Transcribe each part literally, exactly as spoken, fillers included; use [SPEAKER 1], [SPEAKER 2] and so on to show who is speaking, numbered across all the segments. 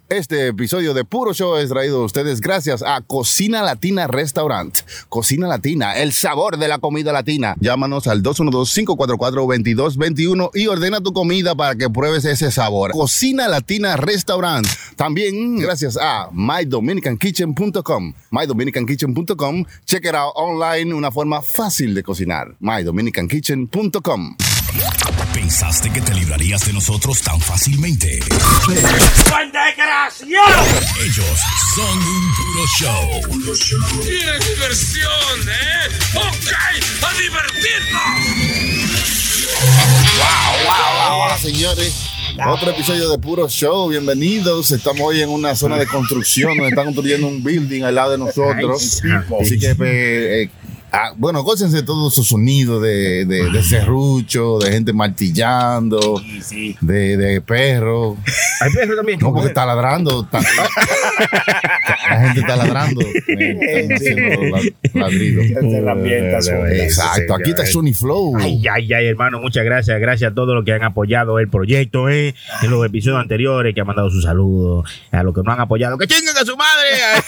[SPEAKER 1] Este episodio de Puro Show es traído a ustedes gracias a Cocina Latina Restaurant. Cocina Latina, el sabor de la comida latina. Llámanos al dos uno dos, cinco cuatro cuatro, dos dos dos uno y ordena tu comida para que pruebes ese sabor. Cocina Latina Restaurant. También gracias a my dominican kitchen punto com. my dominican kitchen punto com. Check it out online, una forma fácil de cocinar. my dominican kitchen punto com.
[SPEAKER 2] ¿Pensaste que te librarías de nosotros tan fácilmente?
[SPEAKER 3] ¡Buen desgraciado!
[SPEAKER 2] Ellos son un puro show.
[SPEAKER 3] Puro show. ¡Qué diversión, eh! ¡Ok! ¡A divertirnos!
[SPEAKER 1] ¡Wow, wow, wow! Hola, señores. Otro episodio de Puro Show. Bienvenidos. Estamos hoy en una zona de construcción donde están construyendo un building al lado de nosotros. Así que... Eh, Ah, bueno, gócense todos esos sonidos de, de, de serrucho, de gente martillando,
[SPEAKER 3] sí, sí.
[SPEAKER 1] de, de perro.
[SPEAKER 3] ¿Hay perro también?
[SPEAKER 1] No, porque está ladrando. Está, la gente está ladrando. Están haciendo ladridos. Exacto, aquí está Sony Flow.
[SPEAKER 4] Ay, ay, ay, hermano, muchas gracias. Gracias a todos los que han apoyado el proyecto, eh, en los episodios anteriores, que han mandado sus saludos. A los que no han apoyado, ¡que chinguen a su madre!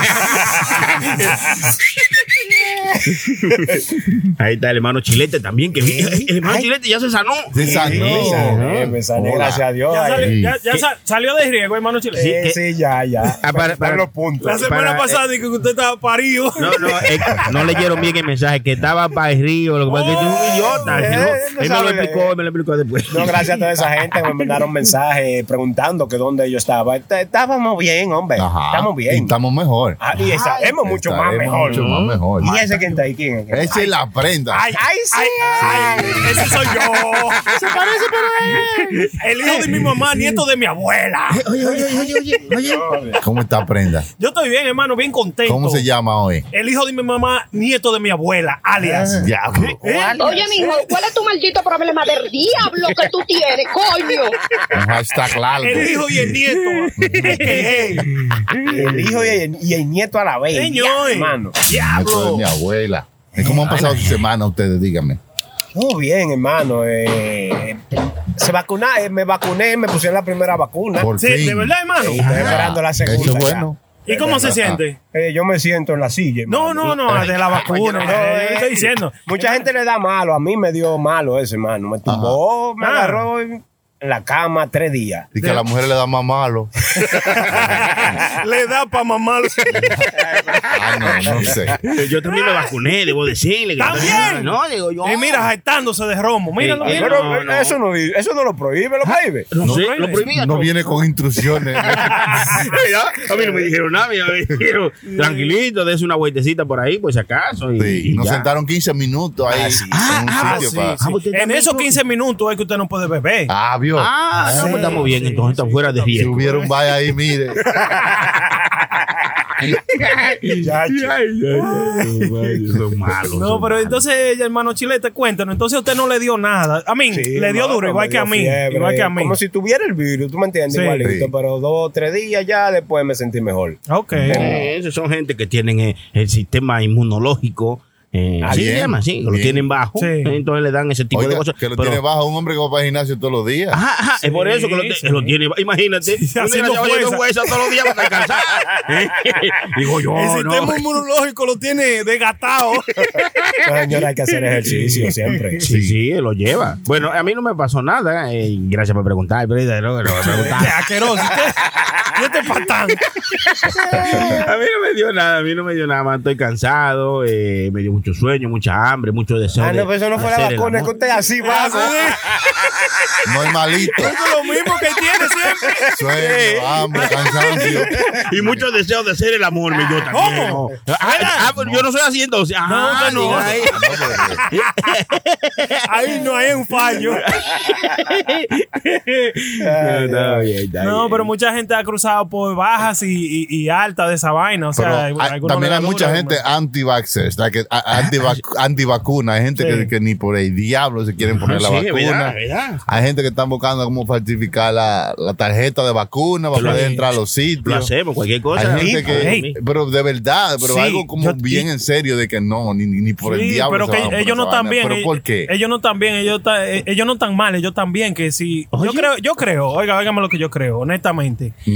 [SPEAKER 4] Ahí está el hermano Chilete también, que el hermano Ay. Chilete ya se sanó.
[SPEAKER 1] Se sanó.
[SPEAKER 5] Me sané, me sané, gracias a Dios.
[SPEAKER 6] Ya, sali, ya, ya sal, salió de riesgo, hermano Chilete.
[SPEAKER 5] Sí, sí, ya, ya.
[SPEAKER 4] Ah, para, para
[SPEAKER 5] los puntos.
[SPEAKER 6] La semana
[SPEAKER 4] para,
[SPEAKER 6] pasada dije que usted estaba parido.
[SPEAKER 4] No, no, eh, no leyeron bien el mensaje, que estaba para el río. Lo que pasa es que tú eres un idiota.
[SPEAKER 5] Eh,
[SPEAKER 4] no,
[SPEAKER 5] no
[SPEAKER 4] él me lo explicó, me lo explicó después.
[SPEAKER 5] No, gracias a toda esa gente que me mandaron mensajes preguntando que dónde yo estaba. Estábamos bien, hombre. Ajá. Estamos bien.
[SPEAKER 1] Y estamos mejor.
[SPEAKER 5] Ah, y estaremos mucho más mejor.
[SPEAKER 1] Mucho más mejor.
[SPEAKER 5] ¿Y ese quién está ahí? ¿Quién es?
[SPEAKER 1] Esa es la prenda.
[SPEAKER 5] Ay, ay, sí.
[SPEAKER 6] Ay, ay, ese soy yo.
[SPEAKER 5] Se parece, pero
[SPEAKER 6] él. El hijo de mi mamá, nieto de mi abuela.
[SPEAKER 4] Oye, oye, oye, oye, oye.
[SPEAKER 1] ¿Cómo está prenda?
[SPEAKER 6] Yo estoy bien, hermano, bien contento.
[SPEAKER 1] ¿Cómo se llama hoy?
[SPEAKER 6] El hijo de mi mamá, nieto de mi abuela, alias.
[SPEAKER 1] Diablo.
[SPEAKER 6] ¿Eh?
[SPEAKER 7] Oye, mijo, ¿cuál es tu maldito problema del diablo que tú tienes, coño?
[SPEAKER 1] Un hashtag largo.
[SPEAKER 6] El hijo y el nieto.
[SPEAKER 5] El hijo y el, y el nieto a la vez.
[SPEAKER 6] Señor,
[SPEAKER 5] hermano.
[SPEAKER 1] Diablo. De mi abuela. ¿Cómo han pasado su semana ustedes? Díganme.
[SPEAKER 5] Muy bien, hermano. Eh, se vacuna, eh, me vacuné, me pusieron la primera vacuna.
[SPEAKER 1] Por
[SPEAKER 6] sí,
[SPEAKER 1] fin.
[SPEAKER 6] ¿de verdad, hermano?
[SPEAKER 5] Sí, estoy esperando la segunda.
[SPEAKER 1] Eso es bueno.
[SPEAKER 6] ¿Y cómo se siente?
[SPEAKER 5] Eh, yo me siento en la silla.
[SPEAKER 6] No, no, no, de la vacuna.
[SPEAKER 5] No,
[SPEAKER 6] eh,
[SPEAKER 5] eh,
[SPEAKER 6] estoy diciendo.
[SPEAKER 5] Mucha gente le da malo. A mí me dio malo ese, hermano. Me tumbó, Ajá. me agarró en la cama tres días.
[SPEAKER 1] Y que a las mujeres le da más malo.
[SPEAKER 6] Le da para mamarlo.
[SPEAKER 1] Ah, no, no sé.
[SPEAKER 4] Yo también me vacuné, debo decirle.
[SPEAKER 6] ¿También?
[SPEAKER 4] No, digo yo.
[SPEAKER 6] Y mira, jactándose de romo. Míralo,
[SPEAKER 4] Sí,
[SPEAKER 6] míralo.
[SPEAKER 5] Pero
[SPEAKER 4] no, no.
[SPEAKER 5] Eso, no, eso no lo prohíbe, lo prohíbe.
[SPEAKER 4] No,
[SPEAKER 6] No,
[SPEAKER 4] sé,
[SPEAKER 6] no,
[SPEAKER 4] lo prohibía.
[SPEAKER 1] No viene con instrucciones.
[SPEAKER 4] A mí no me dijeron nada, me dijeron, tranquilito, dése una vueltecita por ahí, por si acaso. Y,
[SPEAKER 1] Sí,
[SPEAKER 4] y
[SPEAKER 1] nos
[SPEAKER 4] ya.
[SPEAKER 1] sentaron quince minutos ahí.
[SPEAKER 5] Ah, sí.
[SPEAKER 1] en
[SPEAKER 6] Ah,
[SPEAKER 1] un
[SPEAKER 6] ah,
[SPEAKER 1] sitio
[SPEAKER 6] sí,
[SPEAKER 1] para-
[SPEAKER 6] sí.
[SPEAKER 4] Ah, usted
[SPEAKER 6] En
[SPEAKER 4] también
[SPEAKER 6] esos
[SPEAKER 4] tuvo-
[SPEAKER 6] quince minutos es que usted no puede beber.
[SPEAKER 1] Ah, vio.
[SPEAKER 4] Ah, no, pues estamos bien,
[SPEAKER 6] sí,
[SPEAKER 4] entonces está fuera de
[SPEAKER 1] Si
[SPEAKER 4] riesgo.
[SPEAKER 1] hubiera un vaya ahí, mire.
[SPEAKER 5] Ya,
[SPEAKER 4] Son malos.
[SPEAKER 6] No,
[SPEAKER 4] son
[SPEAKER 6] pero
[SPEAKER 4] malos.
[SPEAKER 6] entonces, hermano Chilete, cuéntanos. Entonces usted no le dio nada. A mí,
[SPEAKER 5] Sí,
[SPEAKER 6] le dio
[SPEAKER 5] hermano,
[SPEAKER 6] duro, igual
[SPEAKER 5] me
[SPEAKER 6] que a
[SPEAKER 5] dio
[SPEAKER 6] mí.
[SPEAKER 5] fiebre,
[SPEAKER 6] Igual que a mí.
[SPEAKER 5] Como si tuviera el virus, ¿tú me entiendes?
[SPEAKER 6] Sí.
[SPEAKER 5] Igualito,
[SPEAKER 1] Sí.
[SPEAKER 5] pero dos o tres días ya después me sentí mejor.
[SPEAKER 6] Ok.
[SPEAKER 4] Eh, esos son gente que tienen eh, el sistema inmunológico. Eh,
[SPEAKER 5] Ah,
[SPEAKER 4] así
[SPEAKER 1] bien,
[SPEAKER 4] se llama, sí, que lo
[SPEAKER 1] bien.
[SPEAKER 4] tienen bajo.
[SPEAKER 6] Sí.
[SPEAKER 4] eh, Entonces le dan ese tipo de
[SPEAKER 1] Oiga,
[SPEAKER 4] cosas.
[SPEAKER 1] que lo
[SPEAKER 4] pero-
[SPEAKER 1] tiene bajo un hombre que va para el gimnasio todos los días.
[SPEAKER 4] Ajá, ajá, es por eso que lo, te-
[SPEAKER 6] Sí,
[SPEAKER 4] lo tiene. Imagínate,
[SPEAKER 6] Sí,
[SPEAKER 4] un
[SPEAKER 6] haciendo
[SPEAKER 4] desgraciado haciendo
[SPEAKER 6] fuerza.
[SPEAKER 4] fuerza todos los días para descansar. Digo yo,
[SPEAKER 6] El
[SPEAKER 4] no.
[SPEAKER 6] sistema inmunológico lo tiene desgatado.
[SPEAKER 5] No, señora, hay que hacer ejercicio siempre.
[SPEAKER 4] Sí, sí, lo lleva. Bueno, a mí no me pasó nada. Eh, gracias por preguntar. Pero, pero, pero,
[SPEAKER 6] Qué
[SPEAKER 4] preguntar.
[SPEAKER 6] asqueroso. ¿Qué? ¿Y este patán?
[SPEAKER 4] A mí no me dio nada, a mí no me dio nada más. Estoy cansado, eh, me dio mucho sueño, mucha hambre, mucho deseo.
[SPEAKER 5] Ah,
[SPEAKER 4] de
[SPEAKER 5] no, pero eso no fue la
[SPEAKER 4] hacer el
[SPEAKER 5] vacuna, es que
[SPEAKER 4] amor.
[SPEAKER 5] usted así va.
[SPEAKER 1] Normalito.
[SPEAKER 6] Eso es lo mismo que tiene siempre.
[SPEAKER 1] Sueño, hambre, cansancio.
[SPEAKER 4] Y mucho deseo de hacer el amor, mi yo también.
[SPEAKER 6] ¿Cómo?
[SPEAKER 4] Ah, ah, ah, pero yo no soy así entonces. Ajá,
[SPEAKER 6] No, no.
[SPEAKER 4] diga ahí.
[SPEAKER 6] Ahí no hay un fallo.
[SPEAKER 4] No, está bien, está
[SPEAKER 6] No,
[SPEAKER 4] bien.
[SPEAKER 6] pero mucha gente ha cruzado por bajas y, y, y altas de esa vaina. O sea,
[SPEAKER 1] Pero
[SPEAKER 6] hay-
[SPEAKER 1] hay-
[SPEAKER 6] algunos
[SPEAKER 1] también
[SPEAKER 6] le
[SPEAKER 1] hay
[SPEAKER 6] da
[SPEAKER 1] mucha
[SPEAKER 6] duro,
[SPEAKER 1] gente
[SPEAKER 6] hermano.
[SPEAKER 1] anti-vaxxers, like, a- anti-vac- anti-vacuna. Hay gente
[SPEAKER 6] Sí.
[SPEAKER 1] que, que ni por el diablo se quieren poner la
[SPEAKER 4] Sí,
[SPEAKER 1] vacuna.
[SPEAKER 4] verdad, verdad.
[SPEAKER 1] Hay gente que están buscando cómo falsificar la, la tarjeta de vacuna para
[SPEAKER 4] Lo-
[SPEAKER 1] poder entrar a los sitios.
[SPEAKER 4] Lo hacemos, cualquier cosa.
[SPEAKER 1] Hay gente que,
[SPEAKER 6] Ey.
[SPEAKER 1] pero de verdad, pero
[SPEAKER 6] Sí,
[SPEAKER 1] algo como
[SPEAKER 6] yo-
[SPEAKER 1] bien en serio de que no, ni, ni ni por el
[SPEAKER 6] Sí,
[SPEAKER 1] diablo.
[SPEAKER 6] pero
[SPEAKER 1] se
[SPEAKER 6] que
[SPEAKER 1] van a poner
[SPEAKER 6] ellos no
[SPEAKER 1] esa
[SPEAKER 6] están
[SPEAKER 1] vaina.
[SPEAKER 6] bien.
[SPEAKER 1] ¿Pero
[SPEAKER 6] ellos-
[SPEAKER 1] por qué?
[SPEAKER 6] Ellos no están bien, ellos, ta- eh, ellos no están mal, ellos están bien. Que si, yo
[SPEAKER 4] Oye.
[SPEAKER 6] creo, yo creo, oiga, óigame lo que yo creo, honestamente.
[SPEAKER 1] Mm.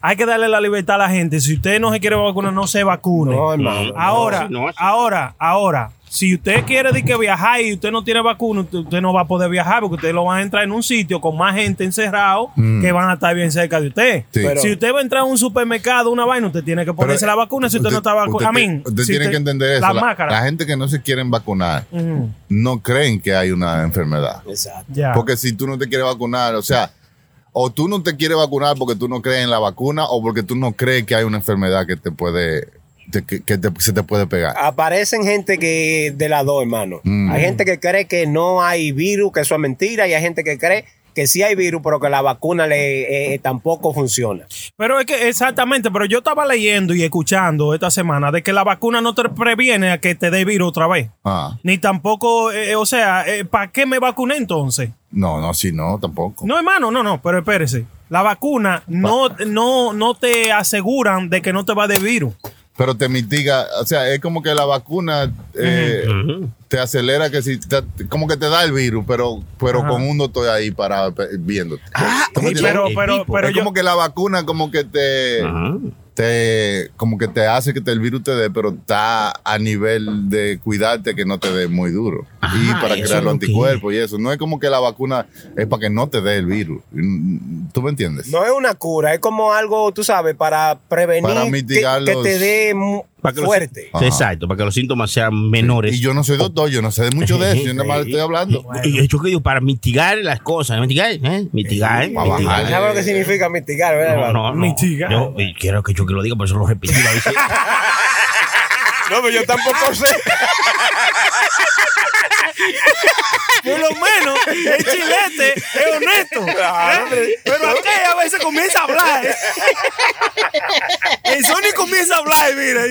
[SPEAKER 6] hay que darle la libertad a la gente. Si usted no se quiere vacunar, no se vacune.
[SPEAKER 5] No, hermano.
[SPEAKER 6] Ahora,
[SPEAKER 4] no, no, sí.
[SPEAKER 6] ahora, ahora, si usted quiere de que viajar y usted no tiene vacuna, usted, usted no va a poder viajar porque usted lo va a entrar en un sitio con más gente encerrado
[SPEAKER 1] Mm.
[SPEAKER 6] que van a estar bien cerca de usted.
[SPEAKER 1] Sí.
[SPEAKER 5] Pero-
[SPEAKER 6] si usted va a entrar a un supermercado, una vaina, usted tiene que ponerse
[SPEAKER 1] Pero,
[SPEAKER 6] la vacuna si usted, no está
[SPEAKER 1] usted,
[SPEAKER 6] vacunado. A mí,
[SPEAKER 1] usted
[SPEAKER 6] si
[SPEAKER 1] tiene que entender eso.
[SPEAKER 6] La,
[SPEAKER 1] La,
[SPEAKER 6] máscara.
[SPEAKER 1] la gente que no se quieren vacunar
[SPEAKER 6] Ujú.
[SPEAKER 1] no creen que hay una enfermedad.
[SPEAKER 5] Exacto.
[SPEAKER 6] Ya.
[SPEAKER 1] Porque si tú no te quieres vacunar, o sea, o tú no te quieres vacunar porque tú no crees en la vacuna o porque tú no crees que hay una enfermedad que te puede, te- que, que te- se te puede pegar.
[SPEAKER 5] Aparecen gente que de las dos, hermano.
[SPEAKER 1] Mm.
[SPEAKER 5] Hay gente que cree que no hay virus, que eso es mentira, y hay gente que cree que sí hay virus, pero que la vacuna le eh, tampoco funciona.
[SPEAKER 6] Pero es que exactamente, pero yo estaba leyendo y escuchando esta semana de que la vacuna no te previene a que te dé virus otra vez.
[SPEAKER 1] Ah,
[SPEAKER 6] Ni tampoco, eh, o sea, eh, ¿para qué me vacuné entonces?
[SPEAKER 1] no, no, sí, no, tampoco.
[SPEAKER 6] No, hermano, no, no, pero espérese. La vacuna no, no, no te aseguran de que no te va a dar virus.
[SPEAKER 1] Pero te mitiga, o sea, es como que la vacuna eh, te acelera que si, te- como que te da el virus, pero, pero
[SPEAKER 6] Ajá.
[SPEAKER 1] con un doctor ahí para viéndote.
[SPEAKER 4] Ah,
[SPEAKER 1] ¿Tú me
[SPEAKER 4] oye,
[SPEAKER 1] entiendes?
[SPEAKER 6] Pero,
[SPEAKER 4] el
[SPEAKER 6] pero,
[SPEAKER 4] tipo.
[SPEAKER 6] pero
[SPEAKER 1] es
[SPEAKER 6] yo,
[SPEAKER 1] como que la vacuna como que te,
[SPEAKER 4] Ajá.
[SPEAKER 1] te como que te hace que te- el virus te dé, pero está a nivel de cuidarte que no te dé muy duro.
[SPEAKER 4] Ajá,
[SPEAKER 1] y para
[SPEAKER 4] eso
[SPEAKER 1] crear
[SPEAKER 4] es
[SPEAKER 1] los
[SPEAKER 4] lo que
[SPEAKER 1] anticuerpos y eso. No es como que la vacuna es para que no te dé el virus. ¿Tú me entiendes?
[SPEAKER 5] No es una cura, es como algo, tú sabes, para prevenir
[SPEAKER 1] Para
[SPEAKER 5] que,
[SPEAKER 1] mitigar
[SPEAKER 5] que
[SPEAKER 1] los-
[SPEAKER 5] te dé mu-
[SPEAKER 4] Para que los-
[SPEAKER 5] fuerte.
[SPEAKER 1] Ajá.
[SPEAKER 4] Exacto, para que los síntomas sean menores.
[SPEAKER 1] Y yo no soy doctor, yo no sé de mucho de eso, yo nada más estoy hablando.
[SPEAKER 4] Y yo que digo, para mitigar las cosas, mitigar, ¿eh? Mitigar,
[SPEAKER 1] para
[SPEAKER 4] mitigar.
[SPEAKER 1] bajarle.
[SPEAKER 5] ¿Sabes lo que significa mitigar, verdad,
[SPEAKER 4] No,
[SPEAKER 5] hermano?
[SPEAKER 4] no, no.
[SPEAKER 6] Mitigar.
[SPEAKER 4] Yo y quiero que yo que lo diga, por eso lo repetí. a veces.
[SPEAKER 5] No, pero yo tampoco sé.
[SPEAKER 6] por lo menos, el chilete es honesto. ¿eh? Pero aquí a veces comienza a hablar. ¿eh? El Sony comienza a hablar, y mira.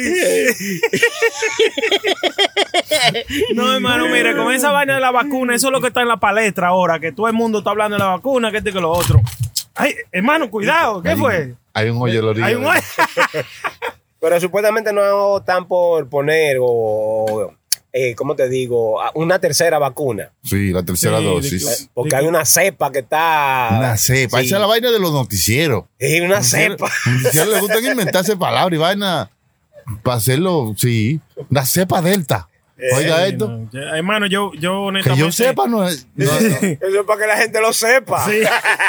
[SPEAKER 6] y- No, hermano, mira, con esa vaina de la vacuna, eso es lo que está en la palestra ahora, que todo el mundo está hablando de la vacuna, que este que lo otro. Ay, hermano, cuidado, ¿qué
[SPEAKER 1] Hay-
[SPEAKER 6] fue?
[SPEAKER 1] Hay un hoyeloría.
[SPEAKER 6] Hay un...
[SPEAKER 5] Pero supuestamente no están por poner, o, eh, ¿cómo te digo? Una tercera vacuna.
[SPEAKER 1] Sí, la tercera
[SPEAKER 6] Sí,
[SPEAKER 1] dosis.
[SPEAKER 5] Porque hay una cepa que está...
[SPEAKER 1] Una cepa.
[SPEAKER 5] Sí.
[SPEAKER 1] Esa es la vaina de los noticieros.
[SPEAKER 5] Es una cepa.
[SPEAKER 1] A los noticieros les gustan inventarse palabras y vaina para hacerlo, sí. La cepa delta. Oiga esto.
[SPEAKER 6] No, ya, hermano, yo, yo
[SPEAKER 1] Que
[SPEAKER 6] honestamente...
[SPEAKER 1] yo sepa, no es. no, no.
[SPEAKER 5] Eso es para que la gente lo sepa.
[SPEAKER 6] Sí.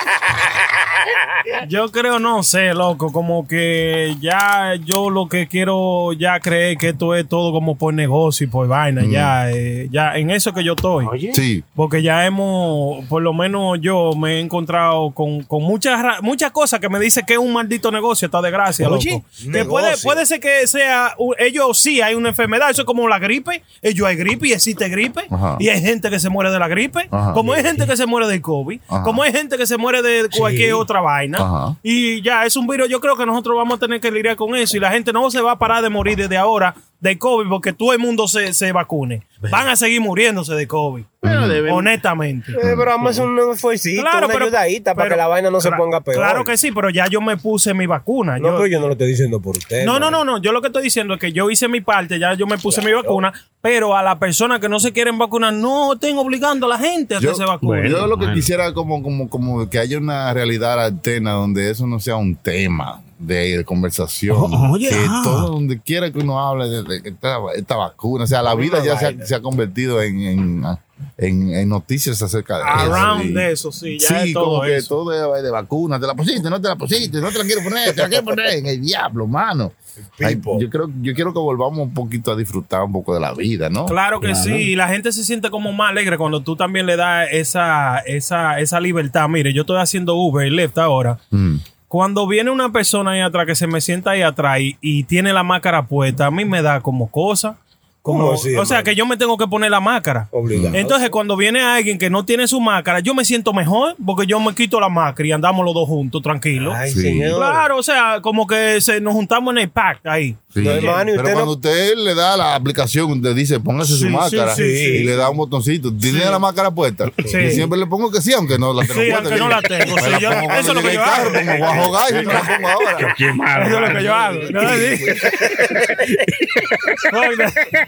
[SPEAKER 6] Yo creo, no sé, loco, como que ya yo lo que quiero ya creer que esto es todo como por negocio y por vaina, ya, eh, ya en eso que yo estoy.
[SPEAKER 1] Sí.
[SPEAKER 6] Porque ya hemos, por lo menos yo me he encontrado con, con muchas ra- muchas cosas que me dicen que es un maldito negocio, esta desgracia,
[SPEAKER 4] Oye,
[SPEAKER 6] loco. Que
[SPEAKER 5] negocio.
[SPEAKER 6] puede, puede ser que sea, u- ellos sí hay una enfermedad, eso es como la gripe, ellos hay gripe y existe gripe,
[SPEAKER 1] Ajá.
[SPEAKER 6] y hay gente que se muere de la gripe,
[SPEAKER 1] Ajá.
[SPEAKER 6] como hay gente que se muere del COVID,
[SPEAKER 1] Ajá.
[SPEAKER 6] como hay gente que se muere de cualquier otra vaina,
[SPEAKER 1] Ajá.
[SPEAKER 6] y ya es un virus, yo creo que nosotros vamos a tener que lidiar con eso, y la gente no se va a parar de morir desde ahora de COVID porque todo el mundo se, se vacune. Van a seguir muriéndose de COVID.
[SPEAKER 4] Pero debemos-
[SPEAKER 6] Honestamente.
[SPEAKER 5] Eh, pero vamos a hacer un esfuercito,
[SPEAKER 6] Claro,
[SPEAKER 5] una
[SPEAKER 6] pero-
[SPEAKER 5] ayudadita para
[SPEAKER 6] pero-
[SPEAKER 5] que la vaina no se
[SPEAKER 6] cla-
[SPEAKER 5] ponga peor.
[SPEAKER 6] Claro que sí, pero ya yo me puse mi vacuna.
[SPEAKER 5] No,
[SPEAKER 6] Yo-
[SPEAKER 5] pero yo no lo estoy diciendo por usted.
[SPEAKER 6] no, no, no, no. Yo lo que estoy diciendo es que yo hice mi parte, ya yo me puse mi vacuna, pero a las personas que no se quieren vacunar, no estén obligando a la gente a
[SPEAKER 1] Yo,
[SPEAKER 6] que se vacune.
[SPEAKER 1] yo lo que
[SPEAKER 4] Bueno.
[SPEAKER 1] quisiera como, como, como que haya una realidad alterna donde eso no sea un tema de, de conversación.
[SPEAKER 4] Oh, oye,
[SPEAKER 1] que
[SPEAKER 4] ah.
[SPEAKER 1] todo donde quiera que uno hable de, de esta, esta vacuna, o sea, la vida ya se ha, se ha convertido en, en, en, en noticias acerca de
[SPEAKER 6] Around
[SPEAKER 1] eso. y-
[SPEAKER 6] de eso, sí, ya
[SPEAKER 1] sí,
[SPEAKER 6] es todo
[SPEAKER 1] como que
[SPEAKER 6] eso.
[SPEAKER 1] todo es de vacuna, te la pusiste, no te la pusiste, no te la quiero poner, te la quiero poner en el diablo, mano. Ay,
[SPEAKER 5] Pipo.
[SPEAKER 1] yo creo, yo quiero que volvamos un poquito a disfrutar un poco de la vida, ¿no?
[SPEAKER 6] Claro que sí, y la gente se siente como más alegre cuando tú también le das esa, esa, esa libertad. Mire, yo estoy haciendo Uber y Lyft ahora.
[SPEAKER 1] Mm.
[SPEAKER 6] Cuando viene una persona ahí atrás que se me sienta ahí atrás y, y tiene la máscara puesta, a mí me da como cosa. Como,
[SPEAKER 5] ¿Cómo así,
[SPEAKER 6] o sea,
[SPEAKER 5] hermano?
[SPEAKER 6] que yo me tengo que poner la máscara.
[SPEAKER 5] Obligado.
[SPEAKER 6] Entonces, cuando viene alguien que no tiene su máscara, yo me siento mejor porque yo me quito la máscara y andamos los dos juntos, tranquilos.
[SPEAKER 5] Ay,
[SPEAKER 1] Sí.
[SPEAKER 5] señor.
[SPEAKER 6] Claro, o sea, como que se, nos juntamos en el pack ahí.
[SPEAKER 1] Sí.
[SPEAKER 5] No, hermano, y
[SPEAKER 1] Pero
[SPEAKER 5] usted
[SPEAKER 1] cuando
[SPEAKER 5] no-
[SPEAKER 1] usted le da la aplicación donde dice póngase su
[SPEAKER 6] Sí,
[SPEAKER 1] máscara
[SPEAKER 6] sí, sí,
[SPEAKER 1] y
[SPEAKER 6] sí.
[SPEAKER 1] le da un botoncito, tiene la máscara puesta.
[SPEAKER 6] Sí.
[SPEAKER 1] Y siempre le pongo que sí, aunque no la tengo
[SPEAKER 6] Sí,
[SPEAKER 1] puesta.
[SPEAKER 6] aunque no la tengo,
[SPEAKER 1] Me
[SPEAKER 6] sí, yo-
[SPEAKER 1] pongo
[SPEAKER 6] eso es lo
[SPEAKER 1] cuando
[SPEAKER 6] que
[SPEAKER 1] llegue
[SPEAKER 6] yo
[SPEAKER 1] el carro,
[SPEAKER 6] hago.
[SPEAKER 1] como voy a jugar y me la pongo ahora.
[SPEAKER 4] Qué malo,
[SPEAKER 6] Eso es lo
[SPEAKER 4] mano.
[SPEAKER 6] que yo hago. ¿no? Sí. Oiga.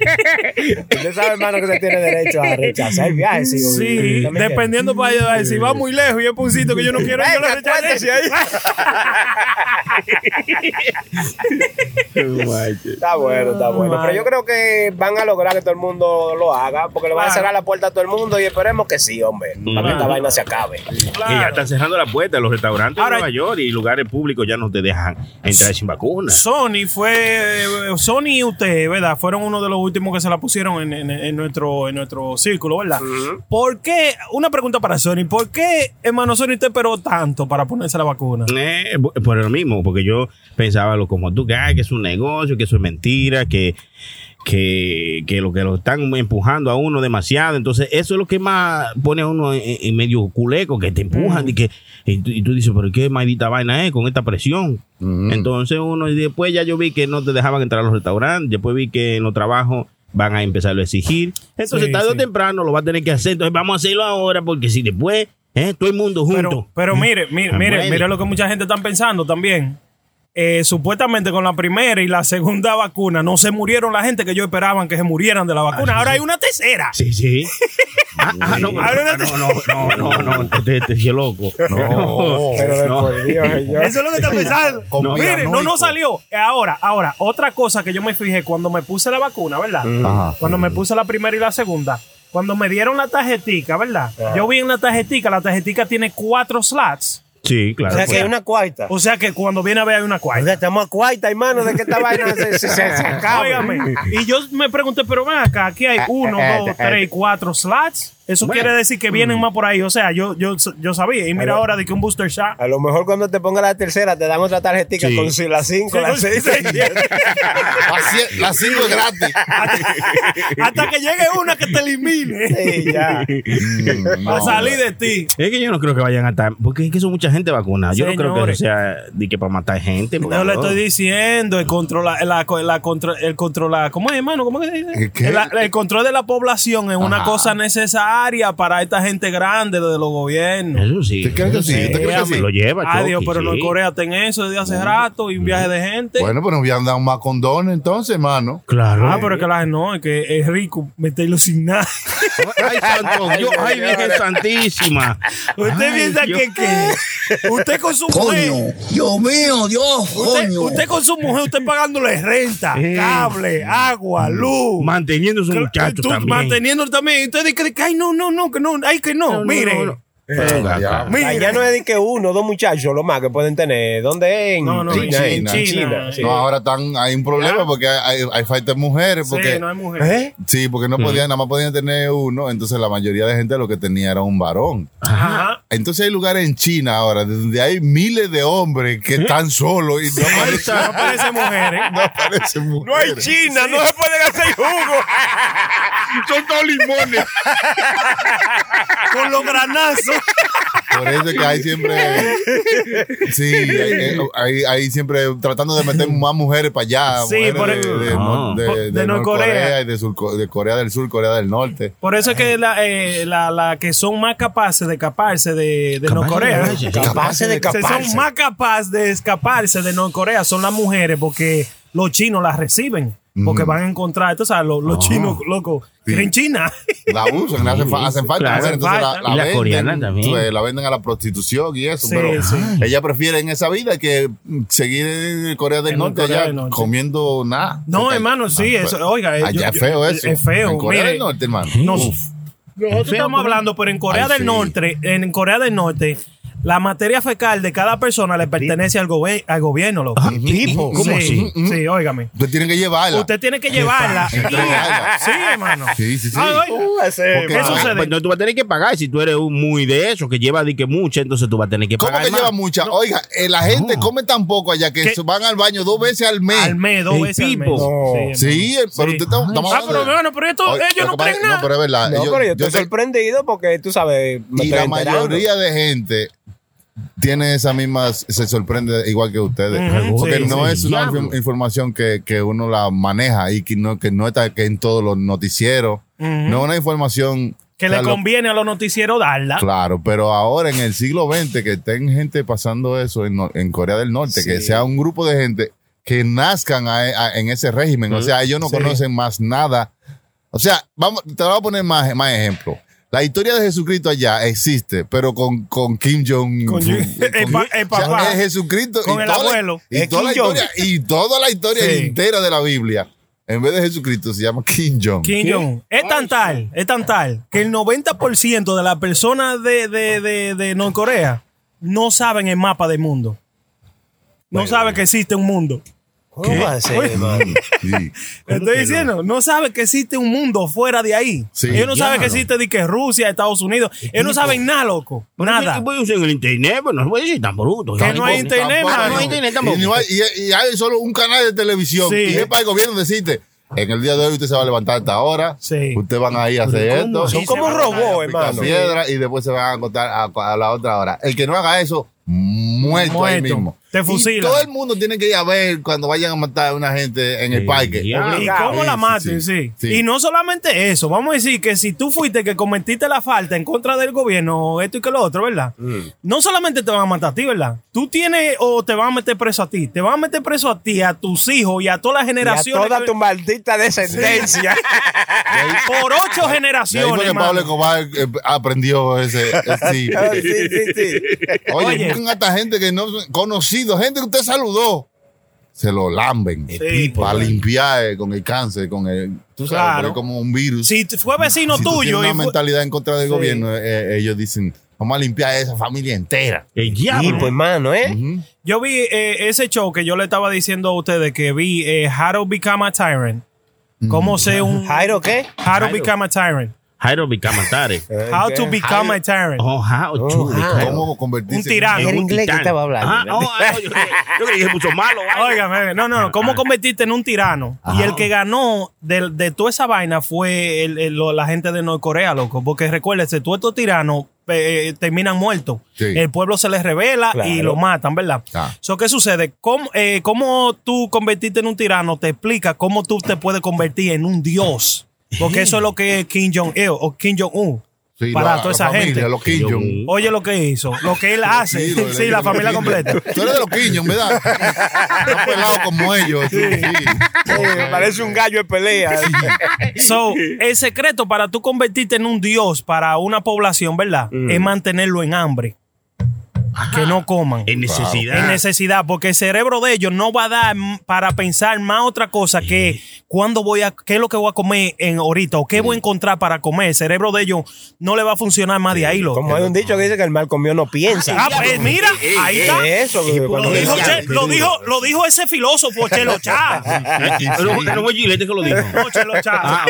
[SPEAKER 5] Usted sabe, hermano, que usted tiene derecho a rechazar el viaje. Sí,
[SPEAKER 6] Sí,
[SPEAKER 5] también
[SPEAKER 6] dependiendo para ayudar. Si va muy lejos y es por un sitio que yo no quiero, yo lo
[SPEAKER 5] Acuérdese ahí. Está bueno, está bueno. Pero yo creo que van a lograr que todo el mundo lo haga, porque le van a cerrar la puerta a todo el mundo y esperemos que sí, hombre, para que esta vaina se acabe.
[SPEAKER 4] Y ya están cerrando la puerta. Los restaurantes
[SPEAKER 6] Ahora,
[SPEAKER 4] en Nueva York y lugares públicos ya no te dejan entrar sin vacuna.
[SPEAKER 6] Sony fue, Sony y usted, ¿verdad? Fueron uno de los últimos que se la pusieron en, en, en nuestro, en nuestro círculo, ¿verdad? Uh-huh. ¿Por qué? Una pregunta para Sony. ¿Por qué, hermano Sony, usted esperó tanto para ponerse la vacuna?
[SPEAKER 4] Eh, por lo mismo, porque yo pensaba lo como tú, que, ay, que es un negocio, que eso es mentira, que... Que, que lo que lo están empujando a uno demasiado. Entonces, eso es lo que más pone a uno en, en medio culeco, que te empujan mm. y que y tú, y tú dices, pero qué maldita vaina es con esta presión. Mm. Entonces, uno, y después ya yo vi que no te dejaban entrar a los restaurantes, después vi que en los trabajos van a empezar a exigir. Entonces, sí, tarde sí. o temprano lo va a tener que hacer. Entonces, vamos a hacerlo ahora, porque si después, eh, todo el mundo junto.
[SPEAKER 6] Pero, pero mire, mire, ah, mire, bueno. mire lo que mucha gente está pensando también. Eh, supuestamente con la primera y la segunda vacuna no se murieron la gente que yo esperaban que se murieran de la vacuna. Ah, ahora sí. hay una tercera.
[SPEAKER 4] Sí, sí. ah, ah, no,
[SPEAKER 6] Ahora una
[SPEAKER 4] no, no, no, no, no, te, te, te loco. No,
[SPEAKER 5] pero no. Por Dios,
[SPEAKER 6] yo. Eso es lo que está pensando. No, Mire, no, no salió. Ahora, ahora, otra cosa que yo me fijé cuando me puse la vacuna, ¿verdad? Ajá. Cuando me puse la primera y la segunda, cuando me dieron la tarjetica, ¿verdad? Ajá. Yo vi en la tarjetica, la tarjetica tiene cuatro slots.
[SPEAKER 4] Sí, claro.
[SPEAKER 5] O sea, que hay una cuarta.
[SPEAKER 6] O sea, que cuando viene a ver hay una cuarta.
[SPEAKER 5] O sea, estamos a cuarta, hermano, de que esta vaina se, se, se, se acaba.
[SPEAKER 6] Óigame. Y yo me pregunté, pero ven acá, aquí hay uno, dos, tres, cuatro slots. Eso bueno, quiere decir que vienen mm. más por ahí. O sea, yo, yo, yo sabía. Y mira lo, ahora de que un booster shot.
[SPEAKER 5] A lo mejor cuando te ponga la tercera te dan otra tarjetita sí. con las cinco, sí, las seis.
[SPEAKER 1] Las cinco es gratis.
[SPEAKER 6] Hasta, hasta que llegue una que te elimine.
[SPEAKER 5] Sí, ya.
[SPEAKER 6] Mm, no, a salir de ti.
[SPEAKER 4] Es que yo no creo que vayan a estar. Porque es que son mucha gente vacunada. Yo Señores, no creo que eso sea de que para matar gente.
[SPEAKER 6] No le estoy diciendo. El control, la, la, la, control, el control, ¿cómo es, hermano? ¿Cómo es que dice? El, el control de la población es Ajá. una cosa necesaria para esta gente grande de los gobiernos.
[SPEAKER 4] Eso sí.
[SPEAKER 1] ¿Te crees que sí? ¿Te crees que sí?
[SPEAKER 4] Lo lleva,
[SPEAKER 6] Adiós, pero sí. no en Corea ten eso desde hace rato y un viaje de gente.
[SPEAKER 1] Bueno, pero nos habían dado más condones entonces, hermano.
[SPEAKER 6] Claro. Ah, pero es que la gente no, es que es rico meterlo sin nada.
[SPEAKER 4] Ay, santo Dios, ay, Virgen Santísima.
[SPEAKER 6] Usted piensa que qué. Usted con su mujer.
[SPEAKER 8] Coño, Dios mío, Dios,
[SPEAKER 6] usted,
[SPEAKER 8] coño.
[SPEAKER 6] Usted con su mujer, usted pagándole renta, cable, agua, luz.
[SPEAKER 4] Manteniendo a su muchacho también.
[SPEAKER 6] Manteniéndolo también. Y usted dice que, ay, no, no, no, que no, ay, que no, no mire. No, no.
[SPEAKER 5] Eh, ya, ya no es de que uno, dos muchachos, lo más que pueden tener. ¿Dónde es?
[SPEAKER 6] No, no,
[SPEAKER 5] China.
[SPEAKER 6] En China. China, China
[SPEAKER 5] sí.
[SPEAKER 1] No, ahora están, hay un problema ¿Ya? porque hay, hay falta de mujeres. Porque,
[SPEAKER 6] sí, no hay mujeres.
[SPEAKER 1] ¿Eh? Sí, porque no podían, mm. nada más podían tener uno. Entonces la mayoría de gente lo que tenía era un varón.
[SPEAKER 6] Ajá.
[SPEAKER 1] Entonces hay lugares en China ahora donde hay miles de hombres que ¿Eh? están solos y no
[SPEAKER 6] aparecen no aparece mujeres.
[SPEAKER 1] No aparecen mujeres.
[SPEAKER 5] No hay China, sí. no se pueden hacer jugo.
[SPEAKER 1] Son todos limones.
[SPEAKER 6] Con los granazos.
[SPEAKER 1] Por eso es que hay siempre. Sí, hay, hay, hay siempre tratando de meter más mujeres para allá.
[SPEAKER 6] Sí, por
[SPEAKER 1] de, de,
[SPEAKER 6] no.
[SPEAKER 1] de, de, de,
[SPEAKER 6] de Norcorea
[SPEAKER 1] y de, sur, de Corea del Sur, Corea del Norte.
[SPEAKER 6] Por eso es que la, eh, la, la que son más capaces de escaparse de, de Norcorea.
[SPEAKER 5] Capaces de escaparse.
[SPEAKER 6] Son más capaces de escaparse de Norcorea son las mujeres porque los chinos las reciben. Porque van a encontrar, esto, o sea, los, los oh. chinos, loco, sí. quieren China.
[SPEAKER 1] La usan, hacen, fa hacen falta.
[SPEAKER 4] Claro,
[SPEAKER 1] mujer, entonces
[SPEAKER 4] falta.
[SPEAKER 1] la, la,
[SPEAKER 4] y la
[SPEAKER 1] venden,
[SPEAKER 4] coreana también.
[SPEAKER 1] Pues, la venden a la prostitución y eso.
[SPEAKER 6] Sí,
[SPEAKER 1] pero
[SPEAKER 6] sí.
[SPEAKER 1] ellas prefieren esa vida que seguir en Corea del en Norte Corea allá del Norte. Comiendo nada.
[SPEAKER 6] No,
[SPEAKER 1] porque,
[SPEAKER 6] hermano, sí,
[SPEAKER 1] ah,
[SPEAKER 6] eso, oiga.
[SPEAKER 1] Allá
[SPEAKER 6] yo,
[SPEAKER 1] es feo eso.
[SPEAKER 6] Es feo.
[SPEAKER 1] En Corea
[SPEAKER 6] mire,
[SPEAKER 1] del Norte, hermano.
[SPEAKER 6] No, nosotros estamos hablando, pero en Corea Ay, del sí. Norte, en Corea del Norte, la materia fecal de cada persona le pertenece al, gobe al gobierno, loco.
[SPEAKER 1] Ah, ¿tipo?
[SPEAKER 6] ¿Cómo así? Sí, sí, óigame.
[SPEAKER 1] Usted tiene que llevarla.
[SPEAKER 6] Usted tiene que llevarla. y, sí, hermano.
[SPEAKER 1] Sí, sí, sí.
[SPEAKER 6] Ah, uh, ese, ¿Qué sucede?
[SPEAKER 4] Pues no, tú vas a tener que pagar. Si tú eres un muy de eso, que lleva de que mucha, entonces tú vas a tener que pagar.
[SPEAKER 1] ¿Cómo que
[SPEAKER 4] más?
[SPEAKER 1] lleva mucha? No. Oiga, eh, la gente no. come tan poco allá que ¿Qué? van al baño dos veces al mes.
[SPEAKER 6] Al mes, dos
[SPEAKER 4] ¿El
[SPEAKER 6] veces
[SPEAKER 4] tipo?
[SPEAKER 6] al mes.
[SPEAKER 1] No. Sí, sí, pero usted está, estamos
[SPEAKER 6] Ah, pero bueno, pero esto, Oye, ellos no creen nada.
[SPEAKER 1] No, pero es verdad.
[SPEAKER 5] No,
[SPEAKER 1] yo,
[SPEAKER 5] pero yo estoy
[SPEAKER 1] yo
[SPEAKER 5] sorprendido porque tú sabes. Me
[SPEAKER 1] y la enterando. mayoría de gente tiene esa misma, se sorprende igual que ustedes. Uh-huh, porque sí, no sí, es una diablo. información que, que uno la maneja y que no, que no está que en todos los noticieros. Uh-huh. No es una información
[SPEAKER 6] que le conviene a los noticieros darla.
[SPEAKER 1] Claro, pero ahora en el siglo veinte que estén gente pasando eso en, en Corea del Norte, sí. que sea un grupo de gente que nazcan a, a, en ese régimen. Uh-huh. O sea, ellos no sí. conocen más nada O sea, vamos, te voy a poner más, más ejemplos. La historia de Jesucristo allá existe, pero con, con Kim Jong.
[SPEAKER 6] Con,
[SPEAKER 1] con,
[SPEAKER 6] el, pa, el papá.
[SPEAKER 1] O sea, es Jesucristo
[SPEAKER 6] con
[SPEAKER 1] y
[SPEAKER 6] el
[SPEAKER 1] toda
[SPEAKER 6] abuelo.
[SPEAKER 1] La, y, toda la historia, y toda la historia sí. entera de la Biblia. En vez de Jesucristo se llama Kim Jong.
[SPEAKER 6] Kim Jong. Es tan tal, es tan tal, que el noventa por ciento de las personas de, de, de, de Norcorea no saben el mapa del mundo. No bueno, saben que existe un mundo.
[SPEAKER 5] ¿Cómo va a ser, hermano?
[SPEAKER 1] Sí.
[SPEAKER 6] Estoy diciendo, no? no saben que existe un mundo fuera de ahí. Sí, ellos no claro. saben que existe de que Rusia, Estados Unidos. Ellos no saben nada, loco.
[SPEAKER 4] Pero
[SPEAKER 6] nada.
[SPEAKER 4] Voy a usar el internet, pero no voy a decir tan bruto.
[SPEAKER 6] Que no hay internet,
[SPEAKER 1] mano. No hay internet tampoco. Y, no hay, y, y hay solo un canal de televisión. Sí. Y es para el gobierno decirte, en el día de hoy usted se va a levantar a esta hora. Sí. Ustedes van a ir a hacer esto.
[SPEAKER 5] Son como robots, hermano.
[SPEAKER 1] Piedra, y después se van a acostar a, a la otra hora. El que no haga eso, muerto, muerto ahí mismo.
[SPEAKER 6] Te fusilan.
[SPEAKER 1] Y todo el mundo tiene que ir a ver cuando vayan a matar a una gente en el sí, parque.
[SPEAKER 6] ¿Y cómo la maten? Sí, sí, sí. Y no solamente eso. Vamos a decir que si tú fuiste que cometiste la falta en contra del gobierno, esto y que lo otro, ¿verdad? Mm. No solamente te van a matar a ti, ¿verdad? Tú tienes o te van a meter preso a ti. Te van a meter preso a ti, a tus hijos y a todas las generaciones.
[SPEAKER 5] Y a toda
[SPEAKER 6] que...
[SPEAKER 5] tu maldita descendencia.
[SPEAKER 6] Sí. Por ocho generaciones.
[SPEAKER 1] Ahí fue que Pablo Escobar eh, aprendió ese. ese sí.
[SPEAKER 5] sí, sí, sí.
[SPEAKER 1] Oye, Oye, busquen a esta gente que no conocido, gente que usted saludó. Se lo lamben
[SPEAKER 6] sí,
[SPEAKER 1] para limpiar eh, con el cáncer, con el, tú sabes,
[SPEAKER 6] claro.
[SPEAKER 1] como un virus.
[SPEAKER 6] Si fue vecino
[SPEAKER 1] si
[SPEAKER 6] tuyo.
[SPEAKER 1] Si una
[SPEAKER 6] y fue...
[SPEAKER 1] mentalidad en contra del sí. gobierno, eh, ellos dicen, vamos a limpiar a esa familia entera.
[SPEAKER 5] El diablo. Sí, pues, hermano, ¿eh?
[SPEAKER 6] Uh-huh. Yo vi eh, ese show que yo le estaba diciendo a ustedes que vi eh, How to Become a Tyrant. ¿Cómo uh-huh. ser un...
[SPEAKER 5] ¿Jairo qué?
[SPEAKER 6] How to Become a Tyrant.
[SPEAKER 4] How to become a tyrant.
[SPEAKER 6] How to become a tyrant.
[SPEAKER 4] Oh, how to
[SPEAKER 1] oh, become. ¿Cómo convertirse
[SPEAKER 6] un tirano?
[SPEAKER 5] En inglés que estaba hablando.
[SPEAKER 4] Ah, oh, oh, yo, yo creí que puso malo.
[SPEAKER 6] Óigame, no, no, ¿cómo convertirte en un tirano? Ajá. Y el que ganó de, de toda esa vaina fue el, el, la gente de Norcorea, loco. Porque recuérdese, todos estos tiranos eh, terminan muertos. Sí. El pueblo se les revela claro. y lo matan, ¿verdad? Ah. So, ¿qué sucede? ¿Cómo, eh, ¿Cómo tú convertirte en un tirano? Te explica cómo tú te puedes convertir en un dios. Porque eso es lo que es Kim Jong-il o Kim Jong-un.
[SPEAKER 1] Sí,
[SPEAKER 6] para
[SPEAKER 1] la,
[SPEAKER 6] toda esa
[SPEAKER 1] la familia,
[SPEAKER 6] gente.
[SPEAKER 1] Los Kim Jong.
[SPEAKER 6] Oye lo que hizo, lo que él hace. Sí, sí, sí la familia completa.
[SPEAKER 1] Tú eres de los Kim Jong, ¿verdad? Estás pelado como ellos. Sí. Sí.
[SPEAKER 5] Sí, me parece un gallo de pelea.
[SPEAKER 6] Sí. So, el secreto para tú convertirte en un dios para una población, ¿verdad? Mm. Es mantenerlo en hambre. Ajá. Que no coman.
[SPEAKER 4] En necesidad.
[SPEAKER 6] En necesidad, porque el cerebro de ellos no va a dar para pensar más otra cosa sí. que cuándo voy a, qué es lo que voy a comer en ahorita o qué sí. voy a encontrar para comer. El cerebro de ellos no le va a funcionar más sí. de ahí. Lo
[SPEAKER 5] Como hay un dicho que dice que el mal comido no piensa.
[SPEAKER 6] Ah, pues mira, ahí está.
[SPEAKER 5] Eso,
[SPEAKER 6] lo, dijo che, lo, dijo, lo dijo ese filósofo, Chelo Chá.
[SPEAKER 4] No fue Gilete que lo dijo.
[SPEAKER 6] No, Chelo Chá.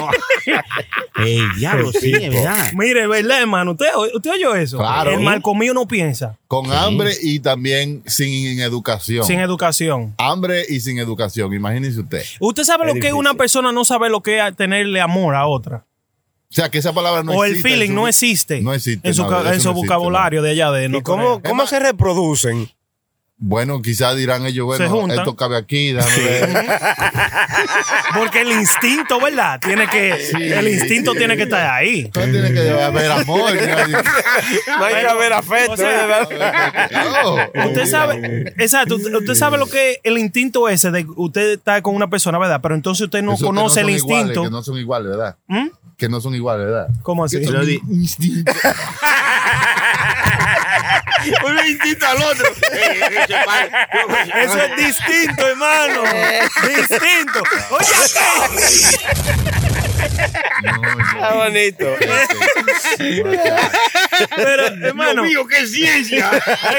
[SPEAKER 4] Ey, diablo, sí, es verdad.
[SPEAKER 6] Mire, ¿verdad, hermano? ¿Usted, usted oyó eso?
[SPEAKER 1] Claro.
[SPEAKER 6] El mal comido no piensa.
[SPEAKER 1] Con hambre y también sin educación.
[SPEAKER 6] Sin educación.
[SPEAKER 1] Hambre y sin educación, imagínese usted.
[SPEAKER 6] ¿Usted sabe es lo difícil. Que es una persona no sabe lo que es tenerle amor a otra?
[SPEAKER 1] O sea, que esa palabra no
[SPEAKER 6] o
[SPEAKER 1] existe.
[SPEAKER 6] O el feeling
[SPEAKER 1] su,
[SPEAKER 6] no existe.
[SPEAKER 1] No existe.
[SPEAKER 6] En su,
[SPEAKER 1] no,
[SPEAKER 6] en su
[SPEAKER 1] no
[SPEAKER 6] vocabulario
[SPEAKER 1] existe, no.
[SPEAKER 6] de allá de
[SPEAKER 5] ¿Y cómo, cómo se reproducen?
[SPEAKER 1] Bueno, quizás dirán ellos, bueno, esto cabe aquí, déjame ver.
[SPEAKER 6] Porque el instinto, ¿verdad? Tiene que, sí. El instinto tiene que estar ahí.
[SPEAKER 1] No tiene que haber amor.
[SPEAKER 5] No hay que haber afecto. O sea,
[SPEAKER 6] no. Usted sabe, exacto, usted sabe lo que es el instinto ese de usted estar con una persona, ¿verdad? Pero entonces usted no Eso conoce no el instinto.
[SPEAKER 1] Iguales, que no son iguales, ¿verdad? ¿Mm? Que no son iguales, ¿verdad?
[SPEAKER 6] ¿Cómo así?
[SPEAKER 1] Un instinto.
[SPEAKER 4] Un instinto al otro.
[SPEAKER 6] Eso es distinto, hermano. Distinto. Oye,
[SPEAKER 5] está bonito.
[SPEAKER 6] Pero, hermano.
[SPEAKER 4] Dios mío, qué ciencia.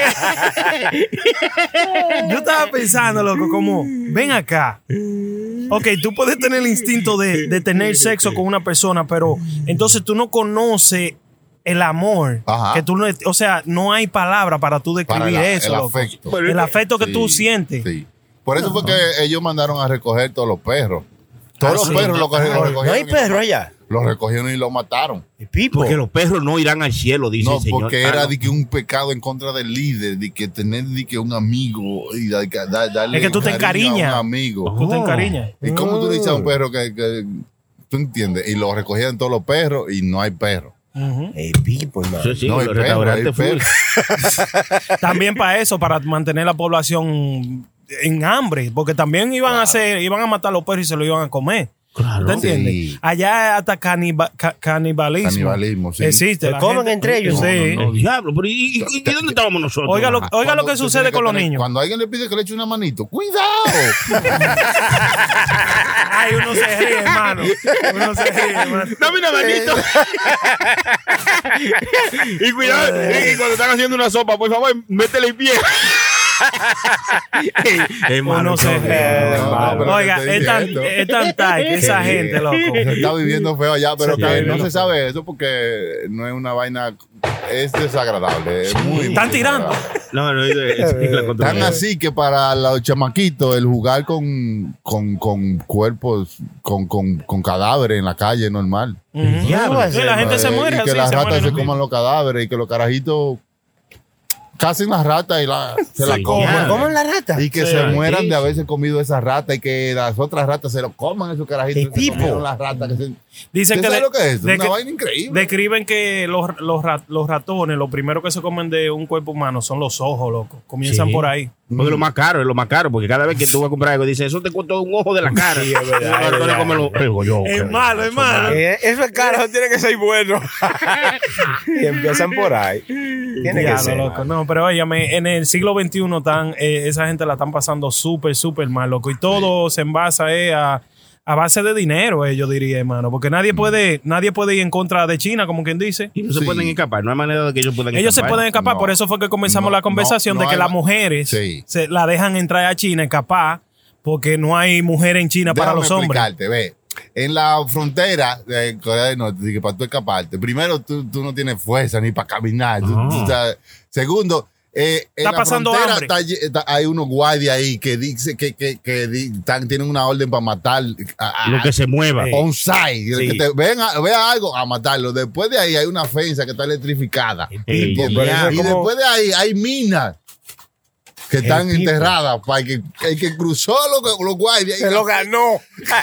[SPEAKER 6] Yo estaba pensando, loco, como, ven acá. Ok, tú puedes tener el instinto de, de tener sexo con una persona, pero entonces tú no conoces el amor. Ajá. Que tú no, o sea, no hay palabra para tú describir para la, eso.
[SPEAKER 1] El loco. afecto.
[SPEAKER 6] El afecto que
[SPEAKER 1] sí,
[SPEAKER 6] tú sientes.
[SPEAKER 1] Sí. Por eso fue que ellos mandaron a recoger todos los perros. Todos ah, los sí. perros los, los recogieron.
[SPEAKER 5] ¿No hay perros allá?
[SPEAKER 1] Los recogieron y los mataron.
[SPEAKER 4] Porque los perros no irán al cielo, dice
[SPEAKER 1] no,
[SPEAKER 4] el señor.
[SPEAKER 1] No, porque era de que un pecado en contra del líder, de que tener de que un amigo y da, da, darle
[SPEAKER 6] es que tú te encariñas.
[SPEAKER 1] a un amigo.
[SPEAKER 6] Oh. Tú te encariñas.
[SPEAKER 1] ¿Y cómo tú le dices a un perro que, que tú entiendes? Y lo recogían todos los perros y no hay perros.
[SPEAKER 5] Uh-huh. El people, man.
[SPEAKER 4] Sí, sí,
[SPEAKER 1] no,
[SPEAKER 4] los restaurantes full.
[SPEAKER 6] También para eso, para mantener la población en hambre, porque también iban claro. a hacer, iban a matar a los perros y se lo iban a comer. Claro. ¿Te entiendes? Sí. Allá hasta caniba, ca, canibalismo.
[SPEAKER 1] Canibalismo, sí.
[SPEAKER 6] Existe.
[SPEAKER 5] Se comen entre ellos.
[SPEAKER 6] Sí.
[SPEAKER 4] No, no, no. Diablo, pero ¿y, y, y dónde estábamos nosotros?
[SPEAKER 6] Oiga lo, oiga lo que sucede con los
[SPEAKER 1] tener,
[SPEAKER 6] niños.
[SPEAKER 1] Cuando alguien le pide que le eche una manito, ¡cuidado!
[SPEAKER 6] Ay, uno se ríe, hermano. Uno se ríe, hermano.
[SPEAKER 4] Dame una manito. Y cuidado, y cuando están haciendo una sopa, por favor, métele el pie.
[SPEAKER 6] Hermano, se ríe. Oiga, es tan, es tan tal que esa gente, loco.
[SPEAKER 1] Se está viviendo feo allá, pero sí, que no se sabe eso porque no es una vaina, es desagradable. Es muy,
[SPEAKER 6] están tirando.
[SPEAKER 4] No, no, es, es, es la
[SPEAKER 1] tan así que para los chamaquitos el jugar con, con, con cuerpos, con, con, con cadáveres en la calle es normal.
[SPEAKER 6] Uh-huh. Diablo, sí, la gente se muere.
[SPEAKER 1] Y que
[SPEAKER 6] así,
[SPEAKER 1] las
[SPEAKER 6] se
[SPEAKER 1] ratas se
[SPEAKER 6] mueren,
[SPEAKER 1] coman los cadáveres y que los carajitos cacen las ratas y la, se
[SPEAKER 5] sí,
[SPEAKER 1] la coman.
[SPEAKER 5] ¿Comen la rata?
[SPEAKER 1] Y que
[SPEAKER 6] sí,
[SPEAKER 1] se mueran
[SPEAKER 6] sí.
[SPEAKER 1] de haberse comido esa rata y que las otras ratas se lo coman esos carajitos.
[SPEAKER 5] ¿Qué tipo?
[SPEAKER 1] Las ratas que se,
[SPEAKER 6] dicen que,
[SPEAKER 1] de, lo que es?
[SPEAKER 6] de
[SPEAKER 1] Una
[SPEAKER 6] que
[SPEAKER 1] vaina increíble.
[SPEAKER 6] Describen que los, los, rat, los ratones, lo primero que se comen de un cuerpo humano son los ojos, loco. Comienzan
[SPEAKER 4] sí.
[SPEAKER 6] por ahí.
[SPEAKER 4] Porque lo más caro es lo más caro, porque cada vez que tú vas a comprar algo, dice, eso te cuesta un ojo de la cara. Sí, es verdad. Es, verdad. Como lo, digo, yo,
[SPEAKER 6] es okay, malo, es malo.
[SPEAKER 5] Eh, eso es caro, eso tiene que ser bueno. Y empiezan por ahí. Tiene
[SPEAKER 6] Diablo,
[SPEAKER 5] que ser.
[SPEAKER 6] Loco. No, pero óyame, en el siglo veintiuno tan, eh, esa gente la están pasando súper, súper mal, loco. Y todo sí. se envasa eh, a, a base de dinero, eh, yo diría, hermano. Porque nadie puede, nadie puede ir en contra de China, como quien dice.
[SPEAKER 4] Y no se sí. pueden escapar, no hay manera de que ellos puedan
[SPEAKER 6] ellos
[SPEAKER 4] escapar.
[SPEAKER 6] Ellos se pueden escapar,
[SPEAKER 1] no,
[SPEAKER 6] por eso fue que comenzamos
[SPEAKER 1] no,
[SPEAKER 6] la conversación
[SPEAKER 1] no, no
[SPEAKER 6] de que
[SPEAKER 1] hay,
[SPEAKER 6] las mujeres
[SPEAKER 1] sí.
[SPEAKER 6] se la dejan entrar a China, escapar, porque no hay mujer en China
[SPEAKER 1] Déjame
[SPEAKER 6] para los hombres.
[SPEAKER 1] Explicarte, ve. En la frontera de Corea del Norte, que para tú escaparte, primero tú, tú no tienes fuerza ni para caminar. Tú,
[SPEAKER 4] oh.
[SPEAKER 1] tú, o sea, segundo, eh,
[SPEAKER 6] está
[SPEAKER 1] en la
[SPEAKER 6] pasando
[SPEAKER 1] frontera
[SPEAKER 6] hambre.
[SPEAKER 1] Está, está, hay unos guardias ahí que dice que, que, que, que están, tienen una orden para matar a, a,
[SPEAKER 4] lo que se mueva.
[SPEAKER 1] On site.
[SPEAKER 4] Sí.
[SPEAKER 1] Que te vean a, vea algo a matarlo. Después de ahí hay una fensa que está electrificada.
[SPEAKER 4] Ey,
[SPEAKER 1] y
[SPEAKER 4] ya,
[SPEAKER 1] y después de ahí hay minas que están
[SPEAKER 5] el
[SPEAKER 1] enterradas para que el que cruzó los, los guardias
[SPEAKER 5] se lo ganó.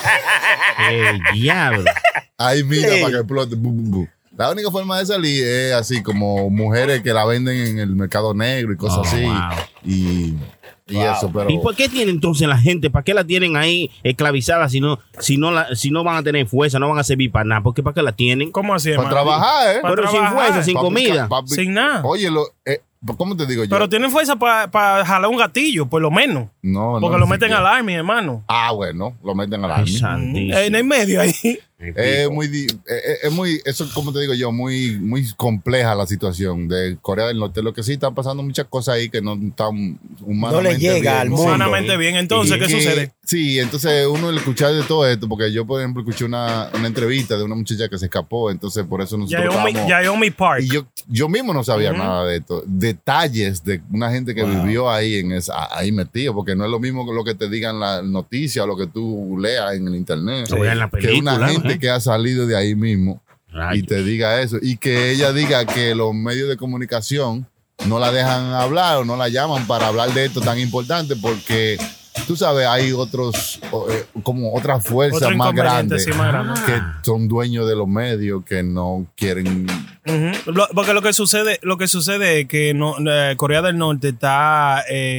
[SPEAKER 4] El diablo.
[SPEAKER 1] Hay minas
[SPEAKER 5] sí.
[SPEAKER 1] para que explote. Bum, bum, bum. La única forma de salir es así como mujeres que la venden en el mercado negro y cosas
[SPEAKER 4] oh,
[SPEAKER 1] así.
[SPEAKER 4] Wow.
[SPEAKER 1] Y, y wow. eso, pero.
[SPEAKER 4] ¿Y por qué tienen entonces la gente? ¿Para qué la tienen ahí esclavizada si no, si no, la, si no van a tener fuerza, no van a servir para nada? ¿Por qué para qué la tienen?
[SPEAKER 6] ¿Cómo así,
[SPEAKER 1] Para
[SPEAKER 6] hermano?
[SPEAKER 1] trabajar, ¿eh?
[SPEAKER 6] Para
[SPEAKER 4] Pero
[SPEAKER 6] trabajar.
[SPEAKER 4] sin fuerza, sin
[SPEAKER 1] Papi,
[SPEAKER 4] comida.
[SPEAKER 1] papi,
[SPEAKER 6] sin nada.
[SPEAKER 1] Oye, lo, eh, ¿cómo te digo yo?
[SPEAKER 6] Pero tienen fuerza para pa jalar un gatillo, por lo menos.
[SPEAKER 1] No,
[SPEAKER 6] Porque
[SPEAKER 1] no,
[SPEAKER 6] lo meten
[SPEAKER 1] siquiera.
[SPEAKER 6] al army, hermano.
[SPEAKER 1] Ah, bueno, lo meten al
[SPEAKER 4] Ay,
[SPEAKER 1] army.
[SPEAKER 4] santísimo.
[SPEAKER 6] En el medio ahí.
[SPEAKER 1] Es muy, di- es, es muy, eso como te digo yo, muy, muy compleja la situación de Corea del Norte. Lo que sí están pasando muchas cosas ahí que no están humanamente
[SPEAKER 5] No le llega
[SPEAKER 1] bien.
[SPEAKER 5] al mundo.
[SPEAKER 6] Humanamente bien. Entonces,
[SPEAKER 1] Y
[SPEAKER 6] ¿qué
[SPEAKER 1] que-
[SPEAKER 6] sucede?
[SPEAKER 1] Sí, entonces uno al escuchar de todo esto, porque yo por ejemplo escuché una, una entrevista de una muchacha que se escapó, entonces por eso nosotros
[SPEAKER 6] Yaomi,
[SPEAKER 1] estábamos-
[SPEAKER 6] Yaomi Park.
[SPEAKER 1] y yo, yo mismo no sabía
[SPEAKER 6] Ujú.
[SPEAKER 1] nada de esto. Detalles de una gente que
[SPEAKER 4] Wow.
[SPEAKER 1] vivió ahí en esa, ahí metido, porque no es lo mismo que lo que te digan la noticia o lo que tú leas en el internet.
[SPEAKER 4] Lo veas en la
[SPEAKER 1] que una
[SPEAKER 4] película,
[SPEAKER 1] gente
[SPEAKER 4] ¿eh?
[SPEAKER 1] que ha salido de ahí mismo
[SPEAKER 4] Rayos.
[SPEAKER 1] y te diga eso. Y que ella diga que los medios de comunicación no la dejan hablar o no la llaman para hablar de esto tan importante porque tú sabes, hay otros, eh, como otras fuerzas
[SPEAKER 6] Otro
[SPEAKER 1] más
[SPEAKER 6] inconveniente,
[SPEAKER 1] grandes
[SPEAKER 6] sí, más grande.
[SPEAKER 1] que son dueños de los medios que no quieren.
[SPEAKER 6] Ujú. Lo- porque lo que sucede, lo que sucede es que no, eh, Corea del Norte está,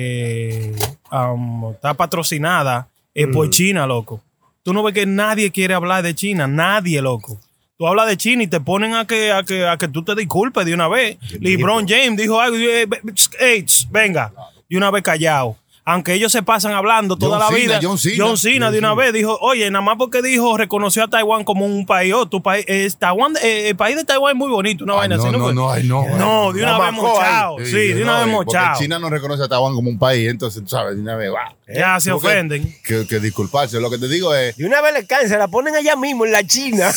[SPEAKER 6] eh, um, está patrocinada eh, por China, loco. Tú no ves que nadie quiere hablar de China, nadie, loco. Tú hablas de China y te ponen a que, a que, a que tú te disculpes de una vez. LeBron James dijo algo, y, eh, hey, tss, venga, de una vez callado. Aunque ellos se pasan hablando toda
[SPEAKER 1] John
[SPEAKER 6] la
[SPEAKER 1] Cena,
[SPEAKER 6] vida.
[SPEAKER 1] John Cena.
[SPEAKER 6] John Cena de una vez dijo, oye, nada más porque dijo, reconoció a Taiwán como un país. Oh, tu país, eh, Taiwán, eh, el país de Taiwán es muy bonito, una
[SPEAKER 1] Ay,
[SPEAKER 6] vaina
[SPEAKER 1] no,
[SPEAKER 6] así.
[SPEAKER 1] no,
[SPEAKER 6] fue?
[SPEAKER 1] no, ay, no.
[SPEAKER 6] No, de una
[SPEAKER 5] La
[SPEAKER 6] vez
[SPEAKER 5] marcó ahí.
[SPEAKER 6] mochado. Sí, de una
[SPEAKER 1] no,
[SPEAKER 6] vez
[SPEAKER 1] porque
[SPEAKER 6] mochado.
[SPEAKER 1] China no reconoce a Taiwán como un país, entonces tú sabes, de una vez, va.
[SPEAKER 6] Ya se
[SPEAKER 1] Tuvo que-
[SPEAKER 6] ofenden.
[SPEAKER 1] Que, que disculparse. Lo que te digo es.
[SPEAKER 5] Y una vez le caen, se la ponen allá mismo en la China.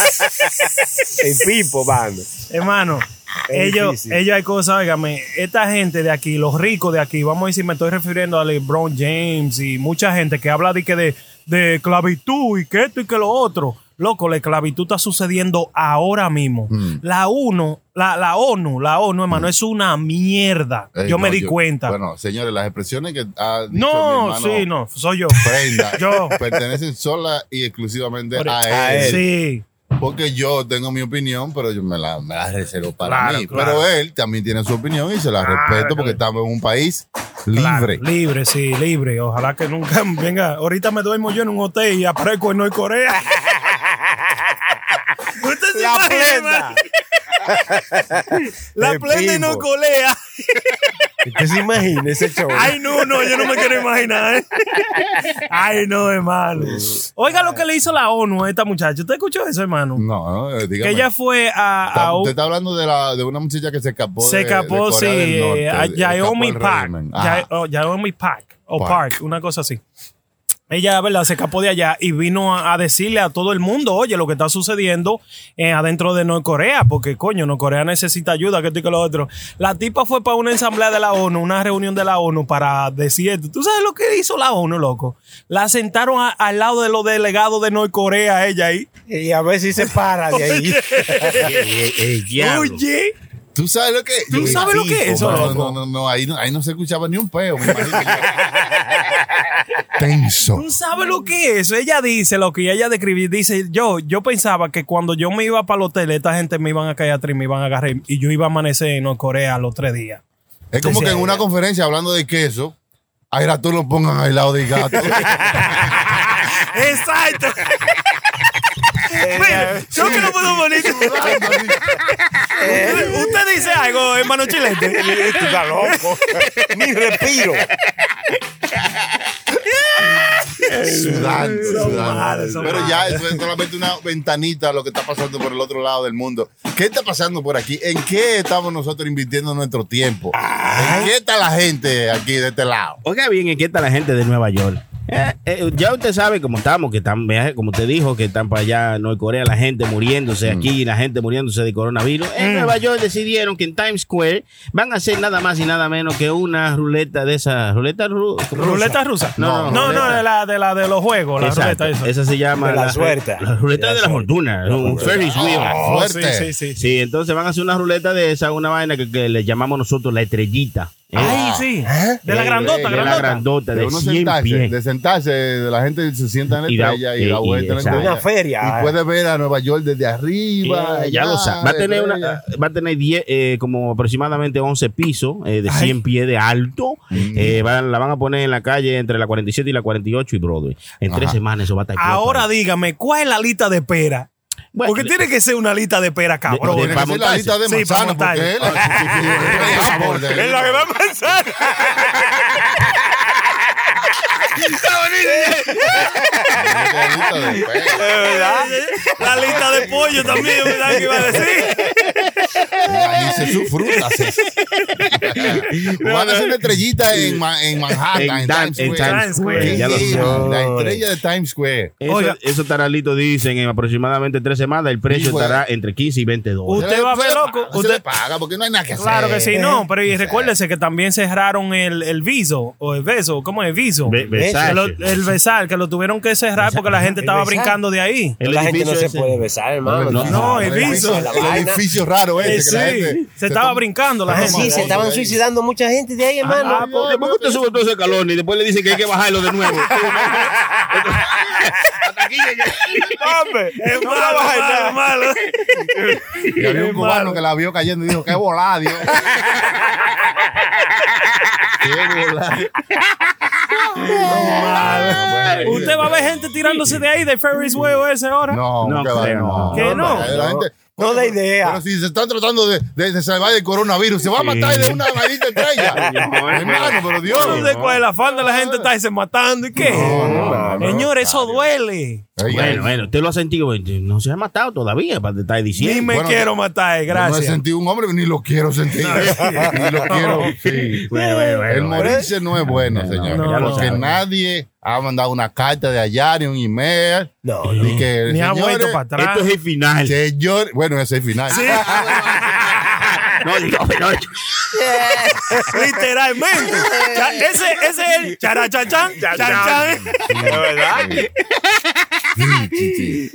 [SPEAKER 5] El pipo, mano.
[SPEAKER 6] Hermano,
[SPEAKER 5] Es
[SPEAKER 6] ellos,
[SPEAKER 5] difícil.
[SPEAKER 6] ellos hay cosas, óigame, esta gente de aquí, los ricos de aquí, vamos a decir, me estoy refiriendo a LeBron James y mucha gente que habla de que de, de esclavitud y que esto y que lo otro. Loco, la esclavitud está sucediendo ahora mismo.
[SPEAKER 1] Mm.
[SPEAKER 6] La UNO, la, la ONU, la ONU, hermano, es una mierda.
[SPEAKER 1] eh,
[SPEAKER 6] yo me
[SPEAKER 1] no,
[SPEAKER 6] di cuenta.
[SPEAKER 1] Bueno, señores, las expresiones que ha dicho
[SPEAKER 6] no,
[SPEAKER 1] mi hermano
[SPEAKER 6] sí, no, soy yo.
[SPEAKER 1] Prenda
[SPEAKER 6] Yo.
[SPEAKER 1] pertenecen sola y exclusivamente
[SPEAKER 6] Por-
[SPEAKER 1] a
[SPEAKER 5] a
[SPEAKER 1] él.
[SPEAKER 5] él.
[SPEAKER 6] Sí.
[SPEAKER 1] Porque yo tengo mi opinión, pero yo me la, me la reservo para
[SPEAKER 6] Claro,
[SPEAKER 1] mí.
[SPEAKER 6] claro.
[SPEAKER 1] Pero él también tiene su opinión y se la
[SPEAKER 6] Claro,
[SPEAKER 1] respeto porque
[SPEAKER 6] claro.
[SPEAKER 1] estamos en un país Libre.
[SPEAKER 6] Claro, libre, sí, libre. Ojalá que nunca venga. Ahorita me duermo yo en un hotel y aparezco en Norcorea. ¿Usted se
[SPEAKER 5] La
[SPEAKER 6] imagina? La plena en Norcorea.
[SPEAKER 5] ¿Qué se imagina ese show?
[SPEAKER 6] Ay, no, no, yo no me quiero imaginar. ¿eh? Ay, no, hermano. Oiga lo que le hizo la ONU a esta muchacha. ¿Usted escuchó eso, hermano?
[SPEAKER 1] No, no, dígame.
[SPEAKER 6] Que ella fue a...
[SPEAKER 1] Está-
[SPEAKER 6] a un-
[SPEAKER 1] Usted está hablando de, la, de una muchacha que se escapó
[SPEAKER 6] se
[SPEAKER 1] de-
[SPEAKER 6] escapó,
[SPEAKER 1] de
[SPEAKER 6] sí,
[SPEAKER 1] Corea del Norte,
[SPEAKER 6] eh, a
[SPEAKER 1] escapó
[SPEAKER 6] Yaomi
[SPEAKER 1] el
[SPEAKER 6] Park.
[SPEAKER 1] régimen.
[SPEAKER 6] Ya-
[SPEAKER 1] Ajá.
[SPEAKER 6] oh, Yaomi Park. O
[SPEAKER 1] Park.
[SPEAKER 6] Park. una cosa así. Ella, ¿verdad? Se escapó de allá y vino a, a decirle a todo el mundo, oye, lo que está sucediendo eh, adentro de Norcorea, porque, coño, Norcorea necesita ayuda, que esto y que lo otro. La tipa fue para una asamblea de la ONU, una reunión de la ONU para decir esto. ¿Tú sabes lo que hizo la ONU, loco? La sentaron a- al lado de los delegados de Norcorea, ella ahí.
[SPEAKER 5] Y a ver si se para de ahí.
[SPEAKER 4] Eh, eh, diablo.
[SPEAKER 6] Oye.
[SPEAKER 1] ¿Tú sabes lo que es?
[SPEAKER 6] ¿Tú sabes lo que es eso,
[SPEAKER 1] No,
[SPEAKER 6] loco?
[SPEAKER 1] no, no, no, ahí no, ahí no se escuchaba ni un peo. Me imagino yo. Tenso.
[SPEAKER 6] ¿Tú sabes lo que es eso? Ella dice, lo que ella describí, dice, yo yo pensaba que cuando yo me iba para el hotel, esta gente me iban a caer atrás y me iban a agarrar y yo iba a amanecer en Norcorea los tres días.
[SPEAKER 1] Es como que en una conferencia hablando de queso, a tú lo pongan al lado del gato.
[SPEAKER 6] Exacto. Mira, yo que no puedo bonito. ¿Usted, usted dice algo, hermano Chilete?
[SPEAKER 5] Tú estás loco. Ni respiro.
[SPEAKER 1] Sudando,
[SPEAKER 6] Son
[SPEAKER 1] sudando.
[SPEAKER 6] malos, son
[SPEAKER 1] Pero
[SPEAKER 6] malos.
[SPEAKER 1] ya eso es solamente una ventanita a lo que está pasando por el otro lado del mundo. ¿Qué está pasando por aquí? ¿En qué estamos nosotros invirtiendo nuestro tiempo? ¿En qué está la gente aquí de este lado?
[SPEAKER 4] Oiga bien, aquí está la gente de Nueva York. Eh, eh, ya usted sabe cómo estamos, que están, como usted dijo, que están para allá en Norcorea, la gente muriéndose aquí, la gente muriéndose de coronavirus. En Nueva York decidieron que en Times Square van a hacer nada más y nada menos que una ruleta de esas. ¿Ruleta ru-
[SPEAKER 6] ¿Ruleta rusa?
[SPEAKER 4] No,
[SPEAKER 6] no,
[SPEAKER 4] ruleta.
[SPEAKER 6] no, de la de, la de los juegos, la
[SPEAKER 4] Exacto.
[SPEAKER 6] ruleta esa.
[SPEAKER 4] Esa se llama
[SPEAKER 5] De la suerte.
[SPEAKER 4] La ruleta
[SPEAKER 5] De
[SPEAKER 4] de
[SPEAKER 5] la
[SPEAKER 4] la
[SPEAKER 5] suerte.
[SPEAKER 4] fortuna. Un Ferris wheel.
[SPEAKER 1] Oh, fuerte.
[SPEAKER 6] Sí, sí, sí.
[SPEAKER 4] Sí, entonces van a hacer una ruleta de esa, una vaina que, que le llamamos nosotros la estrellita. ¿eh?
[SPEAKER 6] Ay, sí. De la
[SPEAKER 4] Eh,
[SPEAKER 6] grandota,
[SPEAKER 4] de la
[SPEAKER 6] grandota.
[SPEAKER 4] grandota,
[SPEAKER 1] De
[SPEAKER 4] de
[SPEAKER 1] uno
[SPEAKER 4] cien
[SPEAKER 1] sentarse,
[SPEAKER 4] pies.
[SPEAKER 1] de sentarse, de la gente se sienta en la
[SPEAKER 4] Y da-
[SPEAKER 1] estrella y,
[SPEAKER 4] y-
[SPEAKER 1] da
[SPEAKER 4] y-
[SPEAKER 1] vuelta en la
[SPEAKER 4] exacto.
[SPEAKER 1] estrella.
[SPEAKER 5] Una feria.
[SPEAKER 1] Y puede ver a Nueva York desde arriba.
[SPEAKER 4] Eh, ya lo sabe. Va a tener una, va a tener diez, eh, como aproximadamente once pisos eh, de cien pies de alto. Eh, van- la van a poner en la calle entre la cuarenta y siete y la cuarenta y ocho y Broadway. En tres
[SPEAKER 1] Ajá.
[SPEAKER 4] semanas eso va a estar
[SPEAKER 6] Ahora
[SPEAKER 4] explotando.
[SPEAKER 6] dígame, ¿cuál es la lista de espera?
[SPEAKER 4] Bueno,
[SPEAKER 6] Porque tiene que ser una lista de espera, cabrón.
[SPEAKER 4] de-
[SPEAKER 1] Tiene
[SPEAKER 4] para
[SPEAKER 1] que ser la
[SPEAKER 4] montarse.
[SPEAKER 1] lista de
[SPEAKER 6] Sí, para
[SPEAKER 1] manzana porque
[SPEAKER 6] montarse.
[SPEAKER 1] él es a favor de él.
[SPEAKER 6] Es la que va a pasar.
[SPEAKER 1] La lista de espera.
[SPEAKER 6] La lista de pollo también, ¿verdad? Que iba a decir.
[SPEAKER 1] Dice su fruta. Van a hacer una estrellita en, Ma- en Manhattan, en,
[SPEAKER 4] En Times-
[SPEAKER 1] Times
[SPEAKER 4] en
[SPEAKER 1] Square.
[SPEAKER 4] Times Square,
[SPEAKER 1] ¿Qué
[SPEAKER 4] ya lo
[SPEAKER 1] es?
[SPEAKER 4] sé.
[SPEAKER 1] La estrella de Times Square.
[SPEAKER 4] Eso,
[SPEAKER 6] Oiga.
[SPEAKER 4] eso estará listo, dicen, en aproximadamente tres semanas. El precio
[SPEAKER 1] Sí, güey.
[SPEAKER 4] estará entre quince y veinte dólares.
[SPEAKER 6] Usted va a ver,
[SPEAKER 1] Se le
[SPEAKER 6] loco,
[SPEAKER 1] paga, Se
[SPEAKER 6] usted-
[SPEAKER 1] le paga porque no hay nada que hacer.
[SPEAKER 6] Claro que sí, no, pero y recuérdese que también cerraron el, el viso, o el beso, ¿cómo es? Viso.
[SPEAKER 4] Ve- Versace.
[SPEAKER 6] Que lo- el besar, que lo tuvieron que cerrar porque la gente
[SPEAKER 5] ¿El
[SPEAKER 6] estaba
[SPEAKER 5] besar?
[SPEAKER 6] brincando de ahí.
[SPEAKER 4] El
[SPEAKER 5] La gente no
[SPEAKER 4] edificio
[SPEAKER 5] se
[SPEAKER 4] ese-
[SPEAKER 5] puede besar, hermano.
[SPEAKER 1] No,
[SPEAKER 6] No, el
[SPEAKER 1] edificio,
[SPEAKER 6] viso.
[SPEAKER 5] La
[SPEAKER 1] el
[SPEAKER 5] vaina.
[SPEAKER 1] edificio raro
[SPEAKER 6] Eh,
[SPEAKER 1] ese. que la
[SPEAKER 6] sí,
[SPEAKER 1] gente
[SPEAKER 6] se estaba
[SPEAKER 1] toma-
[SPEAKER 6] brincando la
[SPEAKER 1] toma
[SPEAKER 6] gente.
[SPEAKER 5] Sí, se
[SPEAKER 1] fotos
[SPEAKER 5] estaban
[SPEAKER 1] de ahí.
[SPEAKER 5] suicidando mucha gente de ahí, hermano.
[SPEAKER 4] Ah, ¿por qué por qué usted sube todo ese calor y después le dicen que hay que bajarlo de nuevo? Hasta aquí llegué.
[SPEAKER 6] Hombre, es malo, malo, malo.
[SPEAKER 1] Y había un
[SPEAKER 6] Es
[SPEAKER 1] cubano
[SPEAKER 6] malo.
[SPEAKER 1] que la vio cayendo y dijo, qué volada, Dios. Qué volada.
[SPEAKER 6] Malo. Usted va a ver gente tirándose de ahí, del Ferris wheel ese ahora.
[SPEAKER 1] No,
[SPEAKER 4] No
[SPEAKER 1] que va,
[SPEAKER 4] creo,
[SPEAKER 1] no.
[SPEAKER 6] ¿Que no?
[SPEAKER 1] La gente-
[SPEAKER 5] No da idea.
[SPEAKER 1] Pero si se están tratando de, de, de salvar del coronavirus, se va a matar de una maldita estrella. Hermano, pero Dios.
[SPEAKER 6] Yo no sé cuál es la fan de la gente está ahí se matando y qué.
[SPEAKER 1] no, no,
[SPEAKER 6] Señor, eso duele.
[SPEAKER 1] Oiga,
[SPEAKER 4] Bueno, bueno, usted lo ha sentido. No se ha matado todavía, para te estar
[SPEAKER 6] Ni
[SPEAKER 4] diciendo.
[SPEAKER 6] me
[SPEAKER 1] Bueno,
[SPEAKER 6] quiero matar,
[SPEAKER 1] yo no he
[SPEAKER 6] gracias.
[SPEAKER 1] sentido un hombre, ni lo quiero sentir. Ni lo quiero, sí.
[SPEAKER 4] Bueno, bueno, bueno,
[SPEAKER 1] El
[SPEAKER 4] bueno.
[SPEAKER 1] morirse no es bueno, señor.
[SPEAKER 6] no, no.
[SPEAKER 1] porque nadie ha mandado una carta de allá, ni un email.
[SPEAKER 5] No,
[SPEAKER 1] Ni que,
[SPEAKER 6] Ni ha
[SPEAKER 1] señores,
[SPEAKER 6] vuelto para atrás.
[SPEAKER 4] Esto es el final.
[SPEAKER 1] Señor, bueno, ese es el final.
[SPEAKER 4] No, digo, pero-
[SPEAKER 6] Literalmente. Cha- ese, ese es el charachachán, chan, chan.
[SPEAKER 5] ¿De verdad?
[SPEAKER 1] Sí, sí.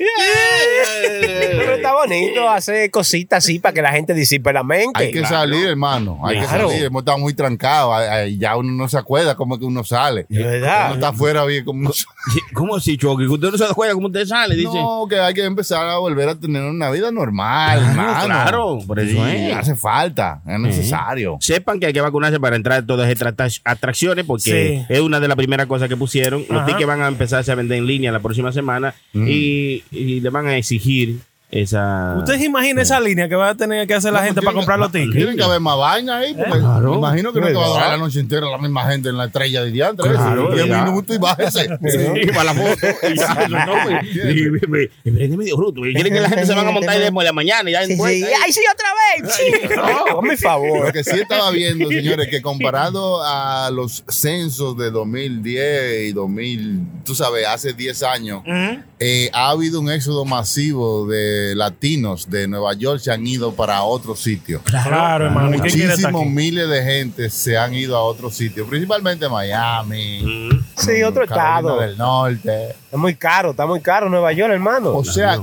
[SPEAKER 5] Pero está bonito hacer cositas así para que la gente disipe la mente.
[SPEAKER 1] Hay que
[SPEAKER 5] Claro.
[SPEAKER 1] salir, hermano. Hay
[SPEAKER 5] Claro.
[SPEAKER 1] que salir. Hemos estado muy trancados. Ay, ay, Ya uno no se acuerda cómo es que uno sale.
[SPEAKER 5] De verdad.
[SPEAKER 1] Uno está afuera bien como uno sale.
[SPEAKER 4] ¿Cómo así, Chucky? Que usted no se acuerda cómo usted sale, dice.
[SPEAKER 1] No, que hay que empezar a volver a tener una vida normal,
[SPEAKER 4] Claro,
[SPEAKER 1] hermano.
[SPEAKER 4] claro, por eso
[SPEAKER 1] Sí,
[SPEAKER 4] es.
[SPEAKER 1] hace falta, es necesario.
[SPEAKER 4] Sepan que hay que vacunarse para entrar a todas estas atrac- atracciones porque
[SPEAKER 6] Sí.
[SPEAKER 4] es una de las primeras cosas que pusieron. Los
[SPEAKER 6] Ajá.
[SPEAKER 4] tickets van a empezarse a vender en línea la próxima semana y, y le van a exigir esa...
[SPEAKER 6] ¿Ustedes se imaginan esa línea que va a tener que hacer la
[SPEAKER 1] No,
[SPEAKER 6] gente
[SPEAKER 1] pues,
[SPEAKER 6] para comprar los
[SPEAKER 1] tiene-
[SPEAKER 6] tickets?
[SPEAKER 1] Tiene que haber más vaina ahí, porque
[SPEAKER 4] Claro.
[SPEAKER 1] me imagino que no te va a durar
[SPEAKER 5] ¿Verdad?
[SPEAKER 1] la noche entera la misma gente en la estrella de diantre.
[SPEAKER 4] Claro,
[SPEAKER 1] diez
[SPEAKER 4] ¿verdad?
[SPEAKER 1] minutos y bájese.
[SPEAKER 4] Sí, para la foto. Y ya, eso no, pues, y- y- y- es medio bruto. Y quieren que la gente se van a montar y después de la mañana y ya
[SPEAKER 5] Sí,
[SPEAKER 4] después.
[SPEAKER 5] sí. ¡Ay, sí, otra vez! Sí. No, por mi favor.
[SPEAKER 1] Lo que sí estaba viendo, señores, que comparado a los censos de dos mil diez y dos mil, tú sabes, hace diez años, eh, ha habido un éxodo masivo de latinos de Nueva York, se han ido para otros sitios.
[SPEAKER 6] Claro, hermano. ¿Y quién quiere estar
[SPEAKER 1] Muchísimos
[SPEAKER 6] aquí?
[SPEAKER 1] miles de gente se han ido a otros sitios, principalmente Miami,
[SPEAKER 5] Sí, otro
[SPEAKER 1] Carolina
[SPEAKER 5] estado.
[SPEAKER 1] del Norte.
[SPEAKER 5] Está muy caro, está muy caro Nueva York, hermano.
[SPEAKER 1] O sea,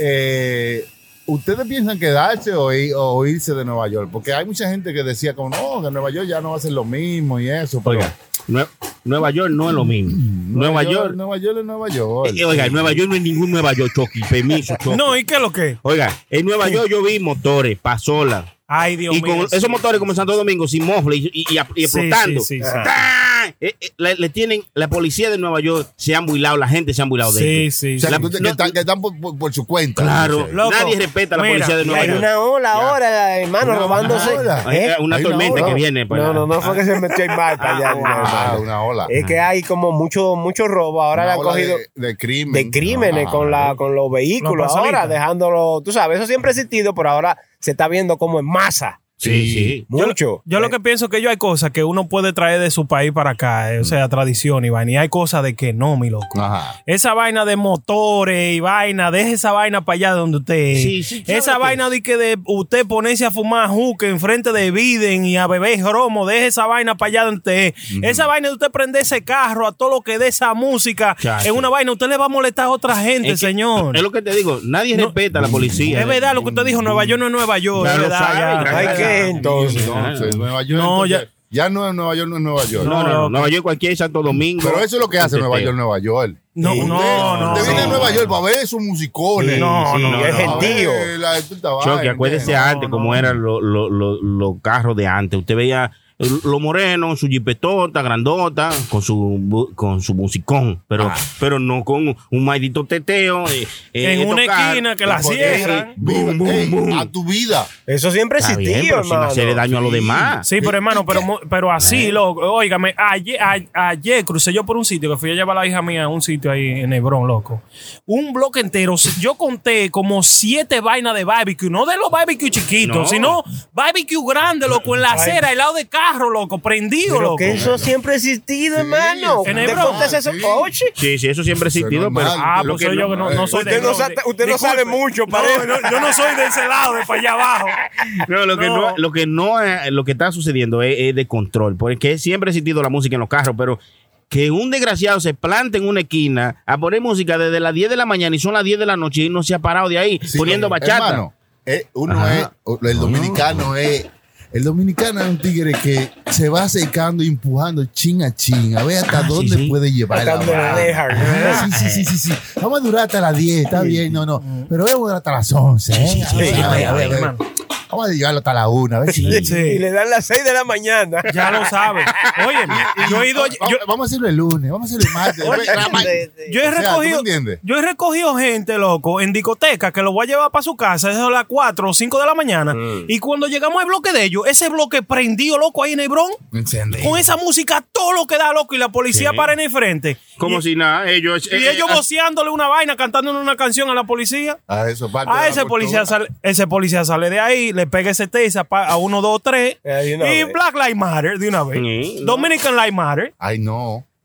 [SPEAKER 1] eh, ¿ustedes piensan quedarse o, ir- o irse de Nueva York? Porque hay mucha gente que decía como, no, que Nueva York ya no va a ser lo mismo y eso. Pero
[SPEAKER 4] Oiga, Nue- Nueva York no es lo mismo. Nueva York.
[SPEAKER 1] Nueva York es Nueva York.
[SPEAKER 4] eh, Oiga, en Nueva York no hay ningún Nueva York, Chucky. Permiso, Chucky.
[SPEAKER 6] No, ¿y qué es lo que?
[SPEAKER 4] Oiga, en Nueva York yo vi motores, pasolas.
[SPEAKER 6] Ay, Dios
[SPEAKER 4] Y
[SPEAKER 6] mío.
[SPEAKER 4] con
[SPEAKER 6] sí.
[SPEAKER 4] esos motores como en Santo Domingo, sin mofle y, y- y- y
[SPEAKER 6] Sí,
[SPEAKER 4] explotando.
[SPEAKER 6] sí, sí, sí.
[SPEAKER 4] ¡Tan! Eh, eh, le, le tienen, la policía de Nueva York se han builado, la gente se han builado de
[SPEAKER 6] Sí,
[SPEAKER 4] ellos.
[SPEAKER 6] sí,
[SPEAKER 1] O sea,
[SPEAKER 6] sí.
[SPEAKER 1] que, tú te- que
[SPEAKER 4] no-
[SPEAKER 1] están, que están por, por- por su cuenta.
[SPEAKER 4] Claro,
[SPEAKER 6] Loco,
[SPEAKER 4] nadie respeta a la
[SPEAKER 6] mira,
[SPEAKER 4] policía de
[SPEAKER 5] Y
[SPEAKER 4] Nueva
[SPEAKER 5] hay
[SPEAKER 4] York.
[SPEAKER 5] una ola ahora, hermano,
[SPEAKER 1] Una
[SPEAKER 5] robándose.
[SPEAKER 1] ola.
[SPEAKER 4] Hay
[SPEAKER 5] ¿Eh?
[SPEAKER 4] una
[SPEAKER 1] Hay una
[SPEAKER 4] tormenta
[SPEAKER 1] ola.
[SPEAKER 4] que viene. para-
[SPEAKER 5] No, no, no fue que se metió en mal para allá. no,
[SPEAKER 1] Ah,
[SPEAKER 5] no.
[SPEAKER 1] una ola.
[SPEAKER 5] Es que hay como mucho, mucho robo. Ahora
[SPEAKER 1] Una
[SPEAKER 5] le han
[SPEAKER 1] ola
[SPEAKER 5] cogido
[SPEAKER 1] de, de crimen.
[SPEAKER 5] de crímenes
[SPEAKER 1] Ah,
[SPEAKER 5] con, la, con los vehículos.
[SPEAKER 6] Los pasolitas.
[SPEAKER 5] Ahora dejándolo, tú sabes, eso siempre ha existido, pero ahora se está viendo como en masa.
[SPEAKER 4] Sí, sí.
[SPEAKER 5] Mucho.
[SPEAKER 6] Yo lo que pienso que yo hay cosas que uno puede traer de su país para acá, eh, o sea, tradición y vaina. Y hay cosas de que no, mi loco.
[SPEAKER 1] Ajá.
[SPEAKER 6] Esa vaina de motores y vaina, deje esa vaina para allá donde usted es.
[SPEAKER 4] Sí, sí, claro
[SPEAKER 6] esa
[SPEAKER 4] que-
[SPEAKER 6] vaina de que de usted ponerse a fumar juque enfrente de Biden y a beber romo, deje esa vaina para allá donde usted es. Esa vaina de usted prender ese carro a todo lo que dé esa música
[SPEAKER 4] Chacho.
[SPEAKER 6] en una vaina, usted le va a molestar a otra gente,
[SPEAKER 4] Es que-
[SPEAKER 6] señor.
[SPEAKER 4] Es lo que te digo, nadie
[SPEAKER 6] No.
[SPEAKER 4] respeta a la policía.
[SPEAKER 6] Es verdad lo que usted dijo, Nueva York no es Nueva York,
[SPEAKER 4] Ya
[SPEAKER 6] es
[SPEAKER 4] lo
[SPEAKER 6] verdad.
[SPEAKER 4] sabe,
[SPEAKER 6] ya.
[SPEAKER 4] gracias.
[SPEAKER 5] Hay que entonces.
[SPEAKER 1] Entonces, Nueva York.
[SPEAKER 6] No,
[SPEAKER 1] entonces,
[SPEAKER 6] ya-
[SPEAKER 1] ya no es Nueva York, no es Nueva York.
[SPEAKER 4] No, no, no. Nueva York, cualquier Santo Domingo.
[SPEAKER 1] Pero eso es lo que hace
[SPEAKER 4] Teteo.
[SPEAKER 1] Nueva York, Nueva York.
[SPEAKER 6] No,
[SPEAKER 1] Usted-
[SPEAKER 6] no, no.
[SPEAKER 1] Usted viene a Nueva York para ver esos musicones.
[SPEAKER 6] No,
[SPEAKER 5] Sí,
[SPEAKER 6] no,
[SPEAKER 5] es
[SPEAKER 6] no.
[SPEAKER 5] gentío.
[SPEAKER 1] A ver la- esta
[SPEAKER 4] Chucky,
[SPEAKER 1] vaina,
[SPEAKER 4] acuérdese
[SPEAKER 1] ¿entiendes?
[SPEAKER 4] antes cómo eran los lo, lo- los carros de antes. Usted veía los morenos, su jipetota, grandota, con su bu- con su musicón, pero, pero no con un maldito teteo. eh, eh,
[SPEAKER 6] En una
[SPEAKER 4] tocar,
[SPEAKER 6] esquina que la
[SPEAKER 4] porque-
[SPEAKER 6] cierran.
[SPEAKER 1] Boom,
[SPEAKER 4] Boom, boom, boom.
[SPEAKER 1] A tu vida.
[SPEAKER 5] Eso siempre ha
[SPEAKER 4] Está bien,
[SPEAKER 5] existido,
[SPEAKER 4] pero sin
[SPEAKER 5] hermano.
[SPEAKER 4] hacerle daño a los
[SPEAKER 1] Sí.
[SPEAKER 4] demás.
[SPEAKER 6] Sí, pero hermano, pero, mo- pero así, loco. Óigame, ayer, a- ayer crucé yo por un sitio que fui a llevar a la hija mía a un sitio ahí en Hebrón, loco. Un bloque entero. Yo conté como siete vainas de barbecue, no de los barbecue chiquitos,
[SPEAKER 4] No.
[SPEAKER 6] sino barbecue grande, loco, en la acera, al lado de carro, loco, prendido,
[SPEAKER 5] Pero
[SPEAKER 6] loco.
[SPEAKER 5] que eso siempre ha existido,
[SPEAKER 1] Sí,
[SPEAKER 5] hermano.
[SPEAKER 6] en
[SPEAKER 5] ¿Usted
[SPEAKER 6] Hebrón.
[SPEAKER 5] contesta eso?
[SPEAKER 1] Sí.
[SPEAKER 5] Oye.
[SPEAKER 4] Sí, sí, eso siempre ha existido,
[SPEAKER 1] normal.
[SPEAKER 4] pero
[SPEAKER 6] Ah,
[SPEAKER 4] lo
[SPEAKER 6] pues
[SPEAKER 4] que
[SPEAKER 6] soy yo que no, no soy
[SPEAKER 5] Usted
[SPEAKER 6] de
[SPEAKER 5] no
[SPEAKER 6] Hebrón.
[SPEAKER 5] sa- usted no
[SPEAKER 6] Disculpe.
[SPEAKER 5] sabe mucho,
[SPEAKER 6] No,
[SPEAKER 5] parece.
[SPEAKER 6] no, yo no soy de ese lado, de para allá abajo.
[SPEAKER 4] No, lo que
[SPEAKER 6] No.
[SPEAKER 4] no, lo que no, eh, lo que está sucediendo es, es de control, porque siempre ha existido la música en los carros, pero que un desgraciado se plante en una esquina a poner música desde las diez de la mañana y son las diez de la noche y no se ha parado de ahí
[SPEAKER 1] Sí,
[SPEAKER 4] poniendo bachata.
[SPEAKER 1] Hermano, eh, uno
[SPEAKER 4] Ajá.
[SPEAKER 1] es, el dominicano es, el dominicano es un tigre que se va acercando y empujando chin a chin, a ver hasta
[SPEAKER 4] Ah, sí,
[SPEAKER 1] dónde
[SPEAKER 4] sí.
[SPEAKER 1] puede llevar
[SPEAKER 5] Hasta
[SPEAKER 1] la
[SPEAKER 5] donde la
[SPEAKER 1] vaina.
[SPEAKER 5] dejan.
[SPEAKER 1] Ah, Sí, sí, sí, sí, sí. Vamos a durar hasta las diez, está bien, no, no. Pero vamos a durar hasta las once. ¿eh? A ver, a ver, a ver, a ver.
[SPEAKER 6] hermano.
[SPEAKER 1] Vamos a llegarlo hasta la una, a ver si.
[SPEAKER 5] Y le dan las seis de la mañana.
[SPEAKER 6] Ya lo sabe. Oye, yo he ido.
[SPEAKER 1] Vamos,
[SPEAKER 6] yo-
[SPEAKER 1] vamos a hacerlo el lunes, vamos a hacerlo el martes.
[SPEAKER 5] Oye,
[SPEAKER 1] La ma-
[SPEAKER 5] de- de-
[SPEAKER 6] Yo he
[SPEAKER 1] O sea, ¿tú me
[SPEAKER 6] recogido,
[SPEAKER 1] entiendes?
[SPEAKER 6] yo he recogido gente, loco, en discoteca que lo voy a llevar para su casa, eso a las cuatro o cinco de la mañana. Y cuando llegamos al bloque de ellos, ese bloque prendido, loco, ahí en Hebrón,
[SPEAKER 1] Encendido.
[SPEAKER 6] con esa música, todo lo que da, loco, y la policía
[SPEAKER 4] Sí.
[SPEAKER 6] para en el frente.
[SPEAKER 4] Como
[SPEAKER 6] y,
[SPEAKER 4] si nada, ellos...
[SPEAKER 6] y
[SPEAKER 4] eh,
[SPEAKER 6] ellos
[SPEAKER 4] eh,
[SPEAKER 6] voceándole una vaina, cantándole una canción a la policía.
[SPEAKER 1] A eso, parte de
[SPEAKER 6] A
[SPEAKER 1] la
[SPEAKER 6] ese policía,
[SPEAKER 1] cultura.
[SPEAKER 6] sale, ese policía sale de ahí, le pega ese taser pa- a uno, dos, tres.
[SPEAKER 5] Eh, de una
[SPEAKER 6] Y
[SPEAKER 5] vez.
[SPEAKER 6] Black Lives Matter, de una vez.
[SPEAKER 4] Sí, no.
[SPEAKER 6] Dominican Lives Matter.
[SPEAKER 1] Ay, no.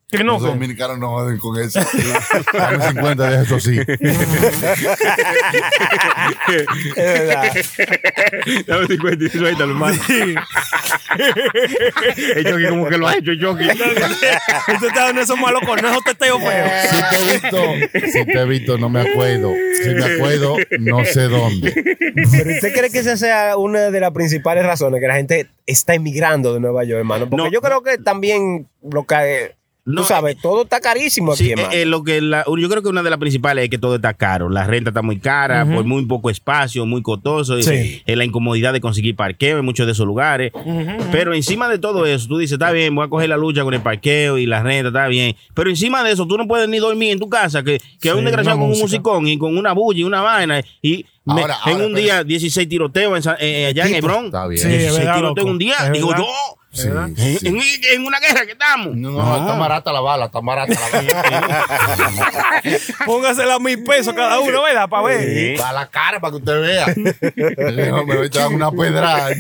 [SPEAKER 6] Que no,
[SPEAKER 1] los dominicanos no joden con eso. Dame cincuenta de eso, sí.
[SPEAKER 5] Es verdad.
[SPEAKER 4] Dame cincuenta y suéltalo, hermano. Sí. El Chucky como que lo ha hecho, el Chucky.
[SPEAKER 6] Usted está en esos malos conejos teteo feo.
[SPEAKER 1] Si te he visto, si te he visto, no me acuerdo. Si me acuerdo, no sé dónde.
[SPEAKER 5] Pero ¿usted cree que esa sea una de las principales razones que la gente está emigrando de Nueva York, hermano? Porque
[SPEAKER 4] No.
[SPEAKER 5] yo creo que también lo que...
[SPEAKER 4] No,
[SPEAKER 5] Tú sabes, todo está carísimo aquí,
[SPEAKER 4] Sí,
[SPEAKER 5] hermano.
[SPEAKER 4] eh, eh, lo que la- yo creo que una de las principales es que todo está caro. La renta está muy cara, por muy poco espacio, muy costoso. y-
[SPEAKER 6] Sí.
[SPEAKER 4] eh, la incomodidad de conseguir parqueo en muchos de esos lugares. Pero encima de todo eso, tú dices, está bien, voy a coger la lucha con el parqueo y la renta, está bien. Pero encima de eso, tú no puedes ni dormir en tu casa, que, que hay un
[SPEAKER 6] Sí,
[SPEAKER 4] desgraciado
[SPEAKER 6] una
[SPEAKER 4] con un
[SPEAKER 6] música.
[SPEAKER 4] musicón y con una bulla y una vaina. Y me-
[SPEAKER 1] Ahora,
[SPEAKER 4] en
[SPEAKER 1] ahora,
[SPEAKER 4] un
[SPEAKER 1] pero-
[SPEAKER 4] día, dieciséis tiroteos en Sa- eh, allá en Hebrón.
[SPEAKER 1] Está bien.
[SPEAKER 6] Sí, es
[SPEAKER 4] dieciséis
[SPEAKER 6] verdad,
[SPEAKER 4] tiroteos en
[SPEAKER 6] loco.
[SPEAKER 4] un día.
[SPEAKER 6] Es
[SPEAKER 4] Digo
[SPEAKER 6] verdad.
[SPEAKER 4] yo,
[SPEAKER 1] Sí,
[SPEAKER 4] en,
[SPEAKER 1] sí.
[SPEAKER 4] en- en una guerra que estamos.
[SPEAKER 1] No, no, está barata la bala, está barata la bala.
[SPEAKER 6] Póngasela a mil pesos cada uno, ¿verdad? Para ver.
[SPEAKER 4] Sí.
[SPEAKER 1] Para la cara, para que usted vea. No, me voy a echar una pedrada.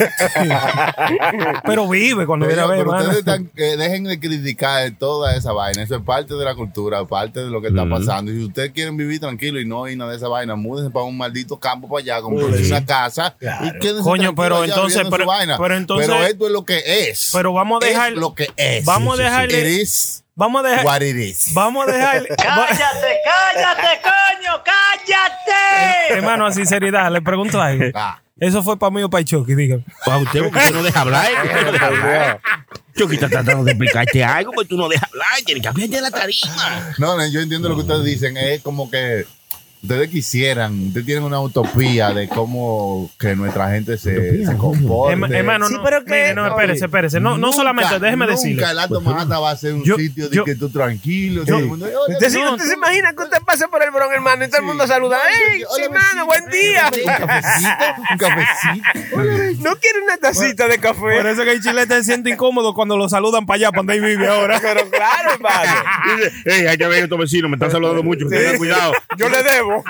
[SPEAKER 6] Pero vive cuando viene
[SPEAKER 1] Pero,
[SPEAKER 6] a ver,
[SPEAKER 1] pero
[SPEAKER 6] mano.
[SPEAKER 1] ustedes están, eh, dejen de criticar toda esa vaina. Eso es parte de la cultura, parte de lo que está pasando. Y si ustedes quieren vivir tranquilo y no ir nada de esa vaina, múdense para un maldito campo para allá, compren una casa y quédense
[SPEAKER 6] Coño,
[SPEAKER 1] tranquilos
[SPEAKER 6] pero
[SPEAKER 1] allá
[SPEAKER 6] entonces-
[SPEAKER 1] viviendo
[SPEAKER 6] pero-
[SPEAKER 1] su vaina.
[SPEAKER 6] pero entonces-
[SPEAKER 1] Pero esto es lo que es.
[SPEAKER 6] Pero vamos a dejar-
[SPEAKER 1] Es lo que es.
[SPEAKER 6] vamos a dejarle-
[SPEAKER 1] It is
[SPEAKER 6] Vamos a dejar.
[SPEAKER 1] what it is.
[SPEAKER 6] Vamos a dejar.
[SPEAKER 9] ¡Cállate, cállate, coño! ¡Cállate!
[SPEAKER 6] Hermano, a sinceridad, le pregunto algo.
[SPEAKER 1] Ah.
[SPEAKER 6] ¿Eso fue para mí o para Chucky? Dígame.
[SPEAKER 4] A usted, porque usted no deja hablar. Usted no deja hablar. Chucky está tratando de explicarte algo, pero tú no dejas hablar. Tienes que hablar de la tarima.
[SPEAKER 1] No, no, yo entiendo lo que ustedes dicen. Es como que ustedes quisieran, ustedes tienen una utopía de cómo que nuestra gente se, se comporte.
[SPEAKER 6] Herma- Hermano,
[SPEAKER 5] Sí,
[SPEAKER 6] no,
[SPEAKER 5] pero que-
[SPEAKER 6] mire, no, espérese, espérese. No, no
[SPEAKER 1] Nunca,
[SPEAKER 6] solamente, déjeme
[SPEAKER 1] nunca
[SPEAKER 6] decirle.
[SPEAKER 1] el Alto Manhattan va a ser un
[SPEAKER 6] Yo-
[SPEAKER 1] sitio de
[SPEAKER 6] yo-
[SPEAKER 1] que tú tranquilo.
[SPEAKER 6] yo-
[SPEAKER 1] todo el mundo, "Hola,
[SPEAKER 5] Usted, sí-
[SPEAKER 6] No,
[SPEAKER 5] usted
[SPEAKER 6] tú-
[SPEAKER 5] se imagina que usted pase por el Bronx, hermano, y todo el mundo saluda. ¡Ey,
[SPEAKER 1] Hola,
[SPEAKER 5] sí, mano,
[SPEAKER 1] vecino,
[SPEAKER 5] buen día!
[SPEAKER 1] Un cafecito, un cafecito.
[SPEAKER 5] ¿No quiere una tacita de
[SPEAKER 6] Por
[SPEAKER 5] café?
[SPEAKER 6] eso que el chilete se siente incómodo cuando lo saludan para allá, para donde él vive ahora.
[SPEAKER 5] Pero claro, hermano.
[SPEAKER 4] Dice, hey, hay que ver a estos vecinos, me están saludando mucho. Tengan cuidado.
[SPEAKER 5] Yo le debo.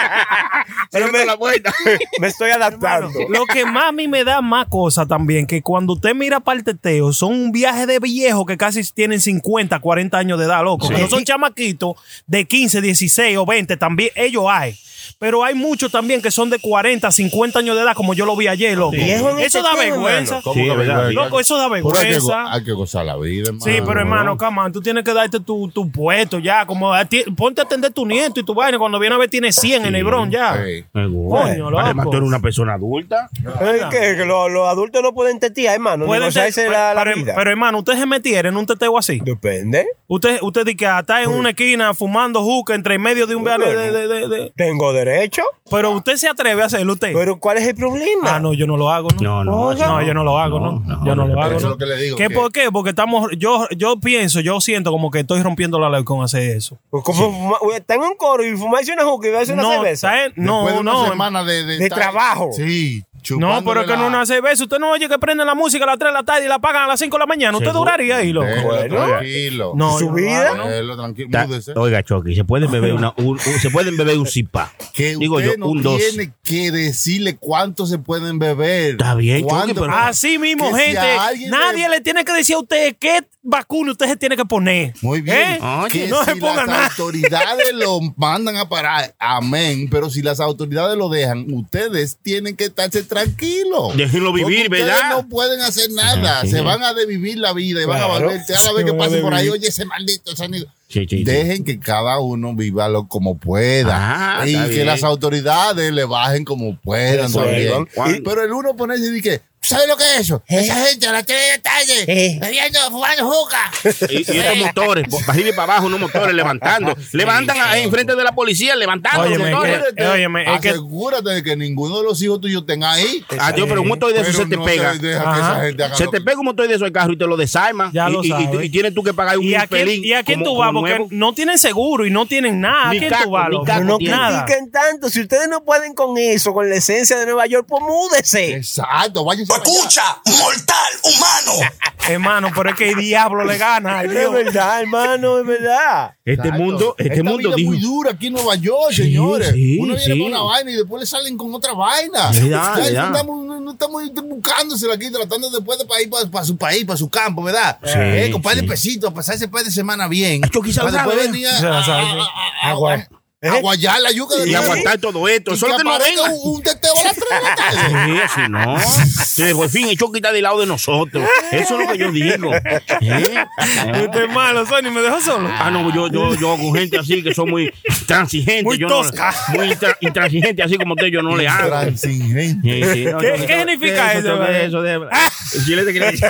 [SPEAKER 5] Pero me,
[SPEAKER 4] la puerta.
[SPEAKER 5] me estoy adaptando.
[SPEAKER 6] Lo que más a mí me da más cosa también, que cuando usted mira para el teteo, son un viaje de viejos que casi tienen cincuenta, cuarenta años de edad, loco.
[SPEAKER 4] Sí.
[SPEAKER 6] Que no son chamaquitos de quince, dieciséis o veinte, también ellos hay. Pero hay muchos también que son de cuarenta, cincuenta años de edad, como yo lo vi ayer, loco.
[SPEAKER 5] Viejo en
[SPEAKER 6] Eso
[SPEAKER 5] ese
[SPEAKER 6] da
[SPEAKER 5] tema,
[SPEAKER 6] vergüenza.
[SPEAKER 5] hermano.
[SPEAKER 1] ¿Cómo
[SPEAKER 4] Sí,
[SPEAKER 1] que
[SPEAKER 4] es verdad.
[SPEAKER 1] vergüenza?
[SPEAKER 6] Loco, eso da
[SPEAKER 1] Pero hay que go-
[SPEAKER 6] vergüenza.
[SPEAKER 1] Hay que gozar la vida, hermano.
[SPEAKER 6] Sí, pero hermano, come on, tú tienes que darte tu, tu puesto ya. Como a ti- ponte a atender tu nieto y tu vaina. Cuando viene a ver, tiene cien en el Bron ya.
[SPEAKER 1] Sí.
[SPEAKER 6] Coño, loco.
[SPEAKER 4] Además, tú eres una persona adulta.
[SPEAKER 5] Es que, que los, los adultos no pueden tetear, hermano.
[SPEAKER 6] Puede ser,
[SPEAKER 5] Negociarse
[SPEAKER 6] pero,
[SPEAKER 5] la, la
[SPEAKER 6] pero-
[SPEAKER 5] vida.
[SPEAKER 6] pero, hermano, usted se metiera en un teteo así.
[SPEAKER 5] Depende.
[SPEAKER 6] Usted, usted dice que está en una esquina fumando juca entre medio de un viaje de, de- de- de-
[SPEAKER 5] Tengo derecho.
[SPEAKER 6] Pero usted se atreve a hacerlo usted.
[SPEAKER 5] Pero ¿cuál es el problema?
[SPEAKER 6] Ah, no, yo no lo hago, ¿no?
[SPEAKER 4] No, no.
[SPEAKER 6] No, yo no lo hago, ¿no?
[SPEAKER 4] No,
[SPEAKER 6] yo no lo hago,
[SPEAKER 1] Eso es
[SPEAKER 6] ¿no?
[SPEAKER 1] lo que le digo.
[SPEAKER 6] ¿Qué
[SPEAKER 1] que-
[SPEAKER 6] por qué? Porque estamos, yo, yo pienso, yo siento como que estoy rompiendo la ley con hacer eso.
[SPEAKER 5] Pues como fuma- tengo un coro y fumarse una juca y beberse una
[SPEAKER 6] No,
[SPEAKER 5] cerveza.
[SPEAKER 6] ¿sabes?
[SPEAKER 1] Después
[SPEAKER 6] No,
[SPEAKER 1] de una
[SPEAKER 6] no.
[SPEAKER 1] semana de, de,
[SPEAKER 5] De
[SPEAKER 1] estar-
[SPEAKER 5] trabajo.
[SPEAKER 1] Sí.
[SPEAKER 6] No, pero es que no una cerveza. Usted no oye que prenden la música a las tres de la tarde y la pagan a las cinco de la mañana. ¿Usted
[SPEAKER 4] Seguro.
[SPEAKER 6] duraría ahí, loco?
[SPEAKER 1] Déjelo
[SPEAKER 5] Bueno.
[SPEAKER 1] tranquilo.
[SPEAKER 6] No,
[SPEAKER 5] Su
[SPEAKER 6] yo no
[SPEAKER 5] vida.
[SPEAKER 6] hago, ¿no?
[SPEAKER 1] Déjelo tranquilo.
[SPEAKER 4] Ta-
[SPEAKER 1] Múdese.
[SPEAKER 4] Oiga, Chucky, se pueden beber una, un, un- se pueden beber un cipa.
[SPEAKER 1] Que
[SPEAKER 4] Digo
[SPEAKER 1] usted
[SPEAKER 4] yo,
[SPEAKER 1] no
[SPEAKER 4] un dos.
[SPEAKER 1] tiene que decirle cuánto se pueden beber.
[SPEAKER 4] Está bien,
[SPEAKER 1] ¿Cuánto?
[SPEAKER 4] Chucky, pero-
[SPEAKER 6] Así mismo,
[SPEAKER 1] Que si
[SPEAKER 6] gente.
[SPEAKER 1] a alguien
[SPEAKER 6] Nadie
[SPEAKER 1] le-
[SPEAKER 6] le tiene que decir a usted qué vacuna usted se tiene que poner.
[SPEAKER 1] Muy bien.
[SPEAKER 6] ¿Eh?
[SPEAKER 4] Oye,
[SPEAKER 1] Que
[SPEAKER 6] no
[SPEAKER 1] si
[SPEAKER 6] se ponga
[SPEAKER 1] las
[SPEAKER 6] nada.
[SPEAKER 1] autoridades lo mandan a parar, amén. Pero si las autoridades lo dejan, ustedes tienen que estarse tranquilos.
[SPEAKER 4] Déjenlo vivir,
[SPEAKER 1] Porque
[SPEAKER 4] ¿verdad?
[SPEAKER 1] ustedes no pueden hacer nada.
[SPEAKER 4] Sí.
[SPEAKER 1] Se van a desvivir la vida y van a
[SPEAKER 5] Claro.
[SPEAKER 1] volver. Cada vez que pasen por ahí, oye, ese maldito sonido.
[SPEAKER 4] Sí, sí, sí.
[SPEAKER 1] Dejen que cada uno viva lo como pueda.
[SPEAKER 4] Ah,
[SPEAKER 1] y
[SPEAKER 4] está
[SPEAKER 1] que
[SPEAKER 4] bien.
[SPEAKER 1] las autoridades le bajen como puedan
[SPEAKER 5] Eso
[SPEAKER 1] también.
[SPEAKER 4] es.
[SPEAKER 1] Y- pero el uno ponerse y dice, ¿sabes lo que es eso? Esa gente a las tres de la tarde,
[SPEAKER 5] Eh.
[SPEAKER 1] bebiendo, fumando juca.
[SPEAKER 4] Y, y estos motores, por- para arriba y para abajo, unos motores levantando. Levantan ahí enfrente de la policía, levantando
[SPEAKER 6] Óyeme,
[SPEAKER 4] los motores.
[SPEAKER 6] que- óyeme, es que-
[SPEAKER 1] Asegúrate de que ninguno de los hijos tuyos tenga ahí.
[SPEAKER 4] Ah, Dios, pero un motor de eso
[SPEAKER 1] Pero
[SPEAKER 4] se te
[SPEAKER 1] no
[SPEAKER 4] pega.
[SPEAKER 1] se deja que
[SPEAKER 6] Ajá.
[SPEAKER 1] esa gente haga
[SPEAKER 4] Se
[SPEAKER 1] lo
[SPEAKER 4] te
[SPEAKER 1] que-
[SPEAKER 4] pega un motor de eso al carro y te lo desarma.
[SPEAKER 6] Ya
[SPEAKER 4] y,
[SPEAKER 6] lo
[SPEAKER 4] y- y-
[SPEAKER 6] sabes.
[SPEAKER 4] y tienes tú que pagar un
[SPEAKER 6] ¿Y a quién,
[SPEAKER 4] pelín
[SPEAKER 6] y a quién
[SPEAKER 4] como-
[SPEAKER 6] tú vas?
[SPEAKER 4] como
[SPEAKER 6] Porque
[SPEAKER 4] nuevo.
[SPEAKER 6] no tienen seguro y no tienen nada. ¿A
[SPEAKER 4] Ni
[SPEAKER 6] quién
[SPEAKER 4] caco,
[SPEAKER 6] tú vas,
[SPEAKER 4] ni
[SPEAKER 6] loco?
[SPEAKER 4] caco
[SPEAKER 5] No
[SPEAKER 4] tiene.
[SPEAKER 6] nada.
[SPEAKER 5] critiquen tanto. Si ustedes no pueden con eso, con la esencia de Nueva York, pues múdese.
[SPEAKER 1] Exacto, váyanse para allá.
[SPEAKER 2] Escucha, mortal humano.
[SPEAKER 6] Hermano, pero es que el diablo le gana. Ay,
[SPEAKER 5] Es
[SPEAKER 6] Dios.
[SPEAKER 5] verdad, hermano, es verdad.
[SPEAKER 4] Este
[SPEAKER 1] Exacto.
[SPEAKER 4] mundo, este
[SPEAKER 1] Esta
[SPEAKER 4] mundo
[SPEAKER 1] vida es
[SPEAKER 4] dijo.
[SPEAKER 1] muy dura aquí en Nueva York,
[SPEAKER 4] Sí,
[SPEAKER 1] señores.
[SPEAKER 4] sí,
[SPEAKER 1] Uno viene
[SPEAKER 4] sí.
[SPEAKER 1] con una vaina y después le salen con otra vaina.
[SPEAKER 4] Verdad,
[SPEAKER 1] Ustedes
[SPEAKER 4] verdad.
[SPEAKER 1] andamos- no, no estamos buscándoselo aquí, tratando después de para ir para, para su país, para su campo, ¿verdad?
[SPEAKER 4] Sí,
[SPEAKER 1] eh, con par de
[SPEAKER 4] sí.
[SPEAKER 1] pesitos, pasar ese par de semana bien.
[SPEAKER 4] Esto quizás
[SPEAKER 1] para después
[SPEAKER 4] sabe,
[SPEAKER 1] venir a,
[SPEAKER 6] ¿eh?
[SPEAKER 1] a, a, a, a, a, a guayar la yuca de
[SPEAKER 4] Y aguantar todo esto.
[SPEAKER 1] Y
[SPEAKER 4] Eso es lo
[SPEAKER 1] que
[SPEAKER 4] que no
[SPEAKER 1] aparezca
[SPEAKER 4] venga.
[SPEAKER 1] un, un teteo a las tres de la tarde.
[SPEAKER 4] Sí, así no. Sí, por fin, el Chucky está del lado de nosotros. Eso es lo que yo digo. ¿Eh?
[SPEAKER 6] Usted es malo, Sony, me dejó solo.
[SPEAKER 4] Ah, no, yo, yo, yo con gente así que son muy transigentes.
[SPEAKER 6] Muy
[SPEAKER 4] yo
[SPEAKER 6] tosca.
[SPEAKER 4] No, muy intra- intransigentes, así como usted, yo no le hago.
[SPEAKER 1] Transigente.
[SPEAKER 4] Sí, sí, no,
[SPEAKER 6] ¿Qué-
[SPEAKER 4] no,
[SPEAKER 6] qué
[SPEAKER 4] no,
[SPEAKER 6] significa eso,
[SPEAKER 4] Eso,
[SPEAKER 6] vale?
[SPEAKER 4] eso de, el chilete que le dice.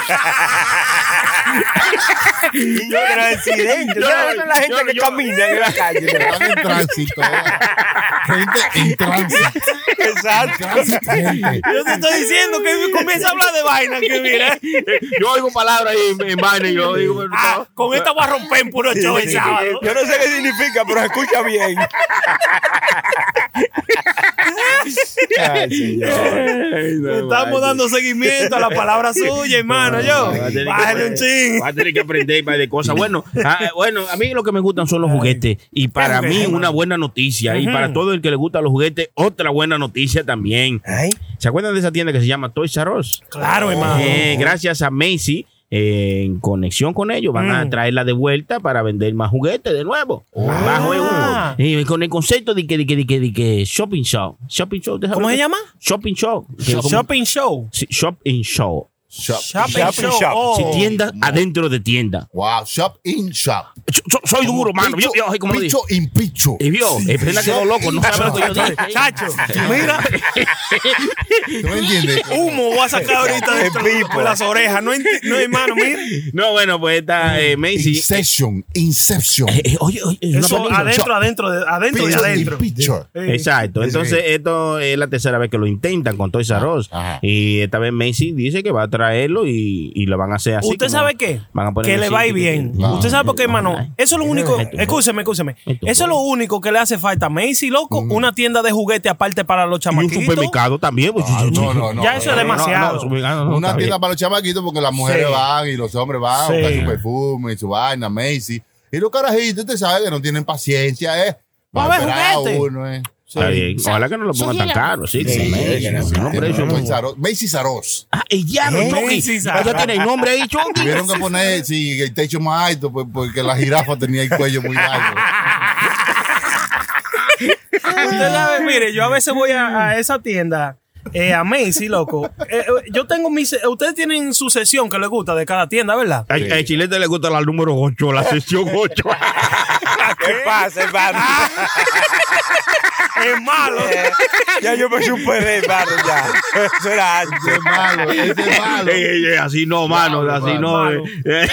[SPEAKER 5] Transidente.
[SPEAKER 4] Yo-
[SPEAKER 5] ¿Sabes? Son la gente
[SPEAKER 4] yo-
[SPEAKER 5] que
[SPEAKER 4] yo-
[SPEAKER 5] camina en la calle.
[SPEAKER 1] Están en tránsito. Gente en tránsito.
[SPEAKER 5] Exacto.
[SPEAKER 1] Transigente.
[SPEAKER 6] Yo te estoy diciendo que comienza a hablar de vaina, que mira.
[SPEAKER 4] Yo oigo palabras ahí en, en vaina y yo digo, pero
[SPEAKER 6] Ah,
[SPEAKER 4] no.
[SPEAKER 6] con esta voy a romper en puro show el sábado.
[SPEAKER 5] Yo no sé qué significa, pero se escucha bien. Ay, señor.
[SPEAKER 4] Ay, no,
[SPEAKER 6] Estamos
[SPEAKER 4] vaya.
[SPEAKER 6] dando seguimiento a la palabra suya, hermano. Yo,
[SPEAKER 4] Va a tener que
[SPEAKER 6] bájale un
[SPEAKER 4] aprender-
[SPEAKER 6] ching.
[SPEAKER 4] va a tener que aprender par de cosas. Bueno, ah, bueno, a mí lo que me gustan son los juguetes. Y para
[SPEAKER 6] ¿Qué
[SPEAKER 4] mí
[SPEAKER 6] juguete,
[SPEAKER 4] una
[SPEAKER 6] mano?
[SPEAKER 4] buena noticia. Y
[SPEAKER 6] Ujú.
[SPEAKER 4] para todo el que le gustan los juguetes, otra buena noticia también.
[SPEAKER 5] Ay.
[SPEAKER 4] ¿Se acuerdan de esa tienda que se llama Toys R Us?
[SPEAKER 6] Claro, hermano.
[SPEAKER 4] Eh, gracias a Macy, eh, en conexión con ellos, van a
[SPEAKER 6] Mm.
[SPEAKER 4] traerla de vuelta para vender más juguetes de nuevo. Bajo el-
[SPEAKER 6] Ah.
[SPEAKER 4] eh, con el concepto de que, de que, de que, de que shopping show. Shopping show. ¿te sabes
[SPEAKER 6] ¿Cómo
[SPEAKER 4] lo
[SPEAKER 6] se
[SPEAKER 4] que-
[SPEAKER 6] llama?
[SPEAKER 4] Shopping show. Que como-
[SPEAKER 6] Shopping show.
[SPEAKER 4] Sí, shopping show.
[SPEAKER 1] Shop.
[SPEAKER 6] Shopping
[SPEAKER 5] Shopping
[SPEAKER 6] show.
[SPEAKER 5] shop.
[SPEAKER 6] Oh.
[SPEAKER 4] Sí, tienda adentro de tienda.
[SPEAKER 1] Wow, shop in shop.
[SPEAKER 4] Yo- yo- soy duro, mano. Yo, yo, como
[SPEAKER 1] picho in picho.
[SPEAKER 4] Y vio, el prenda quedó loco, no sabe lo que yo dije.
[SPEAKER 6] Chacho, mira,
[SPEAKER 1] ¿Tú me entiendes?
[SPEAKER 6] humo voy a sacar ahorita de, de las orejas. No, enti- no, hermano, mira.
[SPEAKER 4] No, bueno, pues esta eh, Macy.
[SPEAKER 1] Inception. Inception.
[SPEAKER 4] Eh, eh, oye, oye, es una
[SPEAKER 6] Eso
[SPEAKER 4] película.
[SPEAKER 6] adentro, adentro, de, adentro de
[SPEAKER 1] Picture
[SPEAKER 6] adentro.
[SPEAKER 1] in picture.
[SPEAKER 6] Eh,
[SPEAKER 4] Exacto. Entonces, esto es la tercera vez que lo intentan con Toys R Us.
[SPEAKER 1] Ajá.
[SPEAKER 4] Y esta vez Macy dice que va a traerlo y, y lo van a hacer así.
[SPEAKER 6] ¿Usted
[SPEAKER 4] como
[SPEAKER 6] sabe qué?
[SPEAKER 4] Van a poner
[SPEAKER 6] Que
[SPEAKER 4] el
[SPEAKER 6] le va a ir
[SPEAKER 4] sitio
[SPEAKER 6] bien.
[SPEAKER 4] que tiene.
[SPEAKER 6] ¿Usted sabe por qué, hermano? Eso es lo único.
[SPEAKER 4] Esto-
[SPEAKER 6] Escúcheme, escúcheme.
[SPEAKER 4] Esto-
[SPEAKER 6] Eso es lo único que le hace falta a Macy, loco. Una tienda de juguete aparte para los
[SPEAKER 4] Y un
[SPEAKER 6] chamaquitos.
[SPEAKER 4] supermercado también. Pues,
[SPEAKER 1] Ah, no, no, no.
[SPEAKER 6] Ya eso es demasiado.
[SPEAKER 4] supermercado no,
[SPEAKER 1] Una
[SPEAKER 4] está
[SPEAKER 1] tienda
[SPEAKER 4] bien.
[SPEAKER 1] para los chamaquitos porque las mujeres
[SPEAKER 6] Sí.
[SPEAKER 1] van y los hombres van
[SPEAKER 6] Sí.
[SPEAKER 1] a buscar su perfume y su vaina, Macy. Y los carajitos, usted sabe que no tienen paciencia, ¿eh?
[SPEAKER 6] Va a
[SPEAKER 1] Van
[SPEAKER 6] haber
[SPEAKER 1] esperar a
[SPEAKER 6] juguete.
[SPEAKER 1] uno, ¿eh?
[SPEAKER 4] Está bien. Ojalá que no lo pongan tan caro. Sí,
[SPEAKER 1] Sí,
[SPEAKER 4] sí, Macy,
[SPEAKER 1] sí,
[SPEAKER 4] no,
[SPEAKER 1] sí,
[SPEAKER 4] no, pero eso no.
[SPEAKER 1] Macy Saros. Macy Saros.
[SPEAKER 4] Ah, el diablo,
[SPEAKER 6] ¿Eh?
[SPEAKER 4] Chucky.
[SPEAKER 6] Sí,
[SPEAKER 4] Ya
[SPEAKER 6] sabe.
[SPEAKER 4] tiene el nombre ahí, Chucky.
[SPEAKER 1] Tuvieron que poner sí, el techo más alto pues, porque la jirafa tenía el cuello muy largo.
[SPEAKER 6] Usted sabe, mire, yo a veces voy a, a esa tienda, eh, a Macy, loco. Eh, eh, yo tengo mi. se- Ustedes tienen su sesión que les gusta de cada tienda, ¿verdad?
[SPEAKER 4] A, a Chilete le gusta la número ocho, la sección ocho.
[SPEAKER 5] ¿Qué pasa, hermano?
[SPEAKER 6] Es malo.
[SPEAKER 5] Ya yo me superé, hermano, ya. Eso era antes.
[SPEAKER 1] Ese es malo, ese es malo.
[SPEAKER 4] Ey, ey, ey, así no, mano,
[SPEAKER 1] Malo,
[SPEAKER 4] así no.
[SPEAKER 6] malo.
[SPEAKER 4] eh.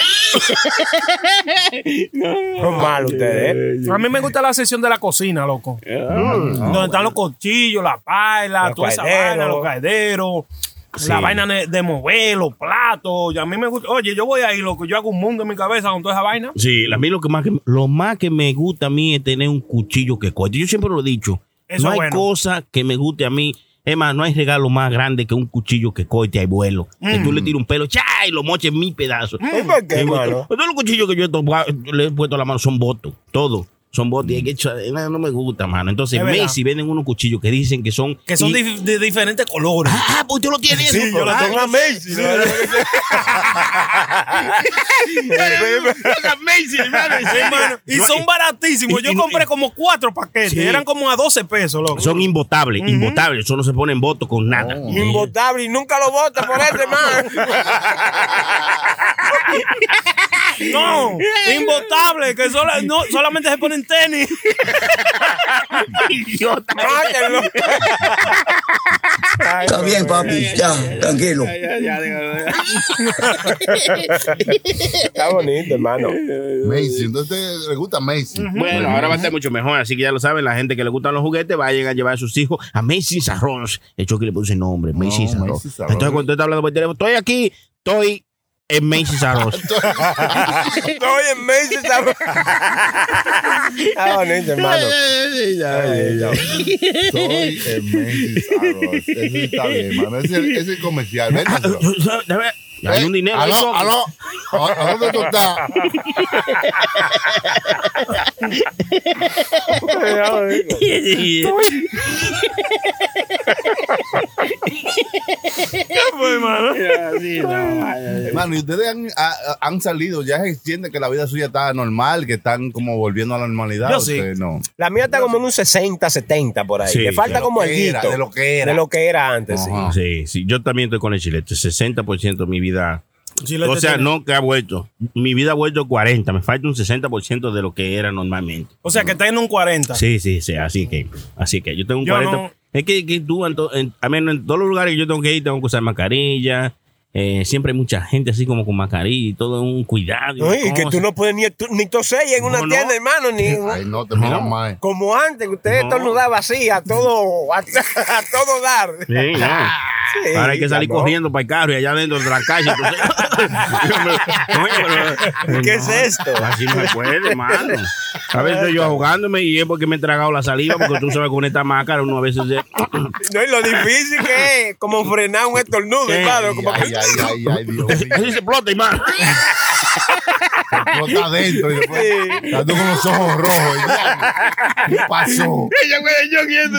[SPEAKER 5] Son malos ustedes, ¿eh?
[SPEAKER 6] A mí me gusta la sesión de la cocina, loco. Donde están los cuchillos, la paila,
[SPEAKER 5] Los
[SPEAKER 6] toda esa
[SPEAKER 5] calderos.
[SPEAKER 6] vaina, los calderos. La vaina de, de mover, los platos. Y a mí me gusta. Oye, yo voy ahí, loco. Yo hago un mundo en mi cabeza con toda esa vaina.
[SPEAKER 4] Sí, a mí lo que más que, lo más que me gusta a mí es tener un cuchillo que corte. Yo siempre lo he dicho.
[SPEAKER 6] Eso
[SPEAKER 4] no
[SPEAKER 6] es
[SPEAKER 4] hay
[SPEAKER 6] bueno.
[SPEAKER 4] cosa que me guste a mí. Es más, no hay regalo más grande que un cuchillo que corte al vuelo. Que tú le tiras un pelo, ¡cha! Y lo moches en mil pedazos.
[SPEAKER 5] ¿Y por qué,
[SPEAKER 4] Y voto-
[SPEAKER 5] hermano?
[SPEAKER 4] Todos los cuchillos que yo he topado, le he puesto a la mano son votos. Todos. Son votos. Y hay que echar- no, no me gusta, mano. Entonces,
[SPEAKER 6] Es verdad.
[SPEAKER 4] Macy venden unos cuchillos que dicen que son.
[SPEAKER 6] Que son
[SPEAKER 4] y-
[SPEAKER 6] de, de diferentes colores.
[SPEAKER 4] Ah, pues usted lo tiene eso.
[SPEAKER 5] Sí, yo la tengo a Macy. ¿no?
[SPEAKER 4] Macy, hermano.
[SPEAKER 6] Hermano, y
[SPEAKER 4] No,
[SPEAKER 6] son baratísimos.
[SPEAKER 4] y-
[SPEAKER 6] Yo
[SPEAKER 4] y-
[SPEAKER 6] compré como cuatro paquetes.
[SPEAKER 4] Sí.
[SPEAKER 6] Eran como a doce pesos, loco.
[SPEAKER 4] Son imbotables, imbotables. Eso no se pone en voto con nada.
[SPEAKER 5] Imbotable y nunca lo vota por ese, hermano.
[SPEAKER 6] No, imbotable, que sola- no, solamente se ponen tenis.
[SPEAKER 4] Idiota.
[SPEAKER 5] Mátenlo.
[SPEAKER 8] Está bien, papi, ya, tranquilo.
[SPEAKER 5] Está bonito, hermano.
[SPEAKER 1] Macy, entonces le gusta Macy.
[SPEAKER 4] Bueno, ahora va a estar mucho mejor, así que ya lo saben, la gente que le gustan los juguetes vayan a llevar a sus hijos a Macy's Arroz. El Chucky le puso el nombre, Macy's
[SPEAKER 1] No,
[SPEAKER 4] Arroz.
[SPEAKER 1] Macy's Arroz.
[SPEAKER 4] Entonces cuando usted está hablando por teléfono, estoy aquí, estoy en Macy's Arroz.
[SPEAKER 5] Estoy en Macy. Está bonito, hermano.
[SPEAKER 1] Estoy en Macy's Arroz. Eso está bien, mano. Ese ese es el comercial. Véndaselo.
[SPEAKER 4] Hay un dinero. ahí,
[SPEAKER 1] Aló,
[SPEAKER 4] Chucky.
[SPEAKER 1] aló. ¿A a dónde tú estás?
[SPEAKER 6] ¿Qué fue, hermano?
[SPEAKER 1] Hermano, y ustedes han, a, han salido, ya se siente que la vida suya está normal, que están como volviendo a la normalidad.
[SPEAKER 5] Yo sí.
[SPEAKER 1] No.
[SPEAKER 5] La mía está como en un sesenta, setenta por ahí.
[SPEAKER 4] Sí,
[SPEAKER 5] Le falta como el
[SPEAKER 1] era, de lo que era.
[SPEAKER 5] De lo que era antes, sí.
[SPEAKER 4] Sí, sí. Yo también estoy con el chilete. sesenta por ciento de mi vida.
[SPEAKER 6] Chilete
[SPEAKER 4] o sea,
[SPEAKER 6] tiene...
[SPEAKER 4] no que ha vuelto. Mi vida ha vuelto cuarenta. Me falta un sesenta por ciento de lo que era normalmente.
[SPEAKER 6] O sea, que está en un cuarenta.
[SPEAKER 4] Sí, sí, sí. Así que, así que yo tengo un
[SPEAKER 6] Yo
[SPEAKER 4] cuarenta.
[SPEAKER 6] no-
[SPEAKER 4] Es que, que tú, en, to- en, a menos en todos los lugares que yo tengo que ir, tengo que usar mascarilla. Eh, siempre hay mucha gente así como con mascarilla y todo un cuidado. y
[SPEAKER 5] Oye,
[SPEAKER 4] una
[SPEAKER 5] que
[SPEAKER 4] cosa.
[SPEAKER 5] tú no puedes ni, tú- ni toser en una
[SPEAKER 4] No, no.
[SPEAKER 5] tienda, hermano, ni...
[SPEAKER 1] Ay, no, te miran mal.
[SPEAKER 5] Como antes, que usted
[SPEAKER 4] No.
[SPEAKER 5] estornudaba así, a todo, a, a todo dar.
[SPEAKER 4] Sí, no.
[SPEAKER 5] Sí,
[SPEAKER 4] Ahora hay que salir
[SPEAKER 5] ya no.
[SPEAKER 4] corriendo para el carro y allá dentro de la calle. Entonces, Oye, pero-
[SPEAKER 5] ¿Qué es esto?
[SPEAKER 4] Así no se puede, hermano. A veces yo ahogándome y es porque me he tragado la saliva, porque tú sabes con esta máscara uno a veces se...
[SPEAKER 5] No, y lo difícil que es como frenar un estornudo,
[SPEAKER 4] Sí.
[SPEAKER 5] hermano. Como
[SPEAKER 1] Ay,
[SPEAKER 5] que-
[SPEAKER 1] ay, ay, ay, Dios mío.
[SPEAKER 4] Así se explota, hermano.
[SPEAKER 1] Explota adentro y después estás tú con los ojos rojos. y ya, ¿qué pasó?
[SPEAKER 4] Yo quiero...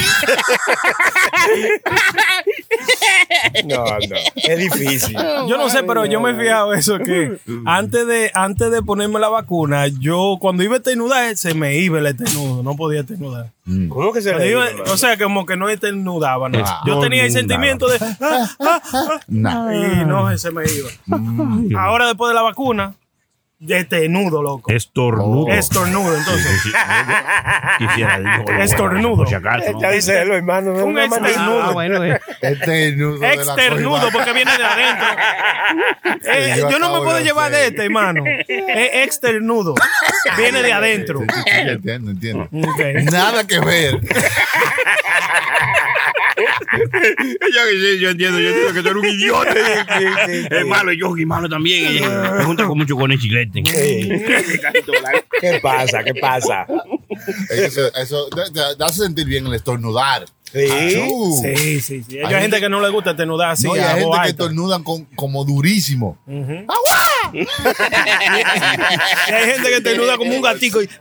[SPEAKER 5] No, no, es difícil.
[SPEAKER 6] Yo no sé, pero yo me he fijado eso que antes de antes de ponerme la vacuna, yo cuando iba a estornudar se me iba el estornudo, no podía estornudar.
[SPEAKER 5] ¿Cómo que se
[SPEAKER 6] Cuando
[SPEAKER 5] le
[SPEAKER 6] iba-
[SPEAKER 5] dice,
[SPEAKER 6] o sea, como que no estornudaba, no.
[SPEAKER 1] Ah.
[SPEAKER 6] Yo tenía el sentimiento de ah, ah, ah,
[SPEAKER 1] Nah.
[SPEAKER 6] y no se me iba. Ahora después de la vacuna, estornudo, loco.
[SPEAKER 4] Estornudo.
[SPEAKER 6] Estornudo, entonces.
[SPEAKER 4] Quisiera decir,
[SPEAKER 6] Estornudo.
[SPEAKER 4] por si acaso, ¿no?
[SPEAKER 5] Ya dice él, hermano. no es
[SPEAKER 6] Un
[SPEAKER 5] una manera.
[SPEAKER 6] externudo.
[SPEAKER 4] Ah, bueno, eh.
[SPEAKER 1] Este nudo de la
[SPEAKER 6] Externudo
[SPEAKER 1] coiba.
[SPEAKER 6] porque viene de adentro. Eh,
[SPEAKER 1] yo
[SPEAKER 6] yo no me
[SPEAKER 1] acabo
[SPEAKER 6] puedo
[SPEAKER 1] de
[SPEAKER 6] llevar
[SPEAKER 1] hacer.
[SPEAKER 6] de este, hermano. Es externudo. Viene de adentro.
[SPEAKER 1] Sí, sí, sí, entiendo, entiendo.
[SPEAKER 6] Ok.
[SPEAKER 1] Nada que ver.
[SPEAKER 4] Yo, sí, yo entiendo, yo entiendo que tú eres un idiota. Es malo, yo y malo también. Me junta con mucho con el chilete.
[SPEAKER 5] ¿Qué pasa? ¿Qué pasa?
[SPEAKER 1] Eso, eso te, te- te hace sentir bien el estornudar.
[SPEAKER 5] Sí.
[SPEAKER 1] Achú.
[SPEAKER 6] Sí, sí, sí. Hay,
[SPEAKER 1] Hay
[SPEAKER 6] gente,
[SPEAKER 1] gente-
[SPEAKER 6] que no le gusta estornudar así.
[SPEAKER 1] No, y
[SPEAKER 6] a
[SPEAKER 1] hay
[SPEAKER 6] voz
[SPEAKER 1] gente que
[SPEAKER 6] alta.
[SPEAKER 1] estornudan con, como durísimo.
[SPEAKER 6] Y hay gente que estornuda como un gatico. Y...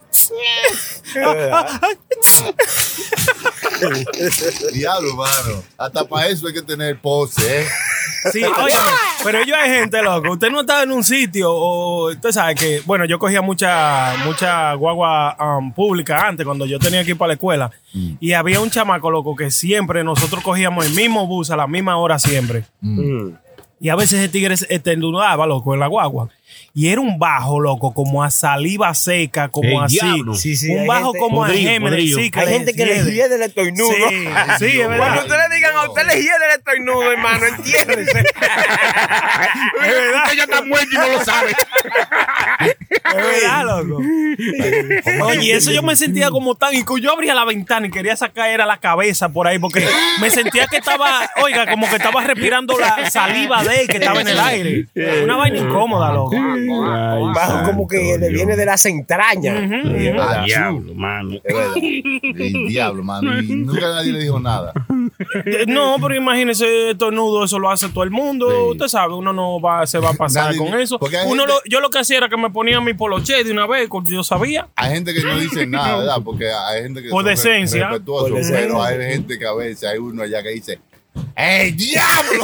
[SPEAKER 1] Diablo, mano. Hasta para eso hay que tener pose, ¿eh?
[SPEAKER 6] Sí, oye, pero yo hay gente, loco. Usted no estaba en un sitio o usted sabe que, bueno, yo cogía mucha mucha guagua um, pública antes cuando yo tenía que ir para la escuela y había un chamaco, loco, que siempre nosotros cogíamos el mismo bus a la misma hora siempre. Y a veces el tigre estornudaba, loco, en la guagua. Y era un bajo, loco, como a saliva seca, como
[SPEAKER 4] El
[SPEAKER 6] así.
[SPEAKER 4] diablo.
[SPEAKER 5] Sí, sí,
[SPEAKER 6] un
[SPEAKER 5] hay
[SPEAKER 6] bajo
[SPEAKER 5] gente-
[SPEAKER 6] como a
[SPEAKER 4] Podrido,
[SPEAKER 6] Géminis,
[SPEAKER 4] podrido.
[SPEAKER 6] sí, que
[SPEAKER 5] Hay
[SPEAKER 6] le
[SPEAKER 5] gente que le
[SPEAKER 6] hiede.
[SPEAKER 5] hiede el estornudo.
[SPEAKER 6] Sí, sí, es
[SPEAKER 5] Cuando
[SPEAKER 6] verdad.
[SPEAKER 5] usted le digan a usted le hiede el estornudo, hermano, entiéndese.
[SPEAKER 6] Es verdad.
[SPEAKER 4] Ella está muerta y no lo sabe.
[SPEAKER 6] Es verdad, loco. Oye, eso yo me sentía como tan. Y cu- yo abría la ventana y quería sacar era la cabeza por ahí porque me sentía que estaba, oiga, como que estaba respirando la saliva de él que estaba en el aire. Una vaina incómoda, loco.
[SPEAKER 5] Un bajo como que le viene de las entrañas. Sí, es verdad.
[SPEAKER 4] Diablo, mano.
[SPEAKER 5] Es verdad.
[SPEAKER 1] El diablo, mano. Y nunca nadie le dijo nada.
[SPEAKER 6] Eh, No, pero imagínese, estornudo, eso lo hace todo el mundo.
[SPEAKER 1] Sí.
[SPEAKER 6] Usted sabe, uno no va, se va a pasar
[SPEAKER 1] Nadie-
[SPEAKER 6] con eso.
[SPEAKER 1] porque hay
[SPEAKER 6] Uno
[SPEAKER 1] gente-
[SPEAKER 6] lo- yo lo que hacía era que me ponía mi poloche de una vez, porque yo sabía.
[SPEAKER 1] Hay gente que no dice nada, ¿verdad? Porque hay gente que
[SPEAKER 6] Por
[SPEAKER 1] son re-
[SPEAKER 6] decencia.
[SPEAKER 1] respetuosos,
[SPEAKER 5] Por decencia.
[SPEAKER 1] pero hay gente que a veces hay uno allá que dice ¡El diablo!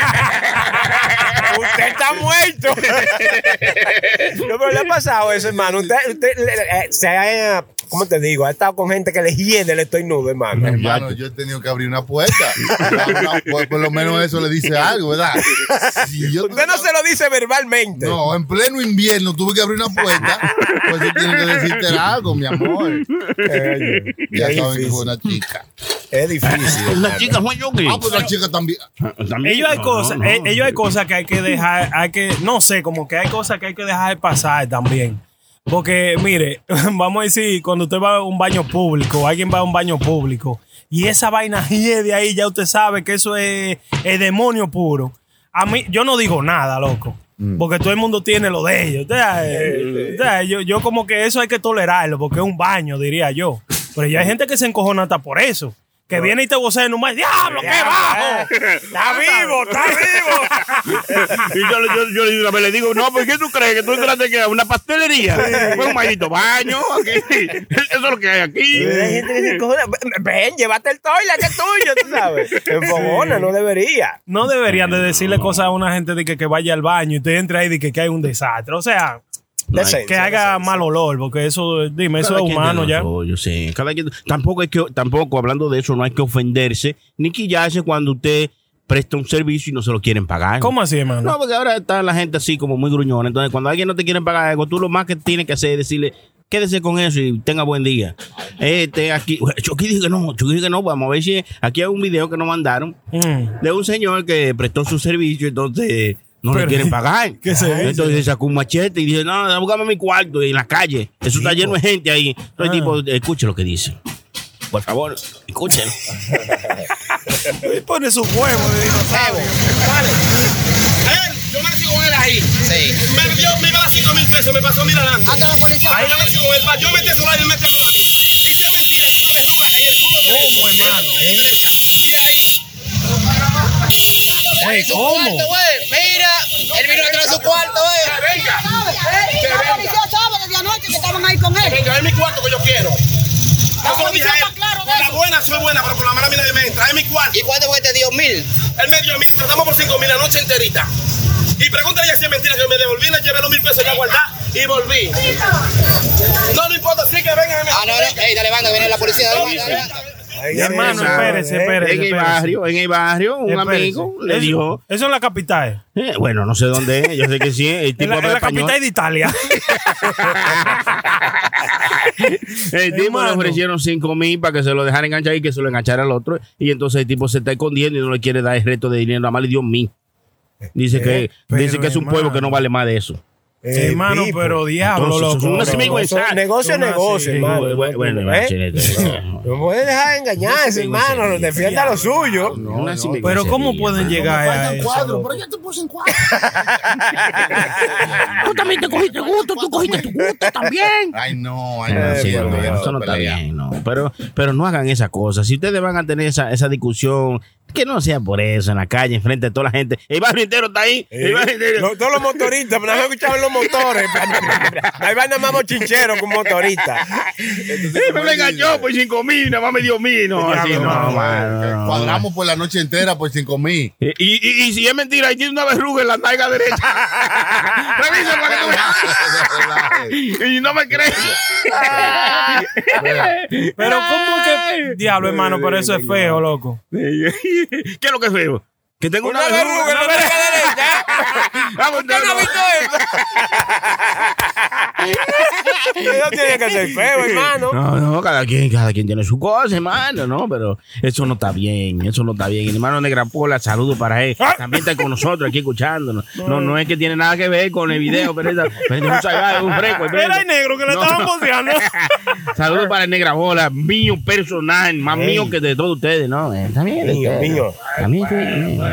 [SPEAKER 5] Usted está muerto. No, pero le ha pasado eso, hermano. Usted, usted eh, se ha, ¿cómo te digo? Ha estado con gente que le hiede el estornudo, hermano.
[SPEAKER 1] Hermano, yo he tenido que abrir una puerta. Una- por, por lo menos eso le dice algo, ¿verdad? Si yo
[SPEAKER 5] Usted no se lo dice verbalmente.
[SPEAKER 1] No, en pleno invierno tuve que abrir una puerta. Pues yo tengo que decirte algo, mi amor.
[SPEAKER 5] Eh,
[SPEAKER 1] Ya
[SPEAKER 5] es
[SPEAKER 1] saben que
[SPEAKER 5] difícil.
[SPEAKER 1] fue una chica.
[SPEAKER 5] Es difícil.
[SPEAKER 4] La chica fue yo que.
[SPEAKER 1] Ah, pues la chica también.
[SPEAKER 4] También.
[SPEAKER 6] Ellos hay
[SPEAKER 4] No,
[SPEAKER 6] cosas,
[SPEAKER 4] no, no.
[SPEAKER 6] eh, ellos hay cosas que hay que dejar, hay que, no sé, como que hay cosas que hay que dejar pasar también. Porque, mire, vamos a decir, cuando usted va a un baño público, alguien va a un baño público, y esa vaina hiede ahí, ya usted sabe que eso es, es demonio puro. A mí, yo no digo nada, loco. Porque todo el mundo tiene lo de ellos. O sea, eh, o sea, yo, yo como que eso hay que tolerarlo, porque es un baño, diría yo. Pero ya hay gente que se encojona hasta por eso. Que no. viene y te vocea en un mal. ¡Diablo, qué bajo!
[SPEAKER 5] ¡Está vivo, está vivo!
[SPEAKER 4] Y yo, yo, yo, yo una vez le digo, no, ¿por qué tú crees que tú entraste que una pastelería? Fue un maldito baño. Aquí. Eso es lo que hay aquí.
[SPEAKER 5] Hay gente que dice, ven, llévate el toilet, que es tuyo, tú sabes. En fogona, no debería.
[SPEAKER 6] No deberían de decirle cosas a una gente de que, que vaya al baño y te entre ahí de que, que hay un desastre. O sea... No, que haga decencia. Mal olor, porque eso, dime, cada eso es humano ya. Yo sé, cada quien, tampoco hay que, tampoco hablando de eso, no hay que ofenderse ni quillarse cuando usted presta un servicio y no se lo quieren pagar. ¿Cómo así, hermano? No, porque ahora está la gente así como muy gruñona. Entonces, cuando alguien no te quiere pagar algo, tú lo más que tienes que hacer es decirle, quédese con eso y tenga buen día. Este, aquí, Chucky dice que no, Chucky dice que no, vamos a ver si aquí hay un video que nos mandaron mm. de un señor que prestó su servicio, entonces... No pero, le quieren pagar. ¿Qué se dice? Entonces sacó un machete y dice, no, búscame mi cuarto y en la calle. Eso sí, está lleno de gente ahí. Entonces, ah. tipo, escuche lo que dice. Por favor, escúchelo. Pone su huevo de dinosaurio.
[SPEAKER 3] Vale. Él, yo me recibo con él ahí. Sí. Me dio, me iba a dar cinco mil pesos, me pasó mil adelante. Hasta la policía. Ahí yo me recibo con él. Yo metí su lado y él metió a mí. Y si es mentira, es una verruga ahí, el culo de
[SPEAKER 6] ¿cómo, hermano?
[SPEAKER 3] Y ahí.
[SPEAKER 6] Hey, ¿cómo?
[SPEAKER 3] Mira, él vino a traer su cuarto, eh. Venga.
[SPEAKER 7] ¿Sabes? La policía sabe desde anoche que estaban ahí con él.
[SPEAKER 3] Venga, es mi cuarto que yo quiero. La policía está claro de eso. La buena soy buena, pero por la mala mía nadie me entra. Es mi cuarto. ¿Y cuánto fue te dio? Mil. Él me dio mil. Tratamos por cinco mil la noche enterita. Y pregúntale ya si es mentira que me devolví, le llevé los mil pesos ya guardar y volví. No, no importa, sí que vengan. Ah, no, no. Ey, dale, banda, viene la policía. Dale, dale, dale.
[SPEAKER 6] Ay, hermano, espérese, espérese.
[SPEAKER 4] En el barrio, en el barrio, un espérese. amigo le
[SPEAKER 6] eso,
[SPEAKER 4] dijo.
[SPEAKER 6] Eso es la capital.
[SPEAKER 4] Eh, bueno, no sé dónde es. Yo sé que sí. El tipo
[SPEAKER 6] en la, en la capital de Italia.
[SPEAKER 4] El tipo hermano. le ofrecieron cinco mil para que se lo dejara enganchar y que se lo enganchara al otro. Y entonces el tipo se está escondiendo y no le quiere dar el resto de dinero. Nada más le dio mil. Dice eh, que, pero, dice que es un hermano. pueblo que no vale más de eso.
[SPEAKER 6] Eh, hermano, tipo. pero diablo,
[SPEAKER 4] Entonces, loco. Eso, no,
[SPEAKER 5] eso, negocio es negocio, hermano.
[SPEAKER 4] Bueno, bueno, ¿Eh?
[SPEAKER 5] No puedes dejar de engañarse, hermano. Defienda lo suyo.
[SPEAKER 6] No, no, no, pero ¿cómo pueden llegar a eso?
[SPEAKER 1] Cuadro, pero ya te puse en cuadro.
[SPEAKER 6] Tú también te cogiste gusto, tú cogiste tu gusto también.
[SPEAKER 1] Ay, no, ay, no.
[SPEAKER 4] Eh, sí, no, eso no está bien, no. Pero, pero no hagan esa cosa. Si ustedes van a tener esa, esa discusión, que no sea por eso, en la calle, enfrente de toda la gente. El barrio entero está ahí.
[SPEAKER 5] Eh, el barrio entero. No, todos los motoristas, no escuchaban los motores. Hay van nada más mochincheros con motoristas.
[SPEAKER 4] Eh, me lo engañó por cinco mil, nada más me dio mil. No, así no, no, no,
[SPEAKER 1] cuadramos por la noche entera por cinco mil.
[SPEAKER 4] Y, y, y si es mentira, y tiene una verruga en la nalga derecha. Revisa para que tú veas. Y no me crees.
[SPEAKER 6] Pero ¿cómo es que... Diablo, hermano, pero eso es feo, loco.
[SPEAKER 4] ¿Qué es lo que es feo? Que tengo una,
[SPEAKER 5] una verruga en la nalga derecha. Vamos, ¿usted no ha visto eso? Eso tiene que ser feo, hermano.
[SPEAKER 4] No, no, cada quien, cada quien tiene su cosa, hermano, ¿no? Pero eso no está bien, eso no está bien. El hermano Negra Pola, saludo para él. También está con nosotros aquí escuchándonos. No, no es que tiene nada que ver con el video, pero es un salvaje, un fresco.
[SPEAKER 6] Era el negro que le no, estaban boceando.
[SPEAKER 4] Saludo para el Negra Pola, mío personal, más Ey. mío que de todos ustedes, ¿no? Está bien, mío, mío. También está bien.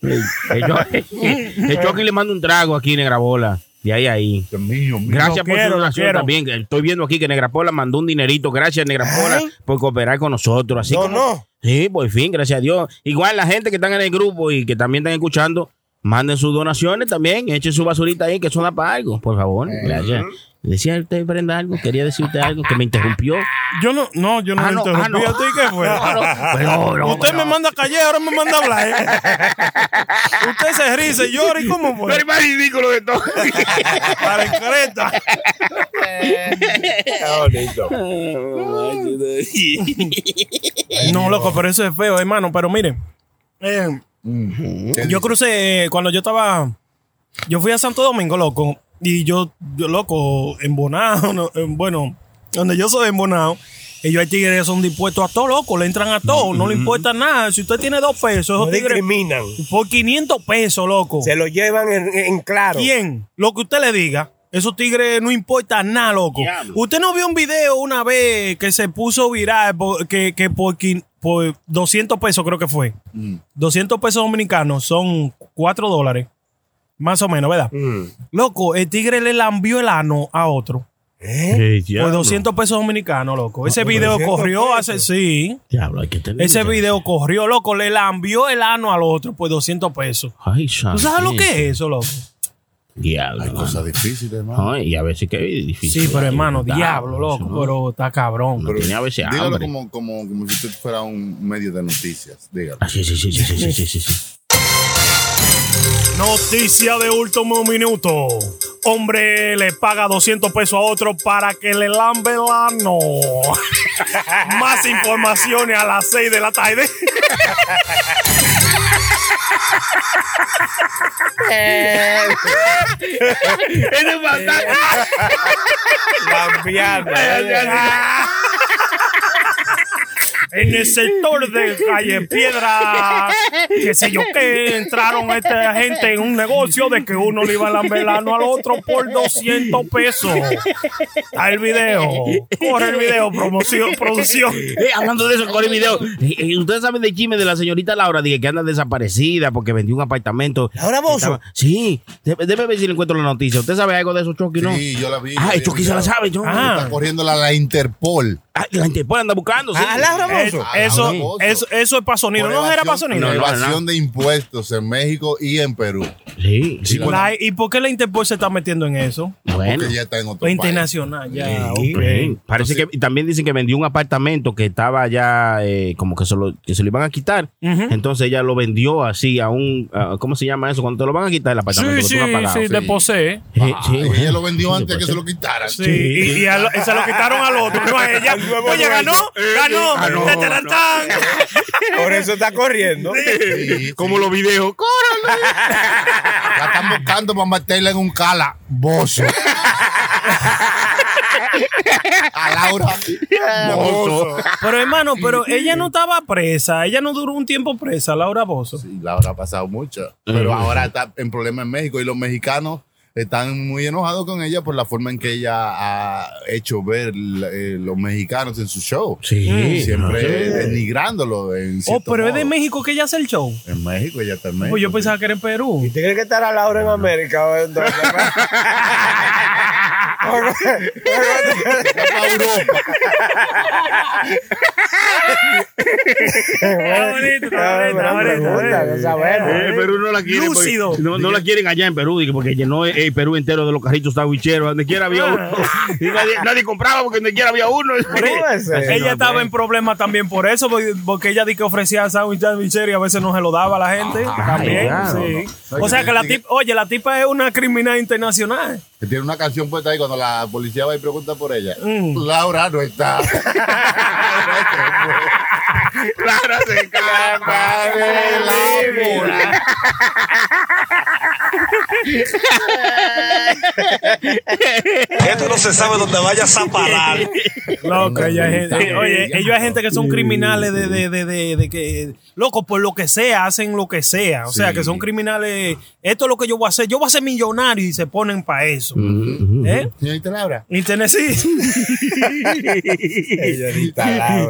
[SPEAKER 4] El Chucky le mando un trago aquí, Negra Bola. De ahí a ahí.
[SPEAKER 1] Mío, mío.
[SPEAKER 4] Gracias por quiero, su donación también. Estoy viendo aquí que Negra Pola mandó un dinerito. Gracias, Negra Pola, por cooperar con nosotros. Así
[SPEAKER 5] no,
[SPEAKER 4] como,
[SPEAKER 5] no.
[SPEAKER 4] Sí, por fin, gracias a Dios. Igual la gente que están en el grupo y que también están escuchando, manden sus donaciones también. Echen su basurita ahí, que eso da para algo, por favor. Gracias. ¿Decía usted, Brenda, algo? ¿Quería decir usted algo que me interrumpió?
[SPEAKER 6] Yo no, no, yo no ah, me no, interrumpí. Ah, no. ¿A ti qué fue? No, no, pero, no, usted pero. me manda a callar, ahora me manda a hablar. ¿eh? Usted se ríe, se llora, ¿y cómo fue?
[SPEAKER 4] Pero es más ridículo de todo.
[SPEAKER 6] Para el creta. No, loco, pero eso es feo, hermano. Pero miren, eh, mm-hmm. yo crucé, cuando yo estaba, yo fui a Santo Domingo, loco. Y yo, yo loco, embonado, no, eh, bueno, donde yo soy embonado, ellos hay tigres que son dispuestos a todo, loco, le entran a todo, no, no le importa nada. Si usted tiene dos pesos, esos
[SPEAKER 5] no
[SPEAKER 6] tigres
[SPEAKER 5] discriminan.
[SPEAKER 6] Por quinientos pesos, loco.
[SPEAKER 5] Se lo llevan en, en claro.
[SPEAKER 6] ¿Quién? Lo que usted le diga. Esos tigres no importa nada, loco. Diablo. Usted no vio un video una vez que se puso viral por, que, que por, por doscientos pesos, creo que fue. Mm. doscientos pesos dominicanos son cuatro dólares. Más o menos, ¿verdad? Mm. Loco, el tigre le lambió el ano a otro.
[SPEAKER 5] ¿Eh?
[SPEAKER 4] Hey,
[SPEAKER 6] Pues doscientos pesos dominicanos, loco. Ese video corrió hace, sí.
[SPEAKER 4] Diablo, hay que tener.
[SPEAKER 6] Ese video corrió, loco. Le lambió el ano al otro por doscientos pesos.
[SPEAKER 4] Ay,
[SPEAKER 6] ¿Tú sabes lo que es eso, loco?
[SPEAKER 4] Diablo.
[SPEAKER 1] Hay cosas difíciles, hermano.
[SPEAKER 4] Ay, y a veces que es difícil.
[SPEAKER 6] Sí, pero hermano,
[SPEAKER 4] Diablo,
[SPEAKER 6] diablo, loco.
[SPEAKER 4] eso no.
[SPEAKER 6] Pero está cabrón.
[SPEAKER 4] No tiene a veces
[SPEAKER 1] Dígalo
[SPEAKER 4] hambre.
[SPEAKER 1] como, como, como si usted fuera un medio de noticias. Dígalo.
[SPEAKER 4] Ah, sí, sí, sí, sí, sí, sí, sí, sí, sí.
[SPEAKER 6] Noticia de último minuto. Hombre le paga doscientos pesos a otro para que le lambe el ano. Más informaciones a las seis de la tarde.
[SPEAKER 4] Eso es fantástico.
[SPEAKER 5] Lambiando.
[SPEAKER 6] En el sector de Calle Piedra, qué sé yo qué, entraron esta gente en un negocio de que uno le iba a lamber el ano al otro por doscientos pesos. Está el video. Corre el video, promoción, producción.
[SPEAKER 4] Eh, hablando de eso, con el video, eh, eh, ustedes saben de chisme de la señorita Laura, dije que anda desaparecida porque vendió un apartamento.
[SPEAKER 5] ¿Laura Bozzo?
[SPEAKER 4] Estaba- Sí, debe, debe ver si le encuentro la noticia. ¿Usted sabe algo de eso, Chucky, no?
[SPEAKER 1] Sí, yo la vi.
[SPEAKER 4] Ah,
[SPEAKER 1] yo
[SPEAKER 4] el
[SPEAKER 1] vi
[SPEAKER 4] Chucky se la
[SPEAKER 1] video.
[SPEAKER 4] sabe, Chucky.
[SPEAKER 6] Ah.
[SPEAKER 1] Está corriendo la, la Interpol.
[SPEAKER 4] Ah, la Interpol anda buscando, sí.
[SPEAKER 5] Ah, Laura
[SPEAKER 6] Es-
[SPEAKER 5] Bozzo.
[SPEAKER 6] Eso,
[SPEAKER 1] Laura Bozzo.
[SPEAKER 6] eso, eso es pasonino.
[SPEAKER 1] Por
[SPEAKER 6] ¿No era
[SPEAKER 1] evasión-
[SPEAKER 6] pasonino?
[SPEAKER 4] No, no,
[SPEAKER 1] evasión
[SPEAKER 4] no.
[SPEAKER 1] de impuestos en México y en Perú.
[SPEAKER 4] Sí, sí.
[SPEAKER 1] la-
[SPEAKER 6] La- ¿Y por qué la Interpol se está metiendo en eso?
[SPEAKER 4] Bueno.
[SPEAKER 1] Porque ya está en otro
[SPEAKER 6] Pues
[SPEAKER 1] país.
[SPEAKER 6] internacional, ya.
[SPEAKER 4] Sí,
[SPEAKER 6] ok.
[SPEAKER 4] sí. Parece que y también dicen que vendió un apartamento que estaba ya eh, como que se, lo, que se lo iban a quitar.
[SPEAKER 6] Ujú.
[SPEAKER 4] Entonces ella lo vendió así a un, a- ¿cómo se llama eso? Cuando te lo van a quitar el apartamento
[SPEAKER 6] Sí,
[SPEAKER 4] que tú no has
[SPEAKER 6] sí,
[SPEAKER 4] pagado.
[SPEAKER 6] sí, de posee.
[SPEAKER 4] Sí,
[SPEAKER 1] Ah,
[SPEAKER 4] sí,
[SPEAKER 1] y
[SPEAKER 4] bueno.
[SPEAKER 1] ella lo vendió antes
[SPEAKER 4] Sí,
[SPEAKER 1] que
[SPEAKER 4] pues,
[SPEAKER 1] se lo quitaran.
[SPEAKER 6] Sí, y, y a lo- y se lo quitaron al otro, no a ella. Oye, ganó, ganó.
[SPEAKER 4] ganó,
[SPEAKER 6] Te- te- te- tan.
[SPEAKER 5] Por eso está corriendo.
[SPEAKER 1] Sí,
[SPEAKER 4] Como
[SPEAKER 1] sí.
[SPEAKER 4] los videos.
[SPEAKER 1] La están buscando para meterla en un calabozo. A Laura Bozzo.
[SPEAKER 6] Pero hermano, pero ella no estaba presa. Ella no duró un tiempo presa, Laura Bozzo.
[SPEAKER 1] Sí, Laura ha pasado mucho. Pero ahora está en problemas en México y los mexicanos están muy enojados con ella por la forma en que ella ha hecho ver eh, los mexicanos en su show.
[SPEAKER 4] Sí.
[SPEAKER 1] Siempre
[SPEAKER 4] Sí.
[SPEAKER 1] denigrándolo. En
[SPEAKER 6] Oh,
[SPEAKER 1] cierto
[SPEAKER 6] pero es de
[SPEAKER 1] modo.
[SPEAKER 6] México que ella hace el show.
[SPEAKER 1] En México, ella está en México.
[SPEAKER 6] Pues yo
[SPEAKER 1] sí.
[SPEAKER 6] pensaba que era en Perú.
[SPEAKER 5] ¿Usted cree que estará Laura en América? o en dónde?
[SPEAKER 6] Está bonito, está bonito, está bonito, está bonito.
[SPEAKER 4] Eh, Perú no la quieren. porque-
[SPEAKER 6] Lúcido.
[SPEAKER 4] No, no la quieren allá en Perú, dije, porque llenó el, el Perú entero de los carritos sandwicheros. Donde quiera había uno. Y nadie, nadie compraba porque donde quiera había uno.
[SPEAKER 6] Ella estaba en problemas también por eso, porque, porque ella di que ofrecía sándwich y a veces no se lo daba a la gente. También,
[SPEAKER 4] claro.
[SPEAKER 6] sí. O sea que la tipa, oye, la tipa es una criminal internacional.
[SPEAKER 1] Que tiene una canción puesta ahí cuando la policía va y pregunta por ella.
[SPEAKER 6] Mm.
[SPEAKER 1] Laura no está.
[SPEAKER 4] Laura se escapa de la mula.
[SPEAKER 10] Esto no se sabe dónde vayas a parar.
[SPEAKER 6] Loco, ella hay gente, oye, ellos hay gente que son criminales de, de, de, de, de que, loco, por lo que sea, hacen lo que sea. O sea, que son criminales. Esto es lo que yo voy a hacer. Yo voy a ser millonario y se ponen para eso. ¿Eh?
[SPEAKER 1] Señorita Laura.
[SPEAKER 6] Y Tennessee.
[SPEAKER 5] Señorita Laura.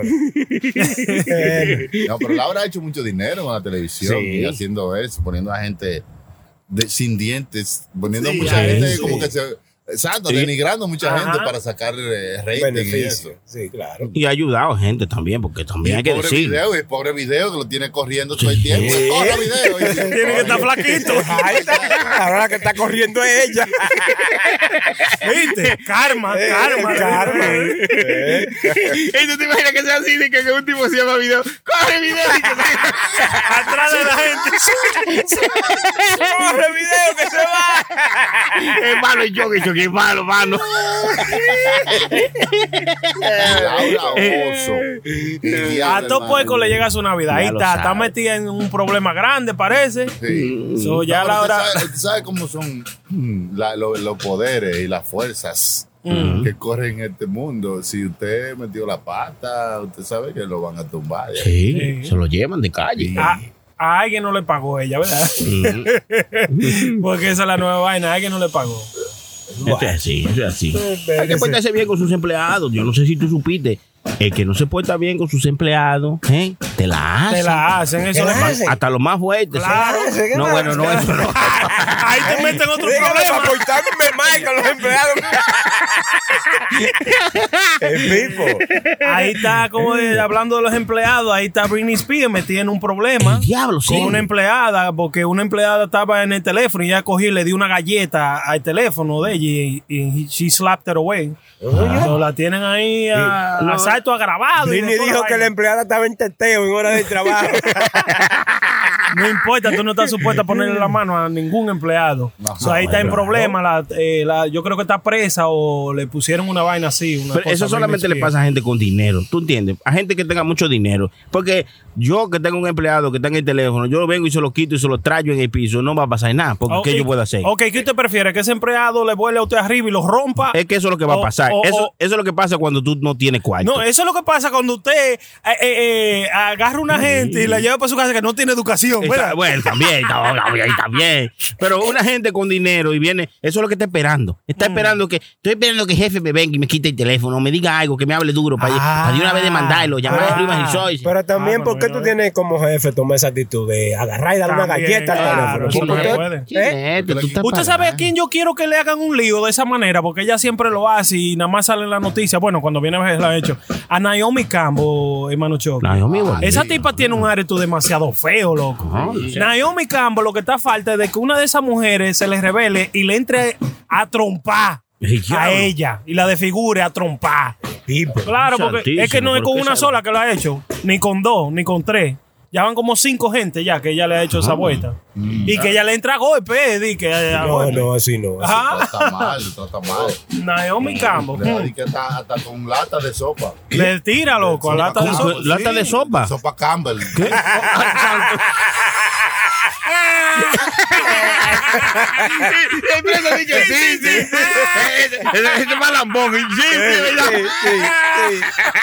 [SPEAKER 1] No, pero Laura ha hecho mucho dinero con la televisión
[SPEAKER 4] Sí.
[SPEAKER 1] y haciendo eso, poniendo a gente de- sin dientes, poniendo
[SPEAKER 6] Sí,
[SPEAKER 1] a mucha
[SPEAKER 6] ahí,
[SPEAKER 1] gente
[SPEAKER 6] sí.
[SPEAKER 1] como que se. Exacto,
[SPEAKER 4] Sí.
[SPEAKER 1] denigrando a mucha
[SPEAKER 6] Ajá.
[SPEAKER 1] gente para sacar eh, rating y eso.
[SPEAKER 5] Beneficio. Sí, claro.
[SPEAKER 4] Y ha ayudado gente también, porque
[SPEAKER 1] Y
[SPEAKER 4] también hay
[SPEAKER 1] el
[SPEAKER 4] que
[SPEAKER 1] pobre
[SPEAKER 4] decir.
[SPEAKER 1] video, y el pobre video que lo tiene corriendo todo el tiempo. Corre video. Y-
[SPEAKER 6] Tiene que estar flaquito.
[SPEAKER 5] Ahí está. Ahora la que está corriendo es ella.
[SPEAKER 6] ¿Viste? Karma,
[SPEAKER 5] Eh,
[SPEAKER 6] karma.
[SPEAKER 5] karma. Eh.
[SPEAKER 4] ¿Y tú te imaginas que sea así, de que un tipo se llama video? ¡Corre video! Y que salga
[SPEAKER 6] Atrás de la gente.
[SPEAKER 5] ¡Corre video que se va!
[SPEAKER 4] es malo el Chucky, Chucky, es malo, malo.
[SPEAKER 1] Laura Bozzo.
[SPEAKER 6] A todo puerco le llega su Navidad. Ahí
[SPEAKER 4] Ya lo
[SPEAKER 6] está, está
[SPEAKER 4] sabe.
[SPEAKER 6] metida en un problema grande, parece.
[SPEAKER 1] Sí.
[SPEAKER 6] So, ya
[SPEAKER 1] No,
[SPEAKER 6] la
[SPEAKER 1] pero
[SPEAKER 6] hora.
[SPEAKER 1] usted sabe, usted sabe cómo son mm, la- lo- los poderes y las fuerzas
[SPEAKER 6] Mm.
[SPEAKER 1] que corren en este mundo. Si usted metió la pata, usted sabe que lo van a tumbar.
[SPEAKER 4] Sí, se lo llevan de calle.
[SPEAKER 6] A, a alguien no le pagó ella, ¿verdad? Porque esa es la nueva vaina. A alguien no le pagó.
[SPEAKER 4] Eso es así, eso es así. Hay que portarse bien con sus empleados. Yo no sé si tú supiste el que no se porta bien con sus empleados, ¿eh? te la hacen.
[SPEAKER 6] Te la hacen, eso le pasa.
[SPEAKER 4] Hasta los más fuertes.
[SPEAKER 6] Claro.
[SPEAKER 4] ¿sí? No, bueno, no, eso no.
[SPEAKER 6] Ahí te meten otro problema.
[SPEAKER 5] Portándome mal con los empleados. El tipo.
[SPEAKER 6] Ahí está, como de, hablando de los empleados, ahí está Britney Spears metida en un problema.
[SPEAKER 4] El diablo, sí.
[SPEAKER 6] Con una empleada, porque una empleada estaba en el teléfono y ella cogió y le dio una galleta al teléfono de ella y, y she slapped it away. Ah. So, la tienen ahí a, no. asalto agravado.
[SPEAKER 5] Britney dijo que la empleada estaba en teteo en horas de trabajo.
[SPEAKER 6] No importa, tú no estás supuesta a ponerle la mano a ningún empleado. No, so, ahí no, está en problema. La, eh, la, yo creo que está presa o le pusieron una vaina así. Una
[SPEAKER 4] Pero eso solamente le pasa a gente con dinero. ¿Tú entiendes? A gente que tenga mucho dinero. Porque yo que tengo un empleado que está en el teléfono, yo lo vengo y se lo quito y se lo traigo en el piso. No va a pasar nada. Porque okay. ¿qué yo puedo hacer?
[SPEAKER 6] Ok, ¿qué usted prefiere? ¿Que ese empleado le vuele a usted arriba y lo rompa?
[SPEAKER 4] Es que eso es lo que va o, a pasar. O, eso, o, eso es lo que pasa cuando tú no tienes cuarto.
[SPEAKER 6] No, eso es lo que pasa cuando usted eh, eh, eh, agarra a una gente y la lleva para su casa que no tiene educación.
[SPEAKER 4] Está, bueno, también, también, también. Pero una gente con dinero y viene, eso es lo que está esperando. Está mm. esperando que, estoy esperando que el jefe me venga y me quite el teléfono, me diga algo, que me hable duro para, ah, para de una vez demandarlo, llamar ah, a Rimas y Soy.
[SPEAKER 5] Pero también, ah, ¿por qué tú tienes como jefe tomar esa actitud de agarrar y dar una galleta al teléfono?
[SPEAKER 6] No puede. ¿Eh? Usted sabe a quién yo quiero que le hagan un lío de esa manera, porque ella siempre lo hace y nada más sale en la noticia. Bueno, cuando viene a ver, la ha hecho. A Naomi Campbell, hermano Choco.
[SPEAKER 4] Naomi, bueno,
[SPEAKER 6] esa tipa tiene un areto demasiado feo, loco. Ah, sí. Naomi Campbell, lo que está falta es de que una de esas mujeres se le revele y le entre a trompar a ella y la desfigure a trompar. Claro, porque es que no es con una sola que lo ha hecho, ni con dos, ni con tres. Ya van como cinco gente ya que ella le ha hecho esa vuelta. Mm, y que ella le entra a golpe. Di que
[SPEAKER 5] no, golpe. no, así no. Así
[SPEAKER 1] trata mal, trata mal.
[SPEAKER 6] Naomi Campbell.
[SPEAKER 1] Le que hasta, hasta con lata de sopa.
[SPEAKER 6] Le tira, loco, a lata de sopa.
[SPEAKER 4] ¿Lata de sopa?
[SPEAKER 1] Sopa Campbell. ¿Qué?
[SPEAKER 4] Sí, sí. Este malambón. Sí, sí.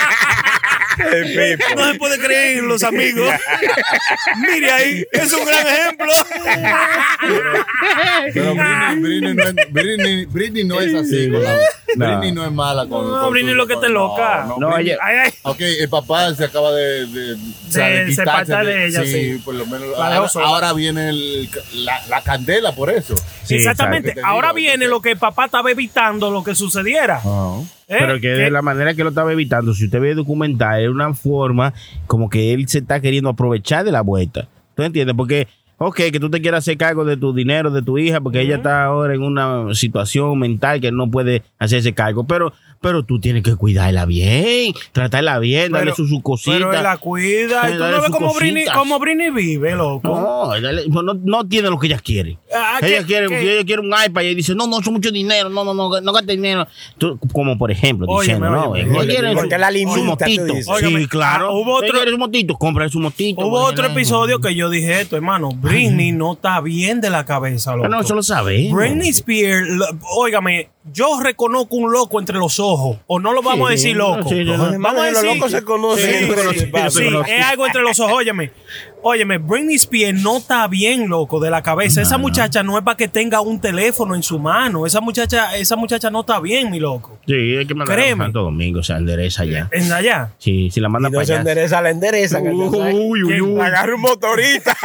[SPEAKER 6] No se puede creer, los amigos. Mire ahí, es un gran ejemplo.
[SPEAKER 1] Pero Britney, Britney, no, es, Britney, Britney no es así. Con la, no. Britney no es mala con.
[SPEAKER 6] No,
[SPEAKER 1] con
[SPEAKER 6] Britney es lo que te loca.
[SPEAKER 1] No, no, no Britney, ay, ay. Ok, el papá se acaba de. de,
[SPEAKER 6] de, de, de quitarse de, de ella, sí. sí.
[SPEAKER 1] Por lo menos. Ahora, ahora viene el, la, la candela por eso.
[SPEAKER 6] Sí, exactamente. Exacto. Ahora digo, viene lo que el papá estaba evitando lo que sucediera.
[SPEAKER 4] Uh-huh. ¿Eh? Pero que de la manera que lo estaba evitando, si usted ve documental, es una forma como que él se está queriendo aprovechar de la vuelta. ¿Tú entiendes? Porque, ok, que tú te quieras hacer cargo de tu dinero, de tu hija, porque uh-huh. ella está ahora en una situación mental que no puede hacerse cargo, pero pero tú tienes que cuidarla bien, tratarla bien, pero, darle su, su cosita.
[SPEAKER 6] Pero él la cuida. ¿Y tú no ves cómo Britney, cómo Britney vive, loco?
[SPEAKER 4] No, dale, no, no tiene lo que ella quiere. Ah, ella, ¿qué, quiere qué? ella quiere un iPad y ella dice, no, no, eso es mucho dinero, no, no, no, no gaste dinero. Tú, como por ejemplo,
[SPEAKER 6] oye,
[SPEAKER 4] diciendo, no,
[SPEAKER 6] oye,
[SPEAKER 4] ella
[SPEAKER 6] oye,
[SPEAKER 4] quiere
[SPEAKER 5] porque
[SPEAKER 4] su,
[SPEAKER 5] la limita,
[SPEAKER 4] su motito.
[SPEAKER 6] Óigame,
[SPEAKER 4] sí, claro.
[SPEAKER 6] Ah, hubo otro,
[SPEAKER 4] ella quiere su motito, compra su motito.
[SPEAKER 6] Hubo otro episodio que yo dije esto, hermano, Britney no está bien de la cabeza, loco.
[SPEAKER 4] Pero no, eso lo sabemos.
[SPEAKER 6] Britney Spears, óigame, yo reconozco un loco entre los ojos, o no lo vamos sí, a decir loco.
[SPEAKER 5] Sí, no, no, vamos a decir, los locos se conocen.
[SPEAKER 6] Sí, sí, sí, sí, es algo entre los ojos. Óyeme, óyeme, Britney Spears no está bien, loco, de la cabeza. No, esa muchacha no. no es para que tenga un teléfono en su mano. Esa muchacha, esa muchacha no está bien, mi loco.
[SPEAKER 4] Sí, hay que mandarla a Santo Domingo, se endereza allá.
[SPEAKER 6] ¿En allá?
[SPEAKER 4] Sí, si la mandan
[SPEAKER 5] no
[SPEAKER 4] para allá.
[SPEAKER 5] Se endereza, la endereza.
[SPEAKER 4] Uy, uy, uy.
[SPEAKER 5] Agarra un motorista.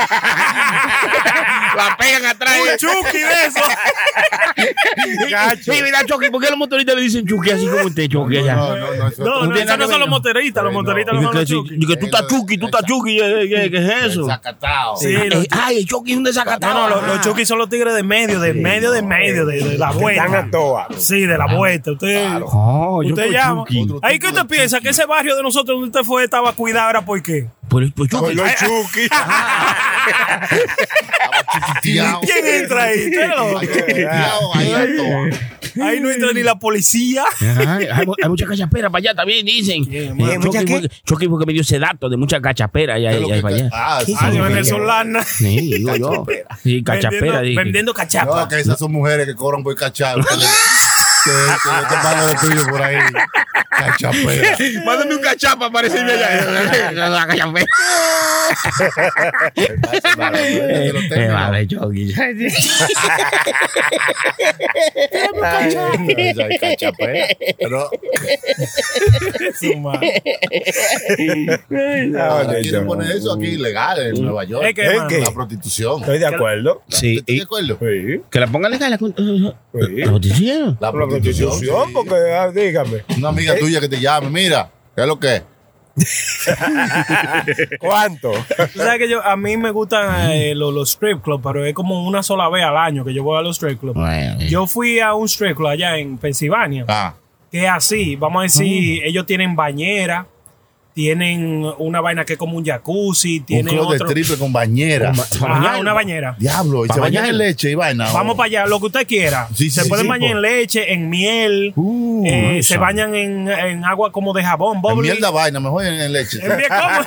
[SPEAKER 4] La pegan atrás.
[SPEAKER 6] Un Chucky de eso.
[SPEAKER 4] Gacho. Sí, mira, Chucky, ¿por qué los motoristas le dicen Chucky así como usted, Chucky, allá?
[SPEAKER 1] No, no, no. Eso
[SPEAKER 6] no, no, esos no son los motoristas. Los motoristas no son los Chucky.
[SPEAKER 4] Y que tú estás Chucky, tú estás Chucky. ¿Qué es eso?
[SPEAKER 1] Desacatado.
[SPEAKER 6] Sí,
[SPEAKER 4] ay, el Chucky es un desacatado.
[SPEAKER 6] No, no, los Chucky son los tigres de medio, de medio, de medio, de la vuelta. Sí, de la vuelta. Usted, usted llama. Ahí que usted piensa que ese barrio de nosotros donde usted fue estaba cuidado, ¿era por qué?
[SPEAKER 4] Por el Chucky.
[SPEAKER 5] Los Chucky.
[SPEAKER 6] ¿Quién entra ahí? Ahí no entra ni la policía.
[SPEAKER 4] Ay, hay, hay mucha cachapera para allá también, dicen. Chucky porque me dio ese dato de mucha cachapera allá, allá para allá.
[SPEAKER 1] Ah, sí,
[SPEAKER 6] ah, venezolana.
[SPEAKER 4] Sí, digo yo. Sí, cachapera.
[SPEAKER 6] Vendiendo, vendiendo cachapa.
[SPEAKER 1] No, que esas son mujeres que cobran por cachapa. Que, que, que te pagan los tuyos por ahí. Cachapera.
[SPEAKER 4] Mándame un cachapa para decirme allá. La cachapera. Vale, Choki.
[SPEAKER 1] Cachapera. Pero. Quieren poner eso aquí ilegal en Nueva York.
[SPEAKER 6] Es que,
[SPEAKER 1] es la prostitución.
[SPEAKER 5] Estoy de acuerdo.
[SPEAKER 4] Sí.
[SPEAKER 1] ¿Estás de acuerdo?
[SPEAKER 5] Sí.
[SPEAKER 4] Que la pongan legal. La prostitución.
[SPEAKER 1] La
[SPEAKER 5] La prostitución,
[SPEAKER 1] sí.
[SPEAKER 5] porque ah, dígame.
[SPEAKER 1] Una amiga tuya que te llame, mira, ¿qué es lo que es?
[SPEAKER 5] ¿Cuánto?
[SPEAKER 6] Tú sabes que yo, a mí me gustan eh, los, los strip clubs, pero es como una sola vez al año que yo voy a los strip clubs.
[SPEAKER 4] Bueno,
[SPEAKER 6] Yo fui a un strip club allá en Pensilvania,
[SPEAKER 1] Ah,
[SPEAKER 6] que es así, vamos a decir, ellos tienen bañera, tienen una vaina que es como un jacuzzi,
[SPEAKER 1] un
[SPEAKER 6] tienen
[SPEAKER 1] club de
[SPEAKER 6] otro...
[SPEAKER 1] triple con bañera.
[SPEAKER 6] Ajá, una bañera.
[SPEAKER 1] Diablo, y
[SPEAKER 4] Pa'
[SPEAKER 1] se bañan
[SPEAKER 4] bañar.
[SPEAKER 1] en leche y vaina.
[SPEAKER 6] Vamos para allá, lo que usted quiera.
[SPEAKER 1] Sí,
[SPEAKER 6] se
[SPEAKER 1] sí,
[SPEAKER 6] pueden
[SPEAKER 1] sí,
[SPEAKER 6] bañar
[SPEAKER 1] po.
[SPEAKER 6] en leche, en miel,
[SPEAKER 1] Uh,
[SPEAKER 6] eh,
[SPEAKER 1] esa.
[SPEAKER 6] se bañan en, en agua como de jabón,
[SPEAKER 1] En
[SPEAKER 6] bubbly.
[SPEAKER 1] mierda vaina, mejor en, en leche.
[SPEAKER 6] En miel, ¿cómo?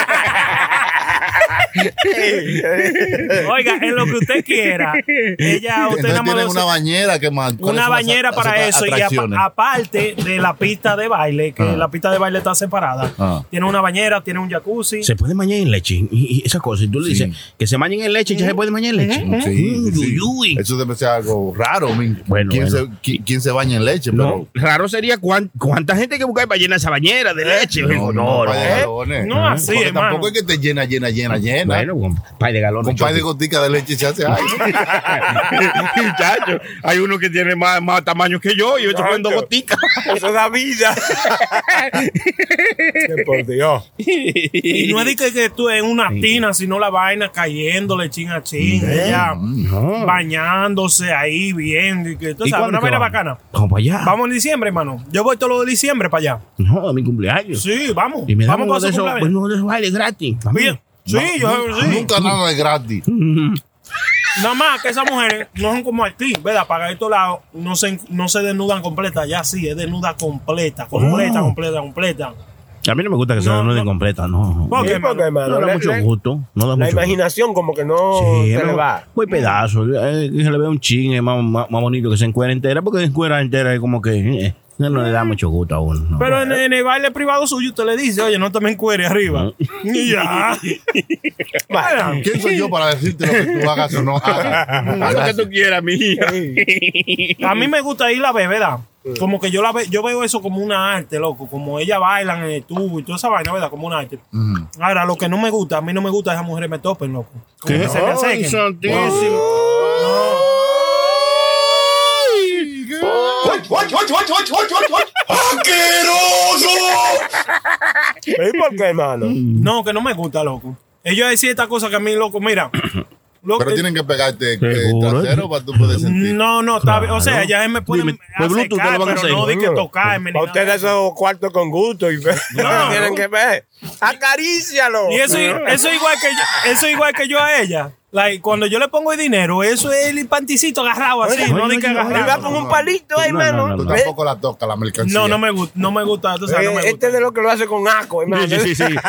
[SPEAKER 6] Oiga, en lo que usted quiera. Ella, usted
[SPEAKER 1] Entonces
[SPEAKER 6] nada más
[SPEAKER 1] tienen
[SPEAKER 6] lo-
[SPEAKER 1] una bañera que más. ¿cuáles
[SPEAKER 6] una
[SPEAKER 1] son las
[SPEAKER 6] bañera
[SPEAKER 1] a-
[SPEAKER 6] para
[SPEAKER 1] las
[SPEAKER 6] eso y apa-
[SPEAKER 1] atracciones?
[SPEAKER 6] aparte de la pista de baile, que
[SPEAKER 1] Ah.
[SPEAKER 6] la pista de baile está separada,
[SPEAKER 1] Ah.
[SPEAKER 6] tiene una bañera, tiene un jacuzzi.
[SPEAKER 4] se puede bañar en leche y, y esas cosas. Y tú le
[SPEAKER 1] Sí.
[SPEAKER 4] dices que se bañen en leche y ya se puede bañar en leche.
[SPEAKER 1] Sí,
[SPEAKER 4] Mm,
[SPEAKER 1] sí.
[SPEAKER 4] uy, uy.
[SPEAKER 1] Eso debe ser algo raro. min.
[SPEAKER 4] Bueno,
[SPEAKER 1] ¿Quién,
[SPEAKER 4] bueno.
[SPEAKER 1] Se, qui- quién se baña en leche?
[SPEAKER 4] No, raro sería cuán- cuánta gente que busca para llenar esa bañera de leche.
[SPEAKER 1] Pero, no, no, no, pay de
[SPEAKER 6] ¿eh?
[SPEAKER 1] galones.
[SPEAKER 6] No, así,
[SPEAKER 1] Porque
[SPEAKER 6] hermano.
[SPEAKER 1] tampoco es que te llena, llena, llena, llena.
[SPEAKER 4] Bueno, con pay de galones.
[SPEAKER 1] Con par de goticas de leche se hace algo.
[SPEAKER 4] Muchacho, hay uno que tiene más, más tamaño que yo y yo estoy poniendo goticas.
[SPEAKER 5] Eso da vida. Que por Dios.
[SPEAKER 6] Y no es de que, que tú en una tina, sino la vaina cayéndole chin a chin, ella bañándose ahí bien. Y que, tú
[SPEAKER 4] ¿Y
[SPEAKER 6] sabes,
[SPEAKER 4] cuándo
[SPEAKER 6] una
[SPEAKER 4] que
[SPEAKER 6] vaina
[SPEAKER 4] vamos?
[SPEAKER 6] bacana.
[SPEAKER 4] Vamos para allá.
[SPEAKER 6] Vamos en diciembre, hermano. Yo voy todo lo de diciembre para allá.
[SPEAKER 4] No, a mi cumpleaños.
[SPEAKER 6] Sí, vamos.
[SPEAKER 4] Y me dan
[SPEAKER 6] vamos
[SPEAKER 4] uno
[SPEAKER 6] para
[SPEAKER 4] de
[SPEAKER 6] su
[SPEAKER 4] esos,
[SPEAKER 6] cumpleaños.
[SPEAKER 4] uno de esos bailes gratis.
[SPEAKER 6] Bien. Sí, yo sí.
[SPEAKER 1] Nunca nada es gratis.
[SPEAKER 6] Nada más que esas mujeres no son como aquí, ¿verdad? Para estos lados no se, no se desnudan completa, ya sí, es desnuda completa, completa,
[SPEAKER 4] Oh.
[SPEAKER 6] completa, completa.
[SPEAKER 4] A mí no me gusta que se
[SPEAKER 6] No,
[SPEAKER 4] desnuden
[SPEAKER 6] no.
[SPEAKER 4] completa, no.
[SPEAKER 6] ¿Por qué,
[SPEAKER 5] Sí, porque,
[SPEAKER 6] hermano?
[SPEAKER 5] hermano,
[SPEAKER 4] No da
[SPEAKER 5] le-
[SPEAKER 4] mucho
[SPEAKER 5] le-
[SPEAKER 4] gusto. No da
[SPEAKER 5] La
[SPEAKER 4] mucho
[SPEAKER 5] imaginación como que no
[SPEAKER 4] gusto. Sí,
[SPEAKER 5] se le
[SPEAKER 4] no,
[SPEAKER 5] va.
[SPEAKER 4] muy pedazo. Eh, que se le ve un chin es más, más, más bonito que se encuera entera, porque se encuera entera es como que eh, no le da mucho gusto a uno. ¿no?
[SPEAKER 6] Pero en, en el baile privado suyo usted le dice, oye, no te me encuere arriba. Y ya. Vaya.
[SPEAKER 1] ¿Quién soy yo para decirte lo que tú hagas o no hagas?
[SPEAKER 4] lo que tú quieras, mi hija.
[SPEAKER 6] A mí me gusta ir a ver, ¿verdad? Como que yo la ve, yo veo eso como una arte, loco. Como ellas bailan en el tubo y toda esa vaina, ¿verdad? Como una arte.
[SPEAKER 1] Ujú.
[SPEAKER 6] Ahora, lo que no me gusta, a mí no me gusta es que esas mujeres me topen, loco. Como
[SPEAKER 4] ¿Qué?
[SPEAKER 6] que se me
[SPEAKER 4] Ay,
[SPEAKER 6] acerquen.
[SPEAKER 4] santísimo.
[SPEAKER 6] Sí, sí.
[SPEAKER 5] ¿Pero y por qué, hermano?
[SPEAKER 6] No, que no me gusta, loco. Ellos decían esta cosa que a mí, loco, mira. lo-
[SPEAKER 1] Pero
[SPEAKER 6] eh,
[SPEAKER 1] tienen que pegarte eh,
[SPEAKER 4] Seguro.
[SPEAKER 1] trasero para tú poder sentir.
[SPEAKER 6] No, no, está bien. O sea,
[SPEAKER 4] Claro.
[SPEAKER 6] ya me pueden
[SPEAKER 4] Dime, por Bluetooth, ¿qué
[SPEAKER 6] acercar,
[SPEAKER 4] lo van a
[SPEAKER 6] pero
[SPEAKER 4] hacer?
[SPEAKER 6] no de que tocarme. ni
[SPEAKER 5] Para
[SPEAKER 6] nada.
[SPEAKER 5] ustedes esos cuartos con gusto y
[SPEAKER 6] No.
[SPEAKER 5] tienen que ver. Acarícialo.
[SPEAKER 6] Y eso, eso es igual que yo, eso es igual que yo a ella. Like, cuando yo le pongo el dinero, eso es el panticito agarrado así,
[SPEAKER 4] Oye,
[SPEAKER 6] no
[SPEAKER 4] oye,
[SPEAKER 6] de que
[SPEAKER 4] oye,
[SPEAKER 5] Y va
[SPEAKER 6] agarrado.
[SPEAKER 5] con un palito ahí,
[SPEAKER 4] No, no,
[SPEAKER 5] hermano.
[SPEAKER 4] no,
[SPEAKER 1] Tú
[SPEAKER 4] no.
[SPEAKER 1] tampoco la tocas, la mercancía.
[SPEAKER 6] No, no me gusta, no me gusta, tú sabes, no me
[SPEAKER 5] Eh,
[SPEAKER 6] gusta.
[SPEAKER 5] este es de lo que lo hace con asco, hermano.
[SPEAKER 4] Sí, sí, sí. sí.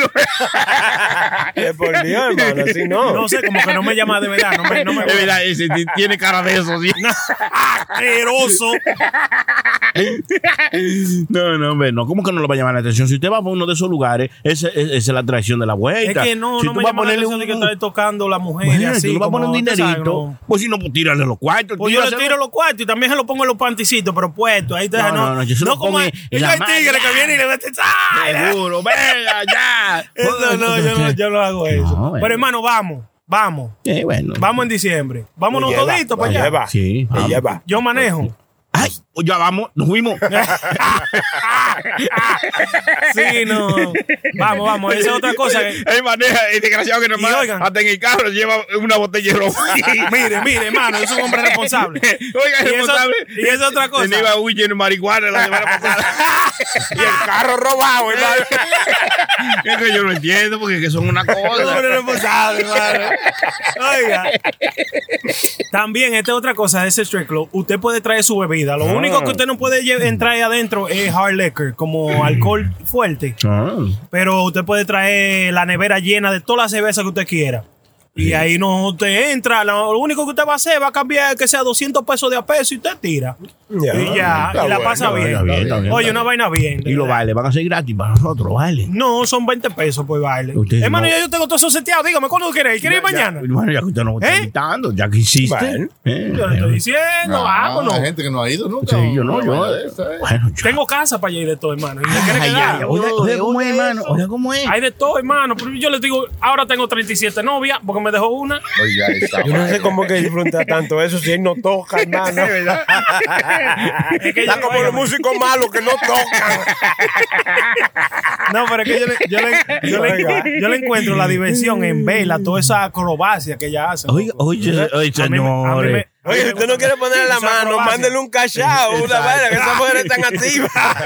[SPEAKER 5] Eh, por Dios, hermano, así no.
[SPEAKER 6] No sé, como que no me llama de verdad, no me, no me
[SPEAKER 4] Es
[SPEAKER 6] gusta.
[SPEAKER 4] verdad, ese t- tiene cara de eso, sí.
[SPEAKER 6] Asqueroso.
[SPEAKER 4] No, no, hombre, no. ¿Cómo que no lo va a llamar la atención? Si usted va a uno de esos lugares, esa es, esa es la atracción de la
[SPEAKER 6] Es
[SPEAKER 4] vuelta.
[SPEAKER 6] que no,
[SPEAKER 4] si
[SPEAKER 6] no
[SPEAKER 4] tú
[SPEAKER 6] me
[SPEAKER 4] vas a
[SPEAKER 6] llama la
[SPEAKER 4] ponerle
[SPEAKER 6] atención de que
[SPEAKER 4] un,
[SPEAKER 6] está tocando la mujer
[SPEAKER 4] bueno,
[SPEAKER 6] así.
[SPEAKER 4] tú le vas a poner un
[SPEAKER 6] como, tú sabes,
[SPEAKER 4] dinerito,
[SPEAKER 6] no.
[SPEAKER 4] pues si no, pues tírale los cuartos.
[SPEAKER 6] Pues yo le
[SPEAKER 4] tíraselo.
[SPEAKER 6] tiro los cuartos y también se lo pongo en los panticitos, pero puestos. Ahí te
[SPEAKER 4] No,
[SPEAKER 6] deja,
[SPEAKER 4] no, no, yo se lo
[SPEAKER 6] como
[SPEAKER 4] pongo
[SPEAKER 6] el,
[SPEAKER 4] en- en la
[SPEAKER 6] hay tigre
[SPEAKER 4] mano.
[SPEAKER 6] que viene y le mete. ¡ay!
[SPEAKER 4] Seguro, venga, ya.
[SPEAKER 6] Eso no, yo no, yo no hago eso.
[SPEAKER 4] No, bueno.
[SPEAKER 6] Pero hermano, vamos, vamos.
[SPEAKER 4] Eh, bueno.
[SPEAKER 6] Vamos en diciembre. Vámonos
[SPEAKER 5] Me lleva,
[SPEAKER 6] toditos
[SPEAKER 5] me
[SPEAKER 6] para allá.
[SPEAKER 5] lleva,
[SPEAKER 4] Sí,
[SPEAKER 5] me
[SPEAKER 4] vamos.
[SPEAKER 5] lleva.
[SPEAKER 6] Yo manejo.
[SPEAKER 4] Ay, pues ya vamos, nos fuimos.
[SPEAKER 6] Sí, no. Vamos, vamos. Esa es otra cosa. que-
[SPEAKER 4] Él maneja, el desgraciado que
[SPEAKER 6] Y
[SPEAKER 4] nomás
[SPEAKER 6] oigan.
[SPEAKER 4] hasta en el carro lleva una botella de ron.
[SPEAKER 6] Mire, mire, hermano, yo soy un hombre responsable.
[SPEAKER 4] Oiga,
[SPEAKER 6] Y eso-
[SPEAKER 4] responsable.
[SPEAKER 6] y esa es otra cosa.
[SPEAKER 4] Tenía iba huyendo marihuana la semana pasada.
[SPEAKER 5] Y el carro robado, hermano.
[SPEAKER 4] Es que yo no entiendo porque es que son una
[SPEAKER 6] Yo soy un
[SPEAKER 4] cosa.
[SPEAKER 6] hombre responsable, hermano. Oiga. También, esta es otra cosa de ese strip club. Usted puede traer su bebida. Lo único que usted no puede lle- entrar ahí adentro es hard liquor, como alcohol fuerte.
[SPEAKER 4] Ah.
[SPEAKER 6] Pero usted puede traer la nevera llena de todas las cervezas que usted quiera. Y ahí no te entra. Lo único que usted va a hacer va a cambiar que sea doscientos pesos de a peso y usted tira.
[SPEAKER 5] Ya,
[SPEAKER 6] y ya, y la
[SPEAKER 5] bueno,
[SPEAKER 6] pasa bien.
[SPEAKER 4] está bien, está bien,
[SPEAKER 6] Oye,
[SPEAKER 4] está
[SPEAKER 6] una vaina bien.
[SPEAKER 4] Y los bailes van a ser gratis para nosotros, ¿vale?
[SPEAKER 6] No, son veinte pesos por baile.
[SPEAKER 4] Ustedes
[SPEAKER 6] Hermano,
[SPEAKER 4] no-
[SPEAKER 6] ya yo tengo todo eso seteado. Dígame, ¿cuándo quieres ir? ¿Quieres ir mañana?
[SPEAKER 4] Ya, bueno, ya que usted nos está
[SPEAKER 6] ¿Eh?
[SPEAKER 4] invitando, ya que hiciste.
[SPEAKER 5] Bueno.
[SPEAKER 4] Eh,
[SPEAKER 6] Yo le estoy diciendo,
[SPEAKER 1] No,
[SPEAKER 6] vámonos.
[SPEAKER 1] hay gente que no ha ido nunca.
[SPEAKER 4] Sí, yo no, yo.
[SPEAKER 1] Una de esas, ¿eh?
[SPEAKER 4] Bueno, yo.
[SPEAKER 6] Tengo casa para allá y de todo, hermano. Y me quiere
[SPEAKER 4] Ay,
[SPEAKER 6] quedar.
[SPEAKER 4] ay, oiga, oiga cómo es, hermano. Oiga cómo es.
[SPEAKER 6] Hay de todo, hermano. Pero yo les digo, ahora tengo treinta y siete novias porque me dejó una.
[SPEAKER 1] Oiga, esa
[SPEAKER 5] Yo no sé
[SPEAKER 1] vaina.
[SPEAKER 5] cómo que disfruta tanto eso si él no toca, hermano.
[SPEAKER 6] Es que
[SPEAKER 5] Está
[SPEAKER 6] yo-
[SPEAKER 5] como los músicos malos que no tocan.
[SPEAKER 6] No, pero es que yo le, yo le, yo le- yo le encuentro la diversión en verla, toda esa acrobacia que ella hace.
[SPEAKER 4] Oiga, oye, oye,
[SPEAKER 6] A mí me- a mí
[SPEAKER 4] señores.
[SPEAKER 6] me-
[SPEAKER 5] Oye, usted no quiere ponerle la
[SPEAKER 6] Esa
[SPEAKER 5] mano,
[SPEAKER 6] acrobacia.
[SPEAKER 5] mándele un cachao, una vaina, que esas mujeres están activas.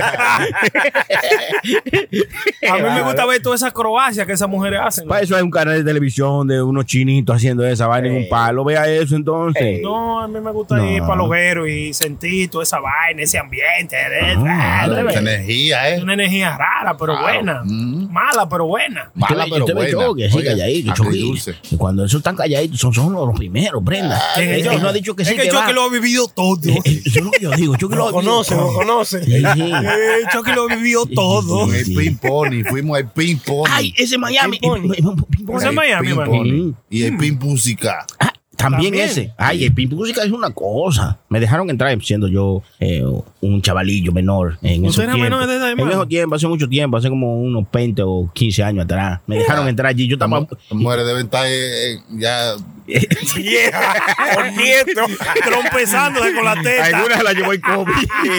[SPEAKER 6] A mí me gusta ver toda esa acrobacia que esas mujeres hacen.
[SPEAKER 4] Para eso hay un canal de televisión de unos chinitos haciendo esa vaina en un palo. Vea eso entonces.
[SPEAKER 6] No, a mí me gusta
[SPEAKER 4] No.
[SPEAKER 6] ir para Loguero y sentir toda esa vaina, ese ambiente. de-
[SPEAKER 4] Ah,
[SPEAKER 6] de-
[SPEAKER 1] Esa
[SPEAKER 6] de-
[SPEAKER 1] energía, ¿eh?
[SPEAKER 6] una energía rara, pero
[SPEAKER 1] Claro.
[SPEAKER 6] buena.
[SPEAKER 1] Mm.
[SPEAKER 6] Mala, pero buena.
[SPEAKER 1] Mala,
[SPEAKER 4] Usted ve-
[SPEAKER 1] pero
[SPEAKER 4] usted ve
[SPEAKER 1] buena.
[SPEAKER 4] Choque, así
[SPEAKER 1] Oiga,
[SPEAKER 4] calladito,
[SPEAKER 1] agridulce.
[SPEAKER 4] Choque. Y cuando esos están calladitos, son, son los primeros, Brenda.
[SPEAKER 6] ¿Quién es
[SPEAKER 4] Él
[SPEAKER 6] Choque?
[SPEAKER 4] no ha dicho que sí
[SPEAKER 6] Es que
[SPEAKER 4] que
[SPEAKER 6] Choque
[SPEAKER 4] va.
[SPEAKER 6] lo ha vivido todo.
[SPEAKER 4] Eh, eh, Eso es lo que yo digo. Choque lo
[SPEAKER 5] Lo conoce, lo conoce.
[SPEAKER 4] Sí, sí.
[SPEAKER 6] Eh, Choque lo vivió todo.
[SPEAKER 1] En el ping pony, fuimos al ping pony.
[SPEAKER 4] Ay, ese Miami.
[SPEAKER 5] Ping pong.
[SPEAKER 4] Eh, ping pong.
[SPEAKER 6] Ese es Miami,
[SPEAKER 1] Ping
[SPEAKER 6] man.
[SPEAKER 1] pony.
[SPEAKER 4] Mm.
[SPEAKER 1] Y el ping música.
[SPEAKER 4] Ah, también,
[SPEAKER 6] También.
[SPEAKER 4] ese. Ay, el ping música es una cosa. Me dejaron entrar siendo yo eh, un chavalillo menor en
[SPEAKER 6] ¿Usted
[SPEAKER 4] esos
[SPEAKER 6] era
[SPEAKER 4] tiempos.
[SPEAKER 6] menor de edad,
[SPEAKER 4] En
[SPEAKER 6] hermano?
[SPEAKER 4] esos tiempos, hace mucho tiempo, hace como unos veinte o quince años atrás. Me dejaron entrar allí. Yo
[SPEAKER 1] Las
[SPEAKER 4] estaba...
[SPEAKER 1] mu- las mujeres deben estar eh, eh, ya.
[SPEAKER 5] Vieja, con nieto.
[SPEAKER 6] Trompezándose con la teta.
[SPEAKER 4] Algunas la llevó el COVID.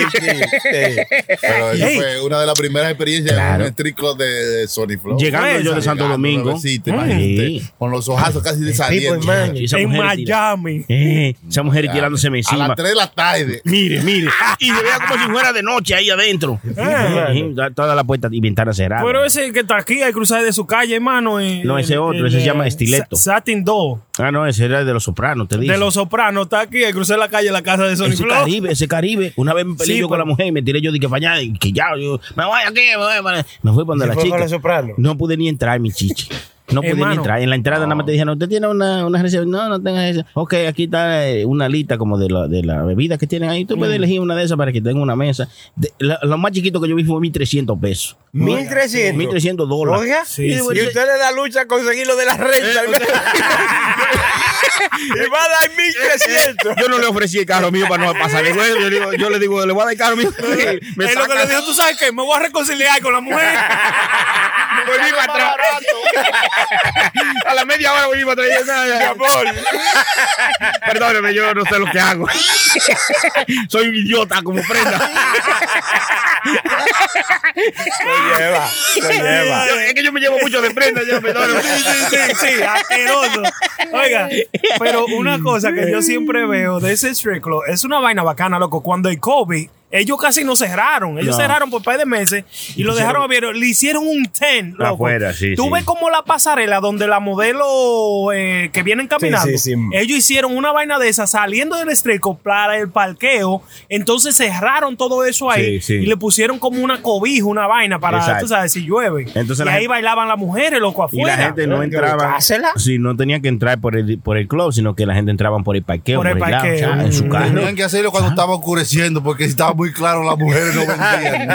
[SPEAKER 1] Pero eso
[SPEAKER 6] Ey.
[SPEAKER 1] fue una de las primeras experiencias
[SPEAKER 4] Claro.
[SPEAKER 1] en un street club de, de Sony Flow.
[SPEAKER 4] Llegando
[SPEAKER 6] Esa,
[SPEAKER 4] yo de Santo
[SPEAKER 1] Llegando,
[SPEAKER 4] Domingo.
[SPEAKER 1] nuevecito,
[SPEAKER 4] Ay.
[SPEAKER 1] imagínate, con los ojazos casi de saliendo.
[SPEAKER 5] man.
[SPEAKER 4] Y esa
[SPEAKER 6] En
[SPEAKER 4] mujer tira-
[SPEAKER 6] Miami.
[SPEAKER 4] Eh, esa mujer tirándose
[SPEAKER 1] A
[SPEAKER 4] encima.
[SPEAKER 1] las tres de la tarde.
[SPEAKER 4] Mire, mire. Y se vea como si fuera de noche ahí adentro. Eh, Toda la puerta y ventana cerrada.
[SPEAKER 6] Pero ese que está aquí, al cruzar de su calle, hermano. eh,
[SPEAKER 4] No, ese
[SPEAKER 6] el-
[SPEAKER 4] otro,
[SPEAKER 6] el,
[SPEAKER 4] ese se
[SPEAKER 6] eh,
[SPEAKER 4] llama Estileto.
[SPEAKER 6] Sa- Satin Do.
[SPEAKER 4] Ah, no, ese era de los Sopranos, te dije.
[SPEAKER 6] De los Sopranos. Está aquí, al cruzar la calle, la casa de Sony
[SPEAKER 4] Ese
[SPEAKER 6] Flow.
[SPEAKER 4] Caribe, ese Caribe. Una vez me peleé
[SPEAKER 6] Sí,
[SPEAKER 4] yo con
[SPEAKER 6] pero-
[SPEAKER 4] la mujer y me tiré yo de que para allá, y que ya, yo, me voy aquí, me voy para... Me fui para donde
[SPEAKER 5] ¿Se
[SPEAKER 4] la
[SPEAKER 5] fue
[SPEAKER 4] chica.
[SPEAKER 5] para los Sopranos?
[SPEAKER 4] No pude ni entrar, mi chichi. No pude
[SPEAKER 6] Hermano.
[SPEAKER 4] ni entrar. En la entrada nada más te dijeron, ¿usted tiene una, una reserva? No, no tenga esa. Ok, aquí está eh, una lista como de la, de la bebida que tienen ahí. Tú puedes elegir una de esas para que tenga una mesa. De- la- lo más chiquito que yo vi fue mil trescientos pesos.
[SPEAKER 5] mil trescientos.
[SPEAKER 4] mil trescientos dólares.
[SPEAKER 5] Oiga,
[SPEAKER 6] Sí,
[SPEAKER 5] y,
[SPEAKER 6] sí.
[SPEAKER 5] y usted le da lucha a conseguir lo de la renta. Y va a dar mil trescientos.
[SPEAKER 4] Yo no le ofrecí el carro mío para no pasar de juego. Yo, le digo- yo le digo, le voy a dar el carro mío. Me
[SPEAKER 6] Es lo que
[SPEAKER 4] saca-
[SPEAKER 6] le dijo, tú sabes qué, me voy a reconciliar con la mujer.
[SPEAKER 4] volví para atrás. A la media hora volví para atrás. Mi amor. Perdóneme, yo no sé lo que hago. Soy un idiota como prenda.
[SPEAKER 5] Se lleva, se lleva.
[SPEAKER 4] Yo- es que yo me llevo mucho de prenda, ya, perdóneme.
[SPEAKER 6] Sí, sí, sí, sí, asqueroso. Oiga, pero una cosa que yo siempre veo de ese strip club es una vaina bacana, loco. Cuando el COVID, ellos casi no cerraron. Ellos
[SPEAKER 4] No.
[SPEAKER 6] cerraron por un par de meses y lo dejaron abierto. Le hicieron un tent, loco.
[SPEAKER 4] Afuera, sí,
[SPEAKER 6] Tú
[SPEAKER 4] sí.
[SPEAKER 6] ves como la pasarela donde la modelo eh, que vienen caminando,
[SPEAKER 5] sí, sí.
[SPEAKER 6] ellos hicieron una vaina de esa saliendo del strip club para el parqueo. Entonces cerraron todo eso ahí
[SPEAKER 4] Sí, sí.
[SPEAKER 6] y le pusieron como una cobija, una vaina para,
[SPEAKER 4] Exacto.
[SPEAKER 6] tú sabes, si llueve.
[SPEAKER 4] Entonces
[SPEAKER 6] y
[SPEAKER 4] la
[SPEAKER 6] ahí
[SPEAKER 4] gente-
[SPEAKER 6] bailaban las mujeres, loco,
[SPEAKER 4] Y
[SPEAKER 6] afuera.
[SPEAKER 4] la gente no entraba.
[SPEAKER 5] ¿Hacela?
[SPEAKER 4] Sí, no tenían que entrar por el, por el club, sino que la gente entraba por el parqueo.
[SPEAKER 6] Por el
[SPEAKER 4] lado,
[SPEAKER 6] parqueo.
[SPEAKER 4] o sea, en su
[SPEAKER 6] Mm.
[SPEAKER 4] carro.
[SPEAKER 1] Tenían que hacerlo cuando estaba oscureciendo porque estaba muy claro las mujeres no vendían.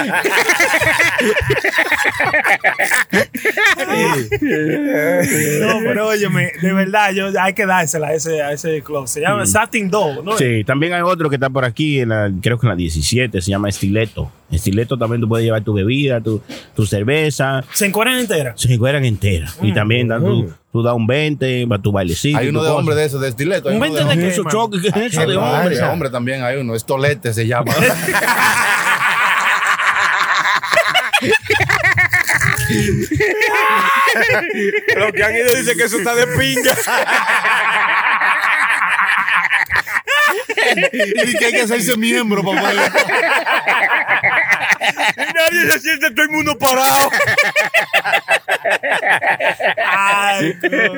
[SPEAKER 6] No, pero óyeme, de verdad, yo, hay que dársela a ese, a ese club. Se llama Satin Do, ¿no?
[SPEAKER 4] Sí, también hay otro que está por aquí, en la, creo que en la diecisiete, se llama Estileto. Estileto también tú puedes llevar tu bebida, tu, tu cerveza,
[SPEAKER 6] Se encuentran enteras.
[SPEAKER 4] se encuentran enteras. Y también dan tu, tú das un veinte, va tu bailecito.
[SPEAKER 1] Hay
[SPEAKER 4] y
[SPEAKER 1] uno
[SPEAKER 4] tu
[SPEAKER 1] de
[SPEAKER 4] cosa.
[SPEAKER 1] hombre de esos, de estileto. Hay
[SPEAKER 6] ¿Un
[SPEAKER 1] uno
[SPEAKER 6] veinte de
[SPEAKER 1] hombre.
[SPEAKER 6] qué,
[SPEAKER 4] Eso
[SPEAKER 6] hermano?
[SPEAKER 4] choque, ¿qué es eso de
[SPEAKER 1] De
[SPEAKER 4] hombre?
[SPEAKER 1] hombre, de hombre también hay uno. Estolete se llama.
[SPEAKER 5] Lo que han ido dice que eso está de pinga.
[SPEAKER 1] Y que hay que hacerse miembro para poder.
[SPEAKER 5] Nadie se siente, todo el mundo parado.
[SPEAKER 6] Ay, coño.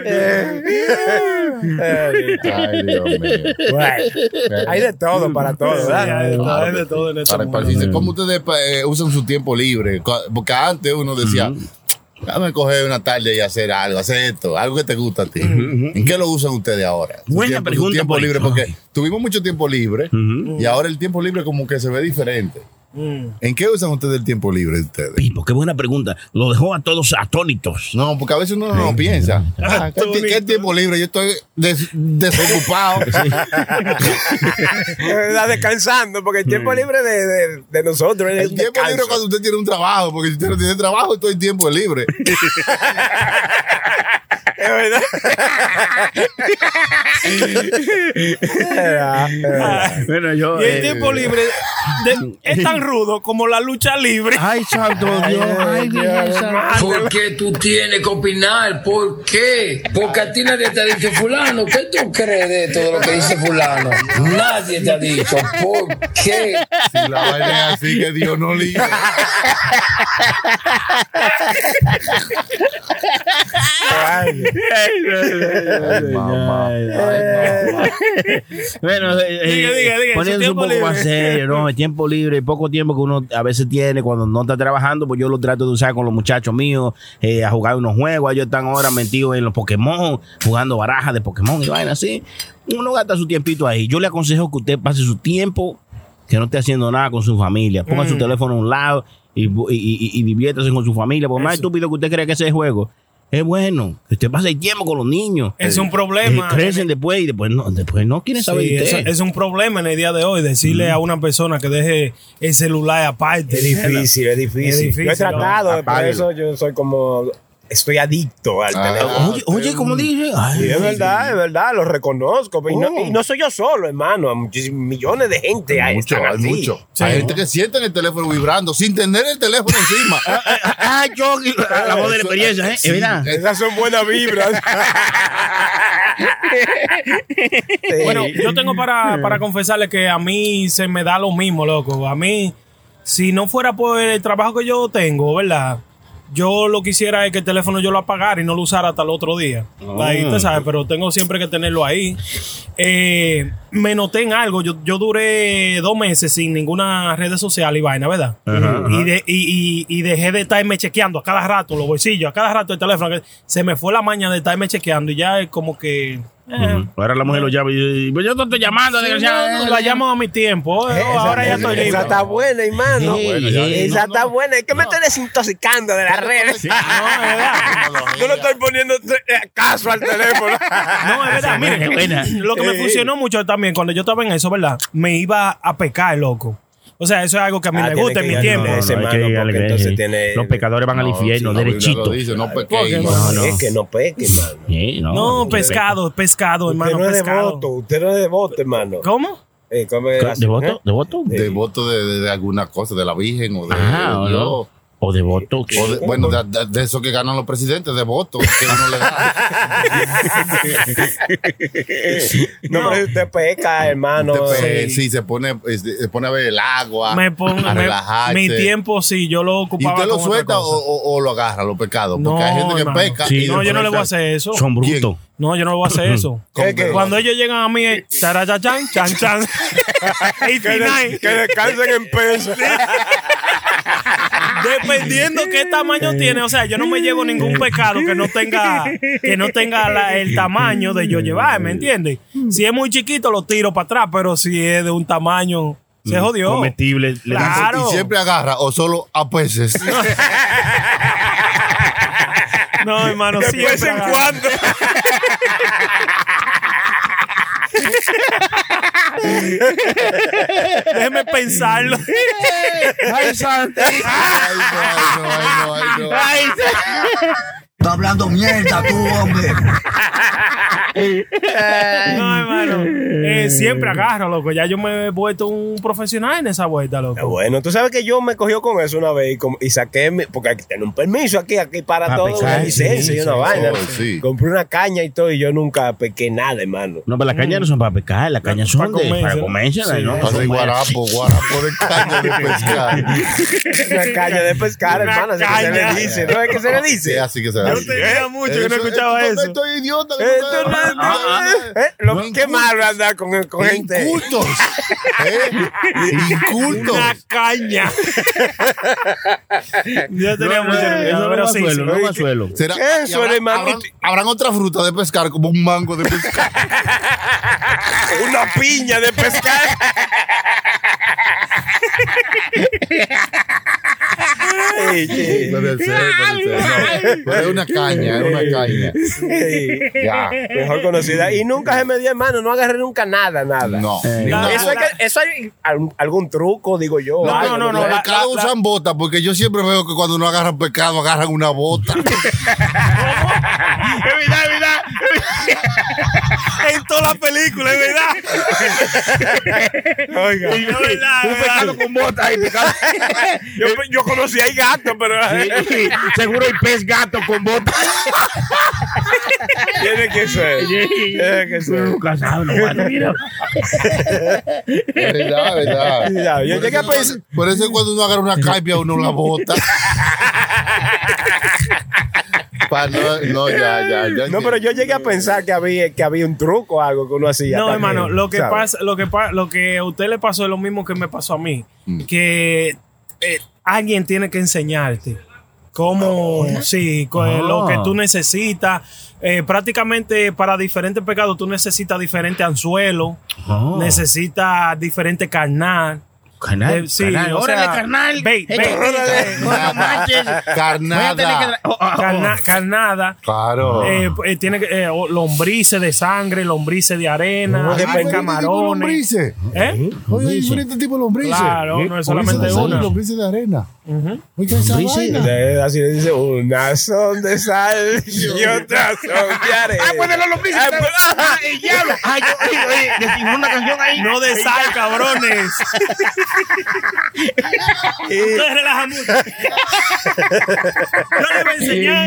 [SPEAKER 1] Ay, Dios mío.
[SPEAKER 5] Bueno, hay de todo para todo,
[SPEAKER 6] Sí,
[SPEAKER 5] ¿verdad?
[SPEAKER 6] hay de todo, hay de todo en este
[SPEAKER 1] Para
[SPEAKER 6] mundo.
[SPEAKER 1] esparcirse. ¿Cómo ustedes eh, usan su tiempo libre? Co- Porque antes uno decía, Déjame coger una tarde y hacer algo, hacer esto, algo que te gusta a ti. Uh-huh. ¿En qué lo usan ustedes ahora?
[SPEAKER 4] Buena
[SPEAKER 1] tiempo,
[SPEAKER 4] pregunta.
[SPEAKER 1] Tiempo
[SPEAKER 4] por
[SPEAKER 1] libre,
[SPEAKER 4] esto.
[SPEAKER 1] porque tuvimos mucho tiempo libre uh-huh. y ahora el tiempo libre como que se ve diferente. Mm. ¿En qué usan ustedes el tiempo libre de ustedes?
[SPEAKER 4] Pipo, qué buena pregunta. Lo dejó a todos atónitos.
[SPEAKER 1] No, porque a veces uno no, no piensa. Ah, ¿qué, ¿Qué tiempo libre? Yo estoy des, desocupado.
[SPEAKER 5] Está descansando, porque el tiempo libre de, de, de nosotros es
[SPEAKER 1] el tiempo
[SPEAKER 5] descanso.
[SPEAKER 1] libre cuando usted tiene un trabajo, porque si usted no tiene trabajo, todo el tiempo es libre.
[SPEAKER 5] Es verdad.
[SPEAKER 4] Bueno, yo,
[SPEAKER 6] y el
[SPEAKER 4] eh,
[SPEAKER 6] tiempo libre de, es tan rudo como la lucha libre.
[SPEAKER 4] Ay, santo Dios. Ay, Dios.
[SPEAKER 11] ¿Por qué tú tienes que opinar? ¿Por qué? Porque a ti nadie te ha dicho fulano. ¿Qué tú crees de todo lo que dice fulano? Nadie te ha dicho. ¿Por qué?
[SPEAKER 1] Si la vaina es así, que Dios no libre.
[SPEAKER 4] Ay, ay, mamá. Ay, mamá. Bueno, eh, diga, diga, diga, poniéndose un poco libre. Más serio, ¿no? El tiempo libre, el poco tiempo que uno a veces tiene cuando no está trabajando, pues yo lo trato de usar con los muchachos míos, eh, a jugar unos juegos. Ellos están ahora metidos en los Pokémon, jugando barajas de Pokémon y vaina así. Uno gasta su tiempito ahí. Yo le aconsejo que usted pase su tiempo, que no esté haciendo nada con su familia. Ponga mm. su teléfono a un lado y, y, y, y diviértase con su familia. Por Eso. Más estúpido que usted cree que ese juego, es bueno que usted pase el tiempo con los niños.
[SPEAKER 6] Es un problema.
[SPEAKER 4] Eh, crecen después y después no, después no quieren saber
[SPEAKER 6] sí,
[SPEAKER 4] de usted.
[SPEAKER 6] Es, es un problema en el día de hoy decirle mm. a una persona que deje el celular aparte.
[SPEAKER 5] Es difícil, es difícil. Es difícil. Yo he tratado, no, por eso yo soy como... Estoy adicto al ah, teléfono.
[SPEAKER 4] Oye, oye, como dije.
[SPEAKER 5] Ay, sí, es verdad, es verdad, lo reconozco. Oh. Y, no, y no soy yo solo, hermano. Hay muchísimos millones de gente.
[SPEAKER 1] Hay mucho, hay así. mucho. Sí. Hay gente que siente el teléfono vibrando sin tener el teléfono encima.
[SPEAKER 4] Ah, yo, la voz de la experiencia, ¿eh?
[SPEAKER 5] Sí, es verdad. Esas son buenas vibras.
[SPEAKER 6] Sí. Bueno, yo tengo para, para confesarle que a mí se me da lo mismo, loco. A mí, si no fuera por el trabajo que yo tengo, ¿verdad? Yo lo quisiera es que el teléfono yo lo apagara y no lo usara hasta el otro día. Oh. Ahí, usted sabe, pero tengo siempre que tenerlo ahí. Eh, me noté en algo. Yo, yo duré dos meses sin ninguna red social y vaina, ¿verdad? Uh-huh, y, de, y, y, y dejé de estarme chequeando a cada rato los bolsillos, a cada rato el teléfono. Se me fue la maña de estarme chequeando y ya es como que... Eh.
[SPEAKER 4] Uh-huh. Ahora la mujer lo llama y pues yo te estoy llamando. Sí,
[SPEAKER 6] no, no, la llamo a mi tiempo. Eh, esa, ahora ya estoy libre.
[SPEAKER 5] Esa está buena, hermano. Sí, bueno, ya, esa no, está no, buena. Es que no. me estoy desintoxicando de las redes. Sí, no, es verdad. Yo no estoy poniendo caso al teléfono.
[SPEAKER 6] No, es verdad. Miren, lo que me funcionó mucho también cuando yo estaba en eso, ¿verdad? Me iba a pecar, loco. O sea, eso es algo que a mí ah, me gusta en mi tiempo.
[SPEAKER 4] No, no, no, que mano, entonces tiene, los pecadores van no, al infierno, si derechito.
[SPEAKER 1] Dice, no peque,
[SPEAKER 5] no, no. Es que no peque, hermano.
[SPEAKER 6] Sí, no, no, pescado, pescado,
[SPEAKER 5] usted
[SPEAKER 6] hermano.
[SPEAKER 5] No es
[SPEAKER 6] pescado.
[SPEAKER 5] devoto, usted no es devoto, hermano.
[SPEAKER 6] ¿Cómo?
[SPEAKER 5] Eh, ¿cómo es?
[SPEAKER 4] ¿Devoto? ¿Devoto?
[SPEAKER 1] Devoto de, de, de alguna cosa, de la Virgen o de,
[SPEAKER 4] ah,
[SPEAKER 1] de Dios.
[SPEAKER 4] O de voto.
[SPEAKER 1] O de, bueno, de, de, de eso que ganan los presidentes, de voto que uno le da.
[SPEAKER 5] No, pero usted peca, hermano.
[SPEAKER 1] Usted pe- sí. sí, se pone, se pone a ver el agua,
[SPEAKER 6] me pongo,
[SPEAKER 1] a relajarse.
[SPEAKER 6] Mi tiempo, sí, yo lo ocupaba.
[SPEAKER 1] ¿Y usted lo suelta o, o, o lo agarra, los pecados? Porque no, hay gente que hermano. peca.
[SPEAKER 6] Sí, y no, yo no le voy a hacer eso.
[SPEAKER 4] Son brutos.
[SPEAKER 6] No, yo no le voy a hacer eso.
[SPEAKER 5] ¿Qué, qué?
[SPEAKER 6] Cuando ellos llegan a mí, charachachan, chan, chan.
[SPEAKER 5] que, des, que descansen en peso.
[SPEAKER 6] Dependiendo qué tamaño tiene, o sea, yo no me llevo ningún pecado que no tenga que no tenga la, el tamaño de yo llevar, ¿me entiendes? Si es muy chiquito lo tiro para atrás, pero si es de un tamaño se jodió.
[SPEAKER 4] Comestible.
[SPEAKER 6] Claro.
[SPEAKER 1] Y siempre agarra o solo a peces.
[SPEAKER 6] No, hermano,
[SPEAKER 5] de vez en cuando.
[SPEAKER 6] Déjeme pensarlo.
[SPEAKER 1] Ay, santo. Ay, no, ay, no, ay, no, ay, no.
[SPEAKER 8] Está hablando mierda tú, hombre.
[SPEAKER 6] No, hermano. Eh, siempre agarro, loco. Ya yo me he vuelto un profesional en esa vuelta, loco.
[SPEAKER 5] Bueno, tú sabes que yo me cogió con eso una vez y, com- y saqué, mi, porque hay que tener un permiso aquí, aquí para ah, todo, pescar, una licencia sí, y una sí, vaina. Oh, sí. Compré una caña y todo y yo nunca pesqué nada, hermano.
[SPEAKER 4] No, pero las cañas mm. no son para pescar, las cañas son para de, para comerse, ¿no?
[SPEAKER 1] No son guarapo, guarapo de caña de pescar.
[SPEAKER 5] Una caña de pescar, hermano, así que se le dice, ¿no es que se le dice?
[SPEAKER 1] Sí, así que se le
[SPEAKER 6] Yo tenía mucho que no escuchaba eso.
[SPEAKER 1] Estoy idiota.
[SPEAKER 5] Qué malo andar con, con gente.
[SPEAKER 1] Incultos. Incultos.
[SPEAKER 6] Una caña. Yo tenía
[SPEAKER 4] No,
[SPEAKER 6] mucho
[SPEAKER 4] no,
[SPEAKER 6] que
[SPEAKER 4] eso no suelo, no suelo.
[SPEAKER 1] ¿Será?
[SPEAKER 5] Eso,
[SPEAKER 1] habrán,
[SPEAKER 5] hermano.
[SPEAKER 1] habrán, habrán otra fruta de pescar, como un mango de pescar.
[SPEAKER 5] Una piña de pescar. Ey, sí.
[SPEAKER 1] Puede ser, puede ser. No, es una caña, es una caña.
[SPEAKER 5] Sí.
[SPEAKER 1] Ya.
[SPEAKER 5] Mejor conocida. Y nunca se me dio, hermano. No agarré nunca nada, nada.
[SPEAKER 1] No.
[SPEAKER 6] Eh,
[SPEAKER 1] No.
[SPEAKER 5] Eso, es que, eso hay algún, algún truco, digo yo.
[SPEAKER 6] No,
[SPEAKER 5] algo,
[SPEAKER 6] no, no,
[SPEAKER 1] Los
[SPEAKER 6] la-
[SPEAKER 1] pescados
[SPEAKER 6] la-
[SPEAKER 1] usan botas, porque yo siempre veo que cuando no agarran pescado, agarran una bota.
[SPEAKER 4] Es verdad, es verdad.
[SPEAKER 6] En toda la película, es verdad.
[SPEAKER 5] Oiga.
[SPEAKER 6] Es verdad,
[SPEAKER 4] Un
[SPEAKER 6] es
[SPEAKER 4] pescado
[SPEAKER 6] verdad.
[SPEAKER 4] con botas y pescado.
[SPEAKER 5] Yo, yo conocí ahí gato, pero
[SPEAKER 4] Sí, seguro hay pez gato con botas.
[SPEAKER 5] tiene que ser. Tiene que ser.
[SPEAKER 4] Nunca sabe, no, bueno, mira.
[SPEAKER 1] Es verdad, es verdad.
[SPEAKER 5] Ya, yo
[SPEAKER 1] Por
[SPEAKER 5] llegué a
[SPEAKER 1] eso
[SPEAKER 5] pensar.
[SPEAKER 1] cuando- Por eso cuando uno agarra una caipia, uno la bota. Pa- no, no, ya, ya, ya.
[SPEAKER 5] No, pero yo llegué a pensar que había, que había un truco o algo que uno hacía.
[SPEAKER 6] No,
[SPEAKER 5] también,
[SPEAKER 6] hermano, lo que
[SPEAKER 5] ¿sabes?
[SPEAKER 6] pasa, lo que pa- lo que a usted le pasó es lo mismo que me pasó a mí. Que eh, alguien tiene que enseñarte cómo, sí, co-
[SPEAKER 4] Ah.
[SPEAKER 6] lo que tú necesitas. Eh, prácticamente para diferentes pecados tú necesitas diferentes anzuelos,
[SPEAKER 4] Oh.
[SPEAKER 6] necesitas diferente carnal.
[SPEAKER 4] Carnal,
[SPEAKER 6] Eh, sí,
[SPEAKER 4] carnal,
[SPEAKER 6] o
[SPEAKER 4] órale,
[SPEAKER 6] sea,
[SPEAKER 4] carnal.
[SPEAKER 6] ve,
[SPEAKER 4] Eh,
[SPEAKER 6] ve,
[SPEAKER 4] órale.
[SPEAKER 6] ve.
[SPEAKER 4] No manches. Voy a tener que
[SPEAKER 1] Carnada.
[SPEAKER 4] tra- oh, oh, oh.
[SPEAKER 6] Carna- carnada.
[SPEAKER 1] Claro.
[SPEAKER 6] Eh, eh, tiene que, eh, o- lombrices de sangre, lombrices de arena,
[SPEAKER 1] Hay
[SPEAKER 6] hay
[SPEAKER 1] diferentes tipos de
[SPEAKER 6] camarones.
[SPEAKER 1] lombrices.
[SPEAKER 6] ¿Eh?
[SPEAKER 1] Oye, hay diferentes tipos de lombrices.
[SPEAKER 6] Claro, no es solamente
[SPEAKER 1] Lombrices de sal y
[SPEAKER 6] una.
[SPEAKER 1] lombrices de arena.
[SPEAKER 6] Ujú.
[SPEAKER 1] Oiga, esa
[SPEAKER 4] Lombrices
[SPEAKER 1] vaina.
[SPEAKER 5] Eh, Así le dice, unas son de sal y otras son de arena.
[SPEAKER 4] Ah, pues de los lombrices.
[SPEAKER 5] Ah, pues,
[SPEAKER 4] Ah, el diablo. Ay, yo, oye, oye, decimos una canción ahí.
[SPEAKER 6] No de sal, cabrones. Ustedes relajan mucho. Yo les voy a enseñar.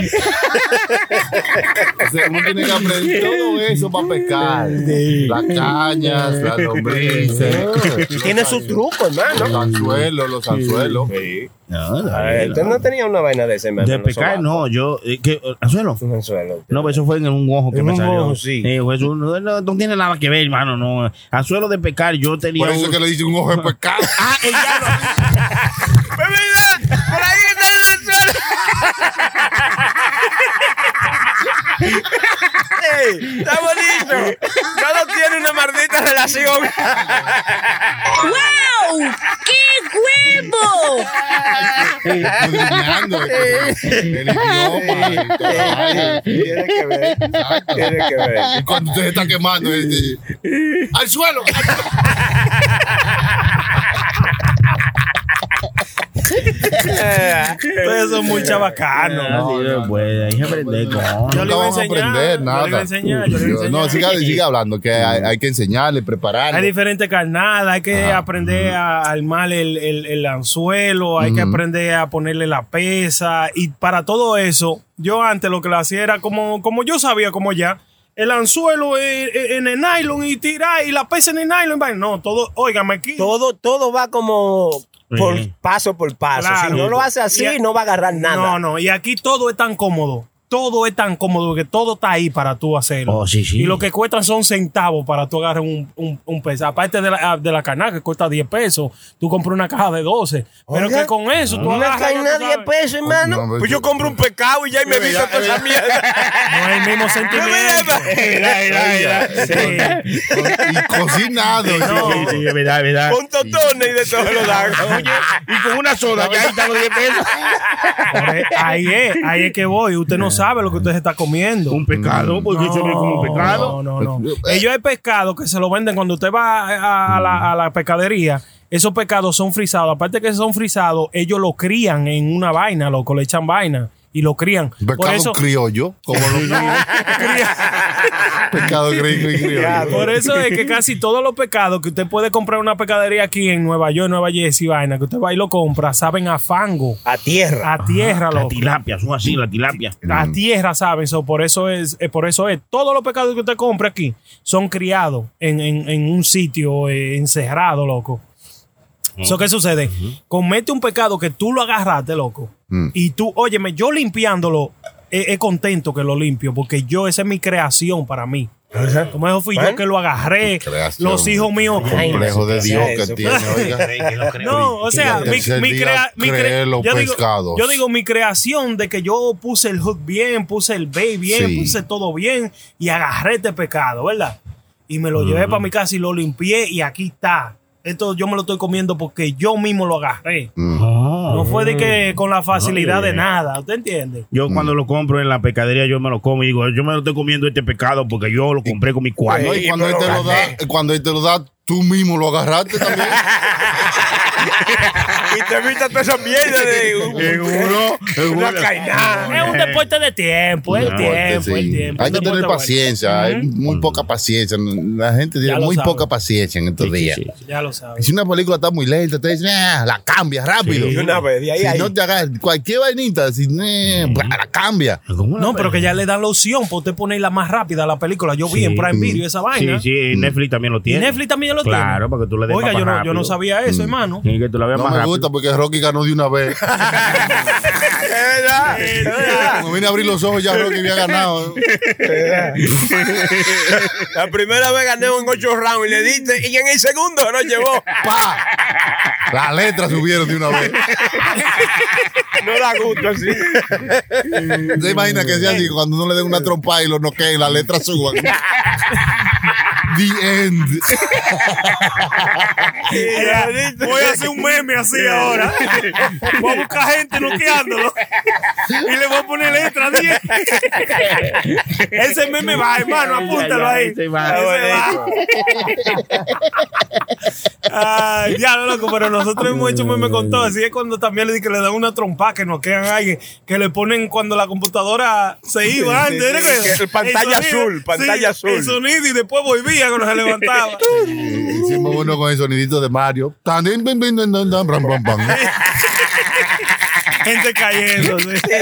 [SPEAKER 1] O sea, uno tiene que aprender todo eso para pescar. Las cañas, las lombrices.
[SPEAKER 5] Tiene su truco,
[SPEAKER 1] Los
[SPEAKER 5] hermano.
[SPEAKER 1] anzuelos, los anzuelos.
[SPEAKER 4] No, no,
[SPEAKER 5] A ver, usted no tenía una vaina de ese, hermano.
[SPEAKER 4] de pescar, no, yo, eh, ¿qué? ¿Anzuelo?
[SPEAKER 5] Un anzuelo.
[SPEAKER 4] No, pues eso fue en un ojo que
[SPEAKER 5] En
[SPEAKER 4] me
[SPEAKER 5] un
[SPEAKER 4] salió.
[SPEAKER 5] ojo, sí.
[SPEAKER 4] Eh, pues, eso no, no, no tiene nada que ver, hermano, no. Anzuelo de pescar, yo tenía
[SPEAKER 1] Por eso
[SPEAKER 4] un-
[SPEAKER 1] que le dice un ojo de pescado.
[SPEAKER 4] Ah, el diablo.
[SPEAKER 5] Por ahí está el anzuelo. Ey, está bonito. No tiene una maldita relación.
[SPEAKER 7] ¡Wow! ¡Qué huevo!
[SPEAKER 1] Escudriñando el idioma. y toda la vaina.
[SPEAKER 5] Tiene que ver. Tiene que ver.
[SPEAKER 1] Y cuando usted se está quemando, es de- ¡al suelo!
[SPEAKER 6] Ustedes son muy chabacanos.
[SPEAKER 4] Ah, sí, no, pues, hay que aprender con.
[SPEAKER 6] Yo le iba a
[SPEAKER 1] vamos a
[SPEAKER 6] enseñar,
[SPEAKER 1] aprender
[SPEAKER 6] yo
[SPEAKER 1] nada.
[SPEAKER 6] le iba a enseñar, yo le iba a
[SPEAKER 1] No,
[SPEAKER 6] enseñar.
[SPEAKER 1] siga, siga hablando, que hay, hay que enseñarle, prepararle.
[SPEAKER 6] Hay diferentes carnadas, hay que aprender a armar el, el, el anzuelo, hay que aprender a ponerle la pesa. Y para todo eso, yo antes lo que lo hacía era como, como yo sabía, como ya, el anzuelo en, en el nylon y tirar, y la pesa en el nylon. vaina. No, todo, óigame aquí.
[SPEAKER 5] Todo, todo va como por
[SPEAKER 4] Sí.
[SPEAKER 5] paso por paso.
[SPEAKER 6] Claro.
[SPEAKER 5] Si no lo hace así,
[SPEAKER 6] Y-
[SPEAKER 5] no va a agarrar nada.
[SPEAKER 6] No, no, y aquí todo es tan cómodo. Todo es tan cómodo que todo está ahí para tú hacerlo.
[SPEAKER 4] Oh, sí, sí.
[SPEAKER 6] Y lo que cuestan son centavos para tú agarrar un, un, un peso. Aparte de la, de la carnada que cuesta diez pesos, tú compras una caja de doce. Pero
[SPEAKER 5] Oiga,
[SPEAKER 6] que con eso tú
[SPEAKER 5] Una
[SPEAKER 6] agarras. ya tú
[SPEAKER 5] caña de diez
[SPEAKER 6] sabes.
[SPEAKER 5] pesos, hermano.
[SPEAKER 1] No, pero
[SPEAKER 5] pues
[SPEAKER 1] yo-
[SPEAKER 5] yo compro un pescado y ya y me
[SPEAKER 1] Es
[SPEAKER 5] visto
[SPEAKER 1] verdad,
[SPEAKER 5] toda
[SPEAKER 1] es
[SPEAKER 5] esa mierda.
[SPEAKER 6] No es el mismo sentimiento.
[SPEAKER 1] Oiga,
[SPEAKER 6] Sí.
[SPEAKER 1] y cocinado.
[SPEAKER 6] No.
[SPEAKER 4] Sí, sí, es verdad, es verdad.
[SPEAKER 5] Con totones y de todo lo dan.
[SPEAKER 4] Oye, y con una soda, que ahí están los diez pesos.
[SPEAKER 6] Por ahí- Ahí es, ahí es que voy. Usted no sabe lo que usted se está comiendo.
[SPEAKER 4] Un pescado, porque eso no es como un pescado.
[SPEAKER 6] No, no, no. Ellos hay pescado que se lo venden cuando usted va a, a la, a la pescadería. Esos pescados son frisados. Aparte que son frisados, ellos lo crían en una vaina, loco, le echan vaina y lo crían. Por
[SPEAKER 1] Pescado
[SPEAKER 6] eso,
[SPEAKER 1] criollo. Como lo pescado gringo y criollo.
[SPEAKER 6] por eso es que casi todos los pescados que usted puede comprar en una pescadería aquí en Nueva York, Nueva Jersey, vaina, que usted va y lo compra, saben a fango,
[SPEAKER 5] A tierra.
[SPEAKER 6] a tierra,
[SPEAKER 4] La
[SPEAKER 6] loco.
[SPEAKER 4] tilapia, son así, la tilapia.
[SPEAKER 6] A tierra, ¿saben? So, por eso es, eh, por eso es. Todos los pescados que usted compra aquí son criados en, en, en un sitio eh, encerrado, loco. Eso, ¿qué sucede? Comete un pecado que tú lo agarraste, loco.
[SPEAKER 1] Mm.
[SPEAKER 6] Y tú, óyeme, yo limpiándolo, es, es contento que lo limpio, porque yo, esa es mi creación para mí. Ajá. Como eso fui bueno, yo que lo agarré, creación, los hijos míos.
[SPEAKER 1] El complejo de Dios que tiene, oiga.
[SPEAKER 6] No, o sea, mi, mi, crea, mi crea, yo, digo, yo digo mi creación de que yo puse el hook bien, puse el bait bien, sí. puse todo bien y agarré este pescado, ¿verdad? Y me lo mm. llevé para mi casa y lo limpié y aquí está. Esto yo me lo estoy comiendo porque yo mismo lo agarré. Mm. No fue de que con la facilidad de nada. ¿Usted entiende?
[SPEAKER 4] Yo mm. cuando lo compro en la pescadería, yo me lo como y digo, yo me lo estoy comiendo este pescado porque yo lo compré con mi cuarto.
[SPEAKER 1] Y cuando él te lo da, cuando él te lo da, tú mismo lo agarraste también.
[SPEAKER 5] Y te viste toda esa mierda de
[SPEAKER 1] un,
[SPEAKER 5] una cainada.
[SPEAKER 6] Es un deporte de tiempo, es el tiempo, sí. el tiempo.
[SPEAKER 1] Hay que tener paciencia, hay uh-huh. muy poca paciencia. La gente tiene muy sabe. poca paciencia en estos sí, días. Sí,
[SPEAKER 6] sí. Ya lo sabes.
[SPEAKER 1] Si una película está muy lenta, te dicen, ah, la cambia rápido.
[SPEAKER 5] Sí, una vez, de ahí,
[SPEAKER 1] si
[SPEAKER 5] ahí.
[SPEAKER 1] no te hagas cualquier vainita, si, eh, sí. la cambia.
[SPEAKER 6] No, pero que ya le dan la opción para usted ponerla más rápida a la película. Yo vi sí. en Prime Video esa vaina.
[SPEAKER 4] Sí, sí, Netflix también lo tiene.
[SPEAKER 6] ¿Y Netflix también lo tiene?
[SPEAKER 4] Claro, para que tú le des
[SPEAKER 6] Oiga,
[SPEAKER 4] más
[SPEAKER 6] yo no,
[SPEAKER 4] rápido.
[SPEAKER 6] yo no sabía eso, mm. hermano.
[SPEAKER 4] Sí, que tú la veas
[SPEAKER 1] no
[SPEAKER 4] más
[SPEAKER 1] me
[SPEAKER 4] rápido.
[SPEAKER 1] gusta porque Rocky ganó de una vez.
[SPEAKER 5] Es verdad.
[SPEAKER 1] Es verdad. Como vine a abrir los ojos, ya Rocky había ganado.
[SPEAKER 5] La primera vez gané en ocho rounds y le diste, y en el segundo nos llevó.
[SPEAKER 1] ¡Pa! Las letras subieron de una vez.
[SPEAKER 5] No da gusto así.
[SPEAKER 1] ¿Te imaginas que sea así? Cuando uno le den una trompa y lo noqueen, las letras suban. The end.
[SPEAKER 6] Voy a hacer un meme así ahora. Voy a buscar gente noqueándolo y le voy a poner letra diez. Ese meme va, hermano, apúntalo ahí. Ese va. Ay, ya, loco, pero nosotros hemos hecho meme con todo. Así es cuando también le, que le dan una trompa que noquean a alguien, que le ponen cuando la computadora se iba antes. Sí, sí,
[SPEAKER 5] sí, pantalla
[SPEAKER 6] sonido,
[SPEAKER 5] azul, pantalla
[SPEAKER 6] sí,
[SPEAKER 5] azul.
[SPEAKER 6] El sonido y después volvía cuando se levantaba.
[SPEAKER 1] Hicimos uno con el sonidito de Mario.
[SPEAKER 6] Gente cayendo, sí.
[SPEAKER 5] Sí,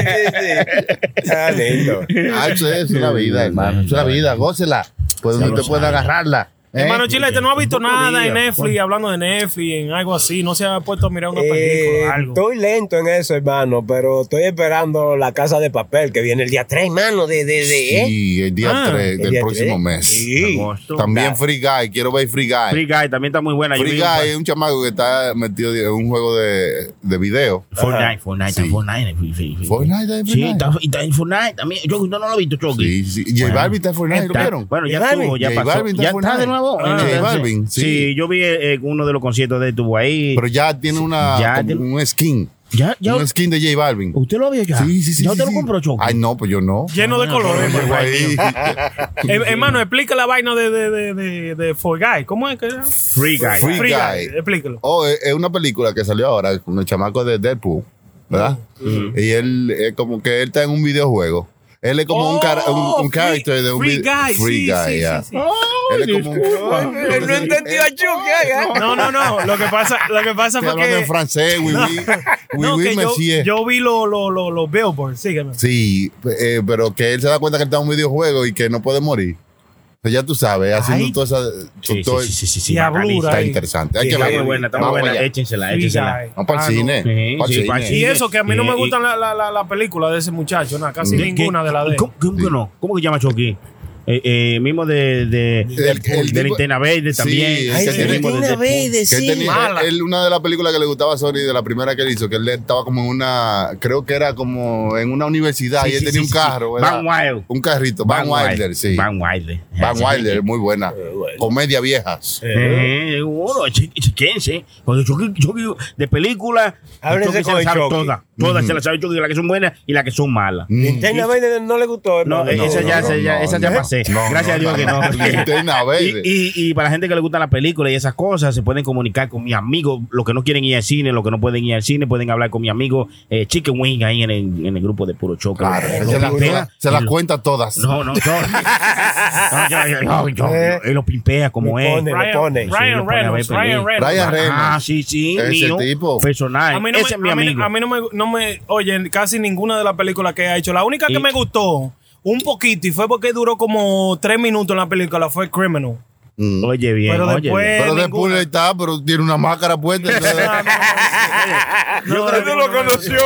[SPEAKER 5] sí. Ah, lindo.
[SPEAKER 1] Ah, eso es la vida, hermano. Eso es la vida, gócela. Pues no te puede agarrarla. ¿Eh?
[SPEAKER 6] Hermano Chilete, ¿no ha visto nada en Netflix, hablando de Netflix, en algo así? ¿No se ha puesto a mirar una película o
[SPEAKER 5] eh,
[SPEAKER 6] algo?
[SPEAKER 5] Estoy lento en eso, hermano, pero estoy esperando La Casa de Papel, que viene el día tres, hermano, de, de, de,
[SPEAKER 1] sí, el día ah, tres del día próximo tres. Mes. Sí. También claro. Free Guy, quiero ver Free Guy.
[SPEAKER 4] Free Guy también está muy buena.
[SPEAKER 1] Free Yo Guy es un chamaco que está metido en un juego de, de video.
[SPEAKER 4] Fortnite, Fortnite, sí. Fortnite.
[SPEAKER 1] Fortnite,
[SPEAKER 4] sí, está, está en Fortnite también. Yo no lo he visto, Chucky.
[SPEAKER 1] Sí, sí. J Balvin está en Fortnite, ¿lo vieron?
[SPEAKER 4] Bueno, ya estuvo, ya pasó. Ya está de nuevo.
[SPEAKER 1] J Balvin.
[SPEAKER 4] Sí. sí, yo vi eh, uno de los conciertos de tuvo ahí.
[SPEAKER 1] Pero ya tiene una
[SPEAKER 4] ya
[SPEAKER 1] tiene, un skin.
[SPEAKER 4] Ya, ya.
[SPEAKER 1] Un skin de J Balvin.
[SPEAKER 4] ¿Usted lo vio ya?
[SPEAKER 1] Sí, sí, sí.
[SPEAKER 4] ¿Ya
[SPEAKER 1] sí,
[SPEAKER 4] te
[SPEAKER 1] sí.
[SPEAKER 4] lo compró, Choco?
[SPEAKER 1] Ay, no, pues yo no.
[SPEAKER 6] Lleno de
[SPEAKER 1] no,
[SPEAKER 6] colores.
[SPEAKER 1] No, no, ahí.
[SPEAKER 6] eh, hermano, explica la vaina de, de, de, de, de For Guy. ¿Cómo es que era?
[SPEAKER 4] Free Guy.
[SPEAKER 1] Free, Free
[SPEAKER 6] Guy.
[SPEAKER 1] Guy.
[SPEAKER 6] Explícalo.
[SPEAKER 1] Oh, es una película que salió ahora con el chamaco de Deadpool, ¿verdad? Uh-huh. Y él, es como que él está en un videojuego. Él es como oh, un, car un, un character de un
[SPEAKER 6] Free Guy.
[SPEAKER 1] Free
[SPEAKER 6] sí,
[SPEAKER 1] Guy,
[SPEAKER 6] sí,
[SPEAKER 1] yeah.
[SPEAKER 6] sí, sí.
[SPEAKER 1] Él es como un...
[SPEAKER 5] Él no entendió a Chucky.
[SPEAKER 6] No, no, no. Lo que pasa, lo que pasa fue que...
[SPEAKER 1] hablando en francés, oui, oui.
[SPEAKER 6] No,
[SPEAKER 1] oui,
[SPEAKER 6] oui,
[SPEAKER 1] yo,
[SPEAKER 6] yo vi los lo, lo, lo billboards, sígueme.
[SPEAKER 1] Sí, eh, pero que él se da cuenta que está en un videojuego y que no puede morir. Pues ya tú sabes, haciendo toda esa...
[SPEAKER 4] Sí,
[SPEAKER 1] todo,
[SPEAKER 4] sí, sí, sí, sí,
[SPEAKER 1] está interesante. Hay
[SPEAKER 4] sí,
[SPEAKER 1] que
[SPEAKER 4] verla. Está buena, está muy buena. Échensela, échensela.
[SPEAKER 1] Vamos para el cine.
[SPEAKER 4] Sí,
[SPEAKER 1] para
[SPEAKER 4] sí,
[SPEAKER 1] cine.
[SPEAKER 4] para
[SPEAKER 6] y eso, que a mí no me gustan la, la, la, la película de ese muchacho, nada, casi
[SPEAKER 4] ¿Qué,
[SPEAKER 6] ninguna
[SPEAKER 4] qué,
[SPEAKER 6] de la de él.
[SPEAKER 4] ¿Cómo, cómo que no? ¿Cómo que llama Chucky? Eh, eh, mismo de, de,
[SPEAKER 1] el,
[SPEAKER 4] de,
[SPEAKER 1] el
[SPEAKER 4] de Linterna Verde también.
[SPEAKER 5] Sí, Ay, de Linterna Verde, sí.
[SPEAKER 1] Él tenía, él, una de las películas que le gustaba a Sony, de la primera que él hizo, que él estaba como en una, creo que era como en una universidad, sí, y él sí, tenía sí, un carro,
[SPEAKER 4] sí.
[SPEAKER 1] ¿verdad?
[SPEAKER 4] Van Wild.
[SPEAKER 1] Un carrito, Van, Van Wilder, Wilder, sí.
[SPEAKER 4] Van Wilder.
[SPEAKER 1] Van Wilder, muy buena. Comedia viejas.
[SPEAKER 4] Eh, bueno, chiquense. Cuando Chucky, Chucky de película,
[SPEAKER 5] Háblense con el Chucky.
[SPEAKER 4] Todas, todas uh-huh. se las sabe Chucky, las que son buenas y las que son malas.
[SPEAKER 5] Linterna Verde no le gustó.
[SPEAKER 4] No, esa ya esa ya pasé. Gracias a Dios que no. y, y, y para la gente que le gusta la película y esas cosas, se pueden comunicar con mis amigos. Los que no quieren ir al cine, los que no pueden ir al cine, pueden hablar con mi amigo eh, Chicken Wing ahí en el, en el grupo de Puro Choque.
[SPEAKER 1] Claro, se las la, se la cuenta todas.
[SPEAKER 4] No, no, yo, no, yo, yo, yo, yo, eh, él lo pimpea como es.
[SPEAKER 6] Ryan, Ryan Reynolds. Ryan
[SPEAKER 1] Reynolds.
[SPEAKER 4] Ah, sí, sí.
[SPEAKER 1] Ese mío, tipo.
[SPEAKER 4] Personal.
[SPEAKER 6] No
[SPEAKER 4] Ese
[SPEAKER 6] me,
[SPEAKER 4] es mi amigo.
[SPEAKER 6] A mí, a mí no, me, no me. Oye, casi ninguna de las películas que ha hecho. La única que y, me gustó un poquito y fue porque duró como tres minutos en la película fue Criminal.
[SPEAKER 1] Mm.
[SPEAKER 4] Oye bien,
[SPEAKER 6] pero
[SPEAKER 4] oye
[SPEAKER 6] después,
[SPEAKER 4] bien.
[SPEAKER 1] Pero después le está, pero tiene una máscara puesta. Entonces...
[SPEAKER 4] Yo creo que lo conoció.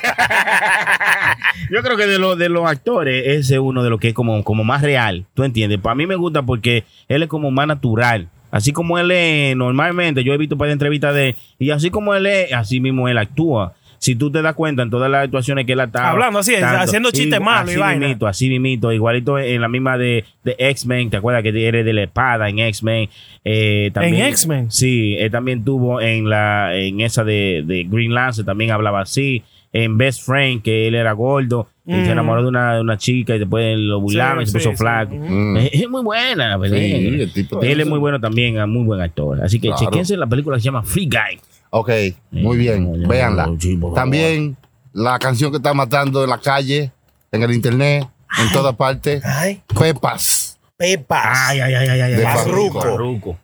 [SPEAKER 4] Yo creo que de, lo, de los actores, ese es uno de los que es como, como más real. ¿Tú entiendes? Para mí me gusta porque él es como más natural. Así como él es normalmente, yo he visto para entrevistas de él, y así como él es, así mismo él actúa. Si tú te das cuenta en todas las actuaciones que él está
[SPEAKER 6] hablando así, tanto, haciendo chistes malos y vaina.
[SPEAKER 4] Mimito, así mimito, igualito en la misma de, de X-Men. ¿Te acuerdas que eres de la espada en X-Men? Eh, también,
[SPEAKER 6] ¿En X-Men?
[SPEAKER 4] Sí, él también tuvo en la en esa de, de Green Lantern, también hablaba así. En Best Friend, que él era gordo, mm. y se enamoró de una, de una chica y después lo burlaban sí, y se puso sí, flaco. Sí. Mm. Es, es muy buena la película. Sí, el tipo él es muy bueno también, muy buen actor. Así que claro. Chequense la película que se llama Free Guy.
[SPEAKER 1] Ok, muy bien, eh, véanla. No, también la canción que está matando en la calle, en el internet, ay, en todas partes. Ay. Pepas.
[SPEAKER 5] Pepas.
[SPEAKER 4] Ay, ay, ay, ay, ay.
[SPEAKER 1] De
[SPEAKER 5] Farruko.
[SPEAKER 4] Farruko.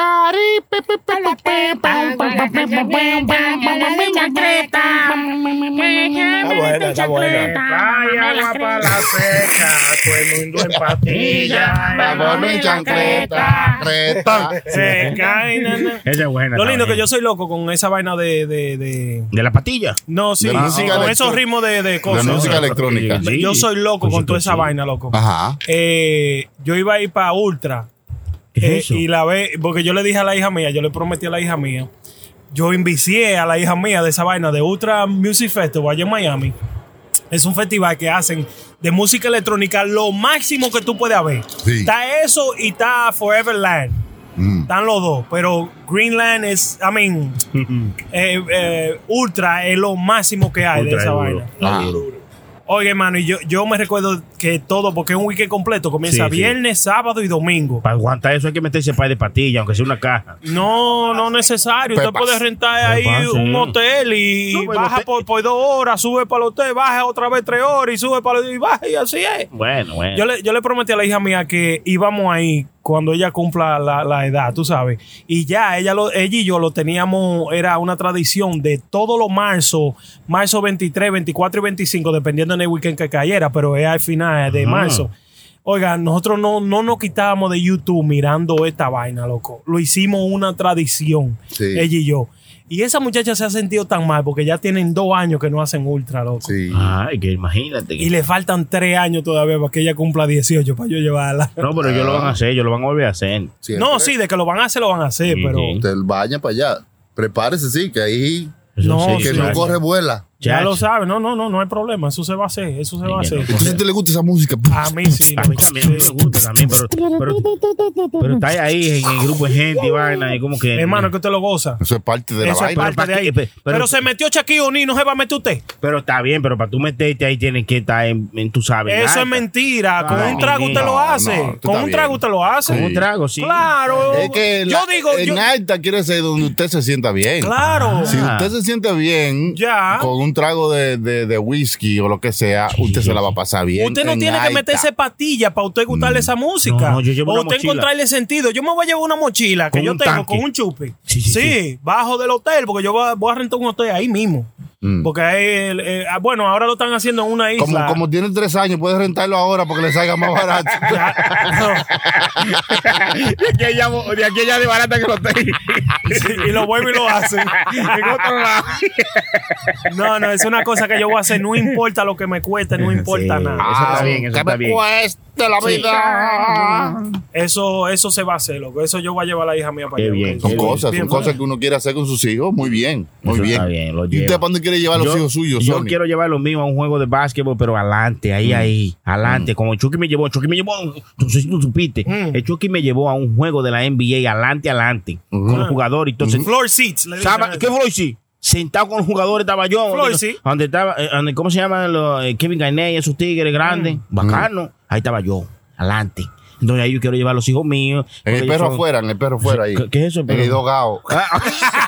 [SPEAKER 5] Está buena, está buena.
[SPEAKER 6] Ay, agua para la seca, todo el mundo en pastilla.
[SPEAKER 1] Vamos mi chancleta, creta.
[SPEAKER 6] Seca.
[SPEAKER 4] Esa es buena.
[SPEAKER 6] Lo lindo que yo soy loco con esa vaina de... ¿De, de...
[SPEAKER 4] ¿De la pastilla?
[SPEAKER 6] No, sí, sí con esos ritmos de, de cosas.
[SPEAKER 1] De música electrónica.
[SPEAKER 6] Sí. Yo soy loco con toda esa sí. vaina, loco.
[SPEAKER 1] Ajá.
[SPEAKER 6] Eh, yo iba a ir para Ultra. Eh, y la ve, porque yo le dije a la hija mía, yo le prometí a la hija mía, yo invicié a la hija mía de esa vaina de Ultra Music Festival allá en Miami. Es un festival que hacen de música electrónica lo máximo que tú puedes haber. Sí. Está eso y está Foreverland. Mm. Están los dos, pero Greenland es, I mean, eh, eh, Ultra es lo máximo que hay Ultra de esa vaina. Ah. Oye, hermano, y yo, yo me recuerdo que todo, porque es un weekend completo, comienza sí, viernes, sí. sábado y domingo.
[SPEAKER 4] Para aguantar eso hay que meterse par de patillas, aunque sea una caja.
[SPEAKER 6] No, no necesario. Pepas. Usted puede rentar ahí Pepas, un sí. hotel y no, baja hotel. Por, por dos horas, sube para el hotel, baja otra vez tres horas y sube para el hotel y baja y así es.
[SPEAKER 4] Bueno, bueno.
[SPEAKER 6] Yo le, yo le prometí a la hija mía que íbamos ahí cuando ella cumpla la, la edad, tú sabes. Y ya, ella, lo, ella y yo lo teníamos, era una tradición de todos los marzo, marzo veintitrés, veinticuatro y veinticinco, dependiendo del weekend que cayera, pero es al final de Ajá. marzo. Oiga, nosotros no, no nos quitábamos de YouTube mirando esta vaina, loco. Lo hicimos una tradición, sí. ella y yo. Y esa muchacha se ha sentido tan mal porque ya tienen dos años que no hacen ultra, loco.
[SPEAKER 4] Sí. Ay, que imagínate.
[SPEAKER 6] Y le faltan tres años todavía para que ella cumpla dieciocho para yo llevarla.
[SPEAKER 4] No, pero ellos lo van a hacer, ellos lo van a volver a hacer.
[SPEAKER 6] Siempre. No, sí, de que lo van a hacer, lo van a hacer, sí, pero...
[SPEAKER 1] Usted vaya para allá. Prepárese, sí, que ahí... No, sí, que sí, no sí. corre vuela.
[SPEAKER 6] Ya lo sabe, no, no, no, no hay problema, eso se va a hacer, eso se va a hacer.
[SPEAKER 1] Entonces a ti le gusta esa música.
[SPEAKER 6] A mí sí.
[SPEAKER 4] A mí también me gusta también, pero, pero, pero está ahí en el grupo de gente y vaina y como que...
[SPEAKER 6] Hermano, que usted lo goza.
[SPEAKER 1] Eso es parte de la
[SPEAKER 6] eso
[SPEAKER 1] vaina.
[SPEAKER 6] Es parte de ahí. Pero, pero, pero se metió Shaquille O'Neal, no se va a meter usted.
[SPEAKER 4] Pero está bien, pero para tú meterte ahí tienes que estar en, en tu sabes.
[SPEAKER 6] Eso es mentira, con un trago usted lo hace. No, con un trago usted lo hace.
[SPEAKER 4] Con un trago, sí.
[SPEAKER 6] Claro.
[SPEAKER 1] Es que yo digo... En alta quiere ser donde usted se sienta bien.
[SPEAKER 6] Claro.
[SPEAKER 1] Si usted se siente bien
[SPEAKER 6] ya
[SPEAKER 1] con un trago de, de, de whisky o lo que sea, sí, usted sí, se la va a pasar bien.
[SPEAKER 6] Usted no tiene alta. Que meterse pastillas para usted gustarle mm. esa música. No, yo llevo o usted encontrarle sentido. Yo me voy a llevar una mochila que con yo tengo tanque. Con un chupe. Sí, sí, sí, sí, bajo del hotel, porque yo voy a, voy a rentar un hotel ahí mismo. Mm. Porque hay, eh, bueno, ahora lo están haciendo en una isla.
[SPEAKER 1] Como, como tiene tres años, puede rentarlo ahora porque le salga más barato.
[SPEAKER 4] de, aquí allá, de aquí allá de barata que lo tengo.
[SPEAKER 6] Sí, y lo vuelve y lo hacen. En otro lado. No, no, es una cosa que yo voy a hacer. No importa lo que me cueste, no importa sí, nada.
[SPEAKER 4] Eso está bien, eso está bien.
[SPEAKER 1] De la vida.
[SPEAKER 6] Sí. Eso, eso se va a hacer, loco. Eso yo voy a llevar a la hija mía para
[SPEAKER 4] qué
[SPEAKER 6] allá.
[SPEAKER 4] Bien,
[SPEAKER 1] son cosas, bien, son bien, cosas que uno quiere hacer con sus hijos. Muy bien, muy
[SPEAKER 4] eso
[SPEAKER 1] bien.
[SPEAKER 4] Está bien lo
[SPEAKER 1] ¿Y usted para dónde quiere llevar a los
[SPEAKER 4] yo,
[SPEAKER 1] hijos suyos?
[SPEAKER 4] Yo
[SPEAKER 1] Sony?
[SPEAKER 4] quiero llevar lo mío a un juego de básquetbol, pero adelante, ahí, mm. ahí, adelante. Mm. Como Chucky me llevó, Chucky me llevó, no sé si tú supiste, mm. el Chucky me llevó a un juego de la N B A, adelante, adelante, mm. con los jugadores. Entonces,
[SPEAKER 6] mm. Floor seats.
[SPEAKER 4] ¿Qué floor seats? Sentado con los jugadores estaba yo.
[SPEAKER 6] Floor seats.
[SPEAKER 4] Donde estaba, donde, ¿cómo se llaman los eh, Kevin Garnett, esos tigres grandes? Mm. Bacano. Ahí estaba yo, adelante. Entonces ahí yo quiero llevar a los hijos míos.
[SPEAKER 1] En el perro son... afuera, en el perro afuera ahí.
[SPEAKER 4] ¿Qué, qué es eso?
[SPEAKER 1] En el dogao.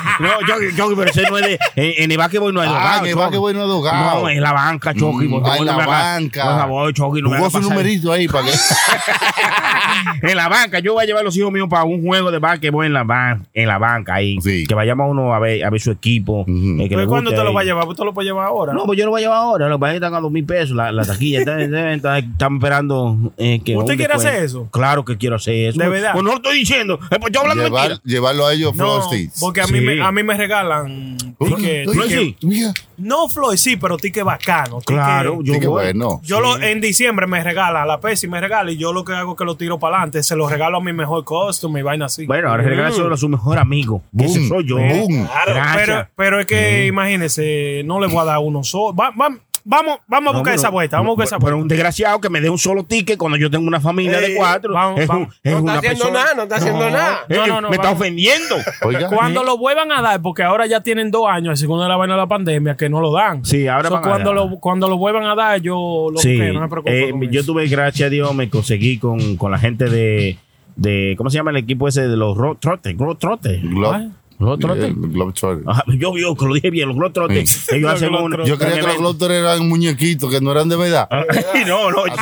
[SPEAKER 4] No, Chucky, Chucky, pero ese no es de. En, en el básquetbol no es dogado.
[SPEAKER 1] Ah, en el básquetbol no es dogado.
[SPEAKER 4] No, en la banca, Chucky.
[SPEAKER 1] Mm, ah, en la banca.
[SPEAKER 4] Por favor, Chucky, no me
[SPEAKER 1] Jugó
[SPEAKER 4] haga
[SPEAKER 1] su
[SPEAKER 4] pasar.
[SPEAKER 1] numerito ahí para que.
[SPEAKER 4] En la banca, yo voy a llevar a los hijos míos para un juego de básquetbol en la, ban en la banca ahí.
[SPEAKER 1] Sí.
[SPEAKER 4] Que vayamos uno a ver, a ver su equipo.
[SPEAKER 1] Uh-huh.
[SPEAKER 4] eh, que
[SPEAKER 6] ¿Pero
[SPEAKER 4] le
[SPEAKER 6] cuándo
[SPEAKER 4] guste
[SPEAKER 6] te lo
[SPEAKER 4] ahí.
[SPEAKER 6] vas a llevar? ¿Tú lo puedes llevar ahora?
[SPEAKER 4] No, pues yo lo voy a llevar ahora. Lo que pasa es que están a dos mil pesos la, la taquilla. Está- está- está- Estamos esperando. Eh, que
[SPEAKER 6] ¿Usted
[SPEAKER 4] un
[SPEAKER 6] quiere
[SPEAKER 4] descuento.
[SPEAKER 6] hacer eso?
[SPEAKER 4] Claro que quiero hacer eso.
[SPEAKER 6] ¿De verdad?
[SPEAKER 4] Pues no lo estoy diciendo. Eh, pues yo hablando
[SPEAKER 1] Llevar,
[SPEAKER 4] mentira.
[SPEAKER 1] llevarlo a ellos,
[SPEAKER 6] No,
[SPEAKER 1] Frosty.
[SPEAKER 6] porque a mí,
[SPEAKER 4] Sí.
[SPEAKER 6] me, a mí me regalan tickets.
[SPEAKER 1] Oye,
[SPEAKER 4] Floyd, sí.
[SPEAKER 1] mira,
[SPEAKER 6] No, Floyd, sí, pero tickets bacanos. tickets-
[SPEAKER 4] Claro, yo
[SPEAKER 1] sí, qué
[SPEAKER 4] voy.
[SPEAKER 1] bueno.
[SPEAKER 6] Yo lo, en diciembre me regala, la Pepsi me regala y yo lo que hago es que lo tiro para adelante. Se lo regalo a mi mejor costume y vaina así.
[SPEAKER 4] Bueno, ahora regala solo a su mejor amigo. Que ese
[SPEAKER 1] Boom,
[SPEAKER 4] soy yo.
[SPEAKER 1] boom.
[SPEAKER 6] Claro,
[SPEAKER 4] Gracias.
[SPEAKER 6] pero, pero es que imagínese, no le voy a dar uno solo. Va- va- vamos, vamos a
[SPEAKER 4] No,
[SPEAKER 6] buscar
[SPEAKER 4] pero-
[SPEAKER 6] esa vuelta, vamos a buscar esa
[SPEAKER 4] Pero
[SPEAKER 6] vuelta.
[SPEAKER 4] un desgraciado que me dé un solo ticket cuando yo tengo una familia
[SPEAKER 6] Ey,
[SPEAKER 4] de cuatro.
[SPEAKER 6] vamos,
[SPEAKER 4] es
[SPEAKER 6] vamos.
[SPEAKER 4] un- es
[SPEAKER 5] No está
[SPEAKER 4] una
[SPEAKER 5] haciendo
[SPEAKER 4] persona-
[SPEAKER 5] nada, no está haciendo nada.
[SPEAKER 4] Eh,
[SPEAKER 6] No, no, no,
[SPEAKER 4] me está
[SPEAKER 6] vamos.
[SPEAKER 4] ofendiendo.
[SPEAKER 1] Oiga.
[SPEAKER 6] Cuando lo vuelvan a dar, porque ahora ya tienen dos años, según la vaina de la pandemia, que no lo dan.
[SPEAKER 4] Sí, ahora
[SPEAKER 6] So,
[SPEAKER 4] van a
[SPEAKER 6] cuando
[SPEAKER 4] dar.
[SPEAKER 6] lo Cuando lo vuelvan a dar, yo lo
[SPEAKER 4] Sí,
[SPEAKER 6] busqué, no me preocupe.
[SPEAKER 4] eh,
[SPEAKER 6] con
[SPEAKER 4] yo
[SPEAKER 6] eso.
[SPEAKER 4] tuve, gracias a Dios, me conseguí con, con la gente de, de. ¿Cómo se llama el equipo ese de los Road Trotters? Globe Trotters.
[SPEAKER 1] Globe-
[SPEAKER 4] Globe Trotters.
[SPEAKER 1] eh, Globetrotter.
[SPEAKER 4] Ajá, yo, yo, que lo dije bien, los Globe Trotters.
[SPEAKER 1] Sí.
[SPEAKER 4] Ellos
[SPEAKER 6] Los
[SPEAKER 4] hacen un.
[SPEAKER 6] Globetrotters.
[SPEAKER 1] Yo creía que los Globetrotters eran muñequitos, que no eran de verdad.
[SPEAKER 4] Ay, no, no.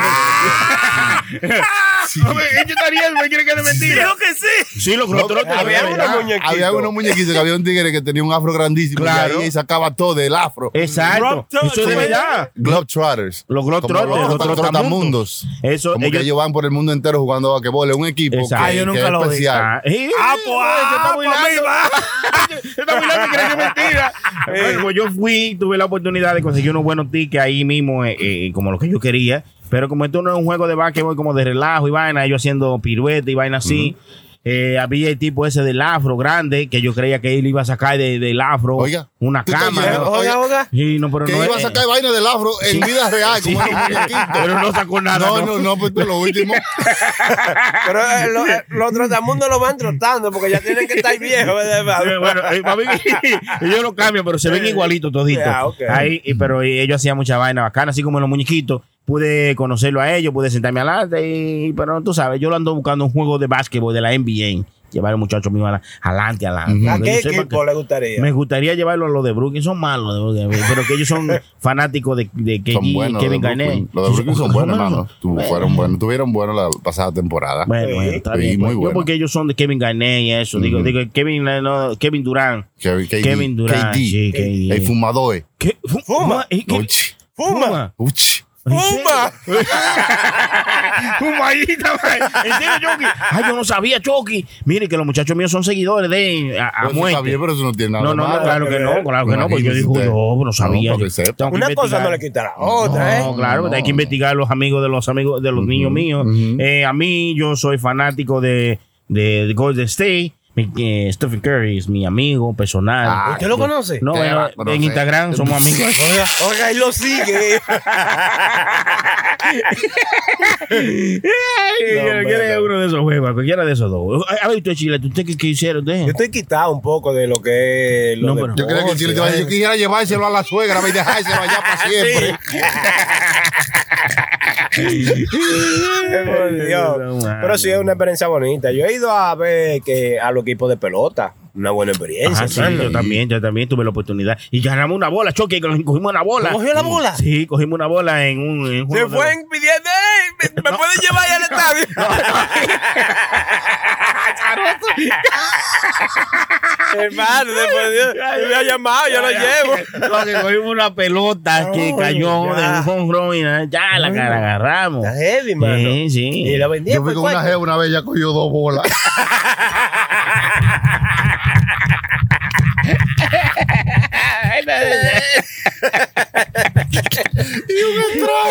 [SPEAKER 4] No, me- ellos estarían, me quieren que es mentira.
[SPEAKER 6] Digo que sí.
[SPEAKER 4] Sí, los Globe Trotters.
[SPEAKER 5] había
[SPEAKER 4] de
[SPEAKER 5] unos
[SPEAKER 4] verdad.
[SPEAKER 5] muñequitos.
[SPEAKER 1] Había unos muñequitos que había un tigre que tenía un afro grandísimo
[SPEAKER 4] Claro.
[SPEAKER 1] y ahí sacaba todo del afro.
[SPEAKER 4] Exacto.
[SPEAKER 6] Globe Trotters,
[SPEAKER 4] Eso es de
[SPEAKER 6] ¿cómo es?
[SPEAKER 4] verdad.
[SPEAKER 1] Globetrotters.
[SPEAKER 4] Los Globetrotters,
[SPEAKER 1] Como
[SPEAKER 4] los
[SPEAKER 1] los
[SPEAKER 4] trotamundos.
[SPEAKER 1] trotamundos.
[SPEAKER 4] Eso,
[SPEAKER 1] Como
[SPEAKER 4] ellos-
[SPEAKER 1] que ellos van por el mundo entero jugando basquetbol. Es un equipo que,
[SPEAKER 4] Exacto. Ah,
[SPEAKER 6] yo
[SPEAKER 1] que
[SPEAKER 6] nunca
[SPEAKER 1] es
[SPEAKER 6] lo vi.
[SPEAKER 1] especial.
[SPEAKER 4] Ah, eh,
[SPEAKER 6] Ah, pues,
[SPEAKER 4] se está
[SPEAKER 6] ah, pues,
[SPEAKER 4] burlando. Se está burlando y cree que es mentira. Bueno, pues yo fui, tuve la oportunidad de conseguir unos buenos tickets ahí mismo, eh, eh, como lo que yo quería. Pero como esto no es un juego de básquetbol como de relajo y vaina, ellos haciendo pirueta y vaina así. Eh, había el tipo ese del afro grande que yo creía que él iba a sacar de- del afro
[SPEAKER 1] Oiga,
[SPEAKER 4] una
[SPEAKER 1] tú estás
[SPEAKER 4] cámara.
[SPEAKER 1] lleno-
[SPEAKER 5] Oiga, oiga.
[SPEAKER 4] Sí, no, pero
[SPEAKER 1] Que
[SPEAKER 4] no
[SPEAKER 1] iba a
[SPEAKER 4] es-
[SPEAKER 1] sacar vaina del afro en vida real, como
[SPEAKER 4] Sí.
[SPEAKER 1] los muñequitos.
[SPEAKER 4] Pero no sacó nada.
[SPEAKER 1] No, no, no, pues tú lo último.
[SPEAKER 5] Pero eh, lo- eh, los trotamundos lo van trotando porque ya tienen que estar viejos. ¿verdad?
[SPEAKER 4] Eh, bueno, eh, para mí, ellos lo cambian, pero se ven igualitos toditos.
[SPEAKER 5] Ah, ok.
[SPEAKER 4] Ahí, y- pero ellos hacían mucha vaina bacana, así como los muñequitos. Pude conocerlo a ellos, pude sentarme adelante, y, pero tú sabes, yo lo ando buscando un juego de básquetbol de la N B A. Llevar a los muchachos míos ala- adelante, adelante.
[SPEAKER 5] ¿A
[SPEAKER 4] Porque
[SPEAKER 5] qué
[SPEAKER 4] ellos sepan
[SPEAKER 5] equipo
[SPEAKER 4] que-
[SPEAKER 5] le gustaría?
[SPEAKER 4] Me gustaría llevarlo a los de Brooklyn, son malos, de Brooklyn, pero que ellos son fanáticos de, de K G,
[SPEAKER 1] Son buenos.
[SPEAKER 4] Kevin
[SPEAKER 1] los de Brooklyn.
[SPEAKER 4] Garnett.
[SPEAKER 1] Los de Brooklyn son buenos, hermano. Tu-
[SPEAKER 4] Bueno.
[SPEAKER 1] Fueron buenos. Tuvieron buenos la pasada temporada.
[SPEAKER 4] Bueno, bueno, está
[SPEAKER 1] Sí,
[SPEAKER 4] bien.
[SPEAKER 1] muy
[SPEAKER 4] pues. Yo
[SPEAKER 1] bueno.
[SPEAKER 4] porque ellos son de Kevin Garnett y eso. Digo,
[SPEAKER 1] Ujú.
[SPEAKER 4] digo, Kevin, no, Kevin Durant.
[SPEAKER 1] Kevin, K D,
[SPEAKER 4] Kevin Durant,
[SPEAKER 1] K D,
[SPEAKER 4] sí, K D.
[SPEAKER 1] el fumador.
[SPEAKER 4] ¿Qué? Fuma. ¿Y qué?
[SPEAKER 1] Uch,
[SPEAKER 5] ¡Fuma!
[SPEAKER 1] uch.
[SPEAKER 5] ¡Fuma!
[SPEAKER 4] Fumadita, man. ¿En serio, Chucky? Ay, yo no sabía, Chucky. Mire que los muchachos míos son seguidores de a, a
[SPEAKER 1] Pero eso
[SPEAKER 4] muerte.
[SPEAKER 1] está bien, pero eso no tiene nada
[SPEAKER 4] No,
[SPEAKER 1] de
[SPEAKER 4] no, no,
[SPEAKER 1] malo.
[SPEAKER 4] claro que no, claro que no, porque yo
[SPEAKER 1] Imagínese
[SPEAKER 4] digo,
[SPEAKER 1] usted.
[SPEAKER 4] yo no sabía.
[SPEAKER 1] No, para
[SPEAKER 4] yo
[SPEAKER 1] que sepa.
[SPEAKER 4] tengo que
[SPEAKER 5] Una cosa
[SPEAKER 4] investigar.
[SPEAKER 5] no le quita la otra,
[SPEAKER 4] No,
[SPEAKER 5] ¿eh?
[SPEAKER 4] claro,
[SPEAKER 1] No.
[SPEAKER 4] hay que investigar los amigos de los amigos de los niños míos.
[SPEAKER 1] ujú.
[SPEAKER 4] Eh, a mí, yo soy fanático de, de, de Golden State. Mi- eh, Stephen Curry es mi amigo personal.
[SPEAKER 1] Ah,
[SPEAKER 5] ¿Usted lo conoce?
[SPEAKER 4] No,
[SPEAKER 1] ¿qué
[SPEAKER 4] bueno,
[SPEAKER 1] va a conocer?
[SPEAKER 4] en Instagram somos amigos.
[SPEAKER 5] Oiga, oiga, y lo sigue.
[SPEAKER 4] Ay, cualquiera
[SPEAKER 5] hombre, no.
[SPEAKER 4] uno de esos juegos, cualquiera de esos dos. A ver, usted, Chile, ¿usted qué quisieron?
[SPEAKER 5] Yo estoy quitado un poco de lo que es lo
[SPEAKER 4] No,
[SPEAKER 5] de
[SPEAKER 4] pero-
[SPEAKER 1] Yo creo que Chile te va a decir, yo quisiera llevárselo a la suegra y dejárselo allá para siempre.
[SPEAKER 5] Por Dios. Pero sí es una experiencia bonita. Yo he ido a ver que a los equipos de pelota. Una buena experiencia.
[SPEAKER 4] Ah, sí,
[SPEAKER 5] hermano.
[SPEAKER 4] yo también, yo también tuve la oportunidad. Y ganamos una bola, Choque, que nos cogimos una bola.
[SPEAKER 5] ¿Cogió la bola?
[SPEAKER 4] Sí, cogimos una bola en un. En un
[SPEAKER 5] Se
[SPEAKER 4] juego de-
[SPEAKER 5] fue pidiendo, "Ey, ¿me, me pueden llevar ahí al estadio?" Hermano, después Dios, me había llamado, yo lo llevo.
[SPEAKER 4] No, que cogimos una pelota que
[SPEAKER 5] Oh,
[SPEAKER 4] cayó
[SPEAKER 5] ya.
[SPEAKER 4] de un home run y nada, ya la cara agarramos.
[SPEAKER 5] Está heavy, mano.
[SPEAKER 4] Sí, sí.
[SPEAKER 5] Y la vendí
[SPEAKER 1] Yo fui con una jeva una vez, ya cogió dos bolas.
[SPEAKER 5] y un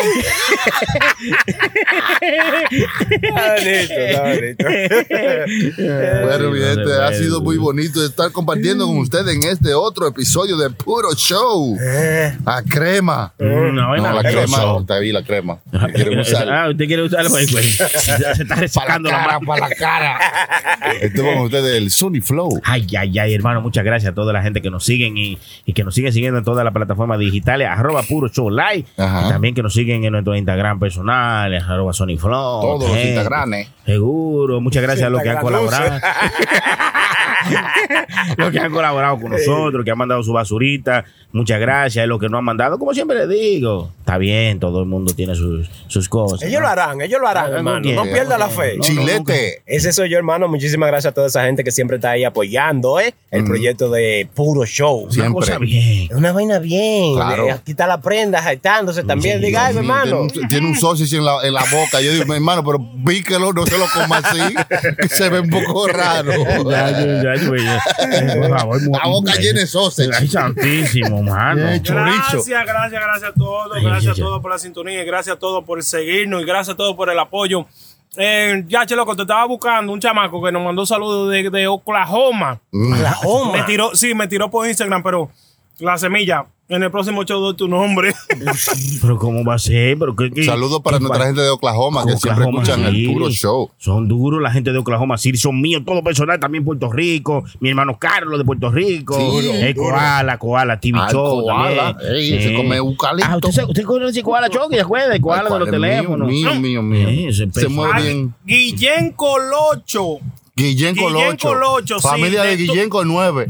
[SPEAKER 5] Está bonito, está bonito.
[SPEAKER 1] Bueno, mi
[SPEAKER 4] no se
[SPEAKER 1] gente, ha
[SPEAKER 4] puede.
[SPEAKER 1] sido muy bonito estar compartiendo con ustedes en este otro episodio de Puro Show. A crema.
[SPEAKER 4] Mm, no,
[SPEAKER 1] No,
[SPEAKER 4] no,
[SPEAKER 1] la
[SPEAKER 4] no,
[SPEAKER 1] crema,
[SPEAKER 4] no.
[SPEAKER 1] está ahí la crema. Quiero usar
[SPEAKER 4] Ah, usted quiere usarlo ahí, pues. Se está resacando la mano.
[SPEAKER 1] para la cara. Estuvo con ustedes el Sunny Flow.
[SPEAKER 4] Ay, ay, ay, hermano, muchas gracias a toda la gente que nos siguen y, y que nos siguen siguiendo en todas las plataformas digitales, arroba Puro Show Live.
[SPEAKER 1] Ajá.
[SPEAKER 4] Y también que nos siguen en nuestro Instagram personal, arroba Sony Flow.
[SPEAKER 1] Todos los
[SPEAKER 4] gente.
[SPEAKER 1] Instagrames.
[SPEAKER 4] Seguro, muchas gracias a los que han
[SPEAKER 5] Instagram
[SPEAKER 4] colaborado. Los que han colaborado con nosotros, que han mandado su basurita, muchas gracias. Los que no han mandado, como siempre les digo, está bien, todo el mundo tiene sus, sus cosas.
[SPEAKER 5] Ellos ¿no? lo harán, ellos lo harán, no, hermano. No, no pierda la fe.
[SPEAKER 1] No, Chilete.
[SPEAKER 5] No, Ese soy yo, hermano. Muchísimas gracias a toda esa gente que siempre está ahí apoyando, ¿eh? El mm. proyecto de Puro Show.
[SPEAKER 4] Siempre. Una cosa bien.
[SPEAKER 5] Una vaina bien.
[SPEAKER 1] Claro.
[SPEAKER 5] Aquí está la prenda, jactándose también. Sí, Diga, ay, hermano.
[SPEAKER 1] Tiene un, tiene un socio en la, en la boca. Yo digo, mi hermano, pero píquelo, no se lo coma así, que se ve un poco raro.
[SPEAKER 4] Ya, ya, ya, ya. Por favor,
[SPEAKER 1] la boca llena de sausage.
[SPEAKER 4] Ay, santísimo, mano.
[SPEAKER 6] Gracias, gracias, gracias a todos. Gracias a todos por la sintonía. Gracias a todos por seguirnos. Y gracias a todos por el apoyo. Eh, ya, che, loco, te estaba buscando un chamaco que nos mandó saludos de, de Oklahoma.
[SPEAKER 5] Oklahoma.
[SPEAKER 6] Me tiró, sí, me tiró por Instagram, pero la semilla. En el próximo show de tu nombre.
[SPEAKER 4] Pero ¿cómo va a ser? ¿Pero qué, qué,
[SPEAKER 1] Saludos para
[SPEAKER 4] qué
[SPEAKER 1] nuestra
[SPEAKER 4] pa
[SPEAKER 1] gente de Oklahoma, que
[SPEAKER 4] Oklahoma,
[SPEAKER 1] siempre escuchan
[SPEAKER 4] sí.
[SPEAKER 1] el Puro Show.
[SPEAKER 4] Son duros la gente de Oklahoma, sí, son míos, todo personal, también Puerto Rico, mi hermano Carlos de Puerto Rico,
[SPEAKER 1] sí,
[SPEAKER 4] eh, Koala, Koala, T V
[SPEAKER 1] ah,
[SPEAKER 4] Show
[SPEAKER 1] Koala,
[SPEAKER 4] también.
[SPEAKER 1] ey,
[SPEAKER 4] eh.
[SPEAKER 1] se come eucalipto.
[SPEAKER 4] Ah, ¿usted, usted conoce Koala Choque? ¿Se acuerda de Koala de los teléfonos?
[SPEAKER 1] Mío, mío, mío.
[SPEAKER 4] Eh, se
[SPEAKER 1] se mueve bien.
[SPEAKER 6] Guillén Colocho.
[SPEAKER 1] Guillén Colocho.
[SPEAKER 6] Colocho,
[SPEAKER 1] familia
[SPEAKER 6] sí,
[SPEAKER 1] de, de Guillén con nueve.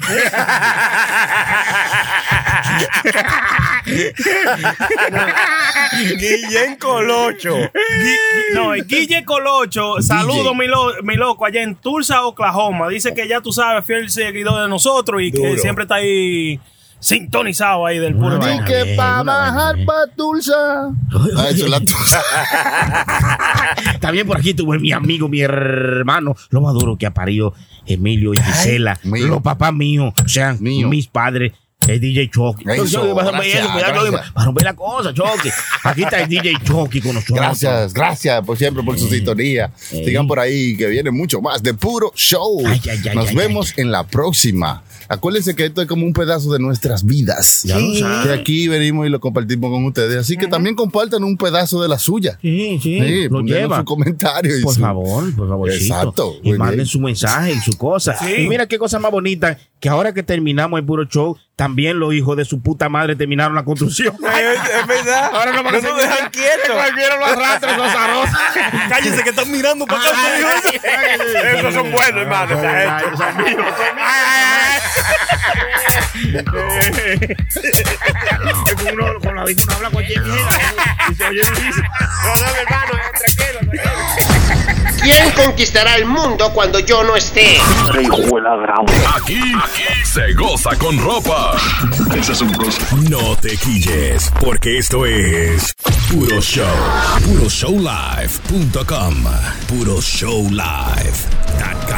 [SPEAKER 5] Guillén Colocho.
[SPEAKER 6] Gui, no, Guille Colocho. Saludos, mi, lo, mi loco, allá en Tulsa, Oklahoma. Dice que ya tú sabes, fiel seguidor de nosotros y Duro. que siempre está ahí sintonizado ahí del Puro Show.
[SPEAKER 1] Y que pa' bajar pa' Tulsa. Ah, eso es la Tulsa.
[SPEAKER 4] También por aquí tuve mi amigo, mi hermano, lo más duro que ha parido Emilio y Gisela,
[SPEAKER 1] Ay,
[SPEAKER 4] los papás míos, o sea,
[SPEAKER 1] mío.
[SPEAKER 4] mis padres. El D J Chucky.
[SPEAKER 1] Eso,
[SPEAKER 4] vas a romper
[SPEAKER 1] gracias,
[SPEAKER 4] eso, cuidado, vas a romper la cosa, Chucky. Aquí está el D J Chucky con nosotros.
[SPEAKER 1] Gracias, gracias por siempre por su
[SPEAKER 4] eh,
[SPEAKER 1] sintonía.
[SPEAKER 4] eh.
[SPEAKER 1] Sigan por ahí que viene mucho más de Puro Show.
[SPEAKER 4] Ay, ay, ay,
[SPEAKER 1] Nos
[SPEAKER 4] ay,
[SPEAKER 1] vemos
[SPEAKER 4] ay.
[SPEAKER 1] en la próxima. Acuérdense que esto es como un pedazo de nuestras vidas.
[SPEAKER 4] Ya lo saben.
[SPEAKER 1] Que aquí venimos y lo compartimos con ustedes. Así que también compartan un pedazo de la suya.
[SPEAKER 4] Sí, sí,
[SPEAKER 1] Sí,
[SPEAKER 4] lo
[SPEAKER 1] pongan
[SPEAKER 4] lleva.
[SPEAKER 1] su comentario. Y
[SPEAKER 4] Por
[SPEAKER 1] su...
[SPEAKER 4] favor, por favor.
[SPEAKER 1] Exacto.
[SPEAKER 4] Y
[SPEAKER 1] Muy
[SPEAKER 4] manden
[SPEAKER 1] bien.
[SPEAKER 4] su mensaje y su cosa.
[SPEAKER 6] Sí.
[SPEAKER 4] Y mira qué cosa más bonita, que ahora que terminamos el Puro Show, también los hijos de su puta madre terminaron la construcción.
[SPEAKER 5] Es verdad.
[SPEAKER 4] Ahora no,
[SPEAKER 5] no nos dejan quietos.
[SPEAKER 4] Cualquiera lo arrastra, esos arroz.
[SPEAKER 6] Cállense que están mirando para acá.
[SPEAKER 5] Esos son buenos, hermano.
[SPEAKER 4] Son míos, son míos. Uno con la vista no habla cualquier mierda. Y se oye difícil.
[SPEAKER 5] No, no, hermano, tranquilo, tranquilo.
[SPEAKER 12] ¿Quién conquistará el mundo cuando yo no esté?
[SPEAKER 2] Aquí, aquí se goza con ropa. Es asombroso. No te quilles, porque esto es Puro Show. Puro Show Live punto com. Puro Show Live.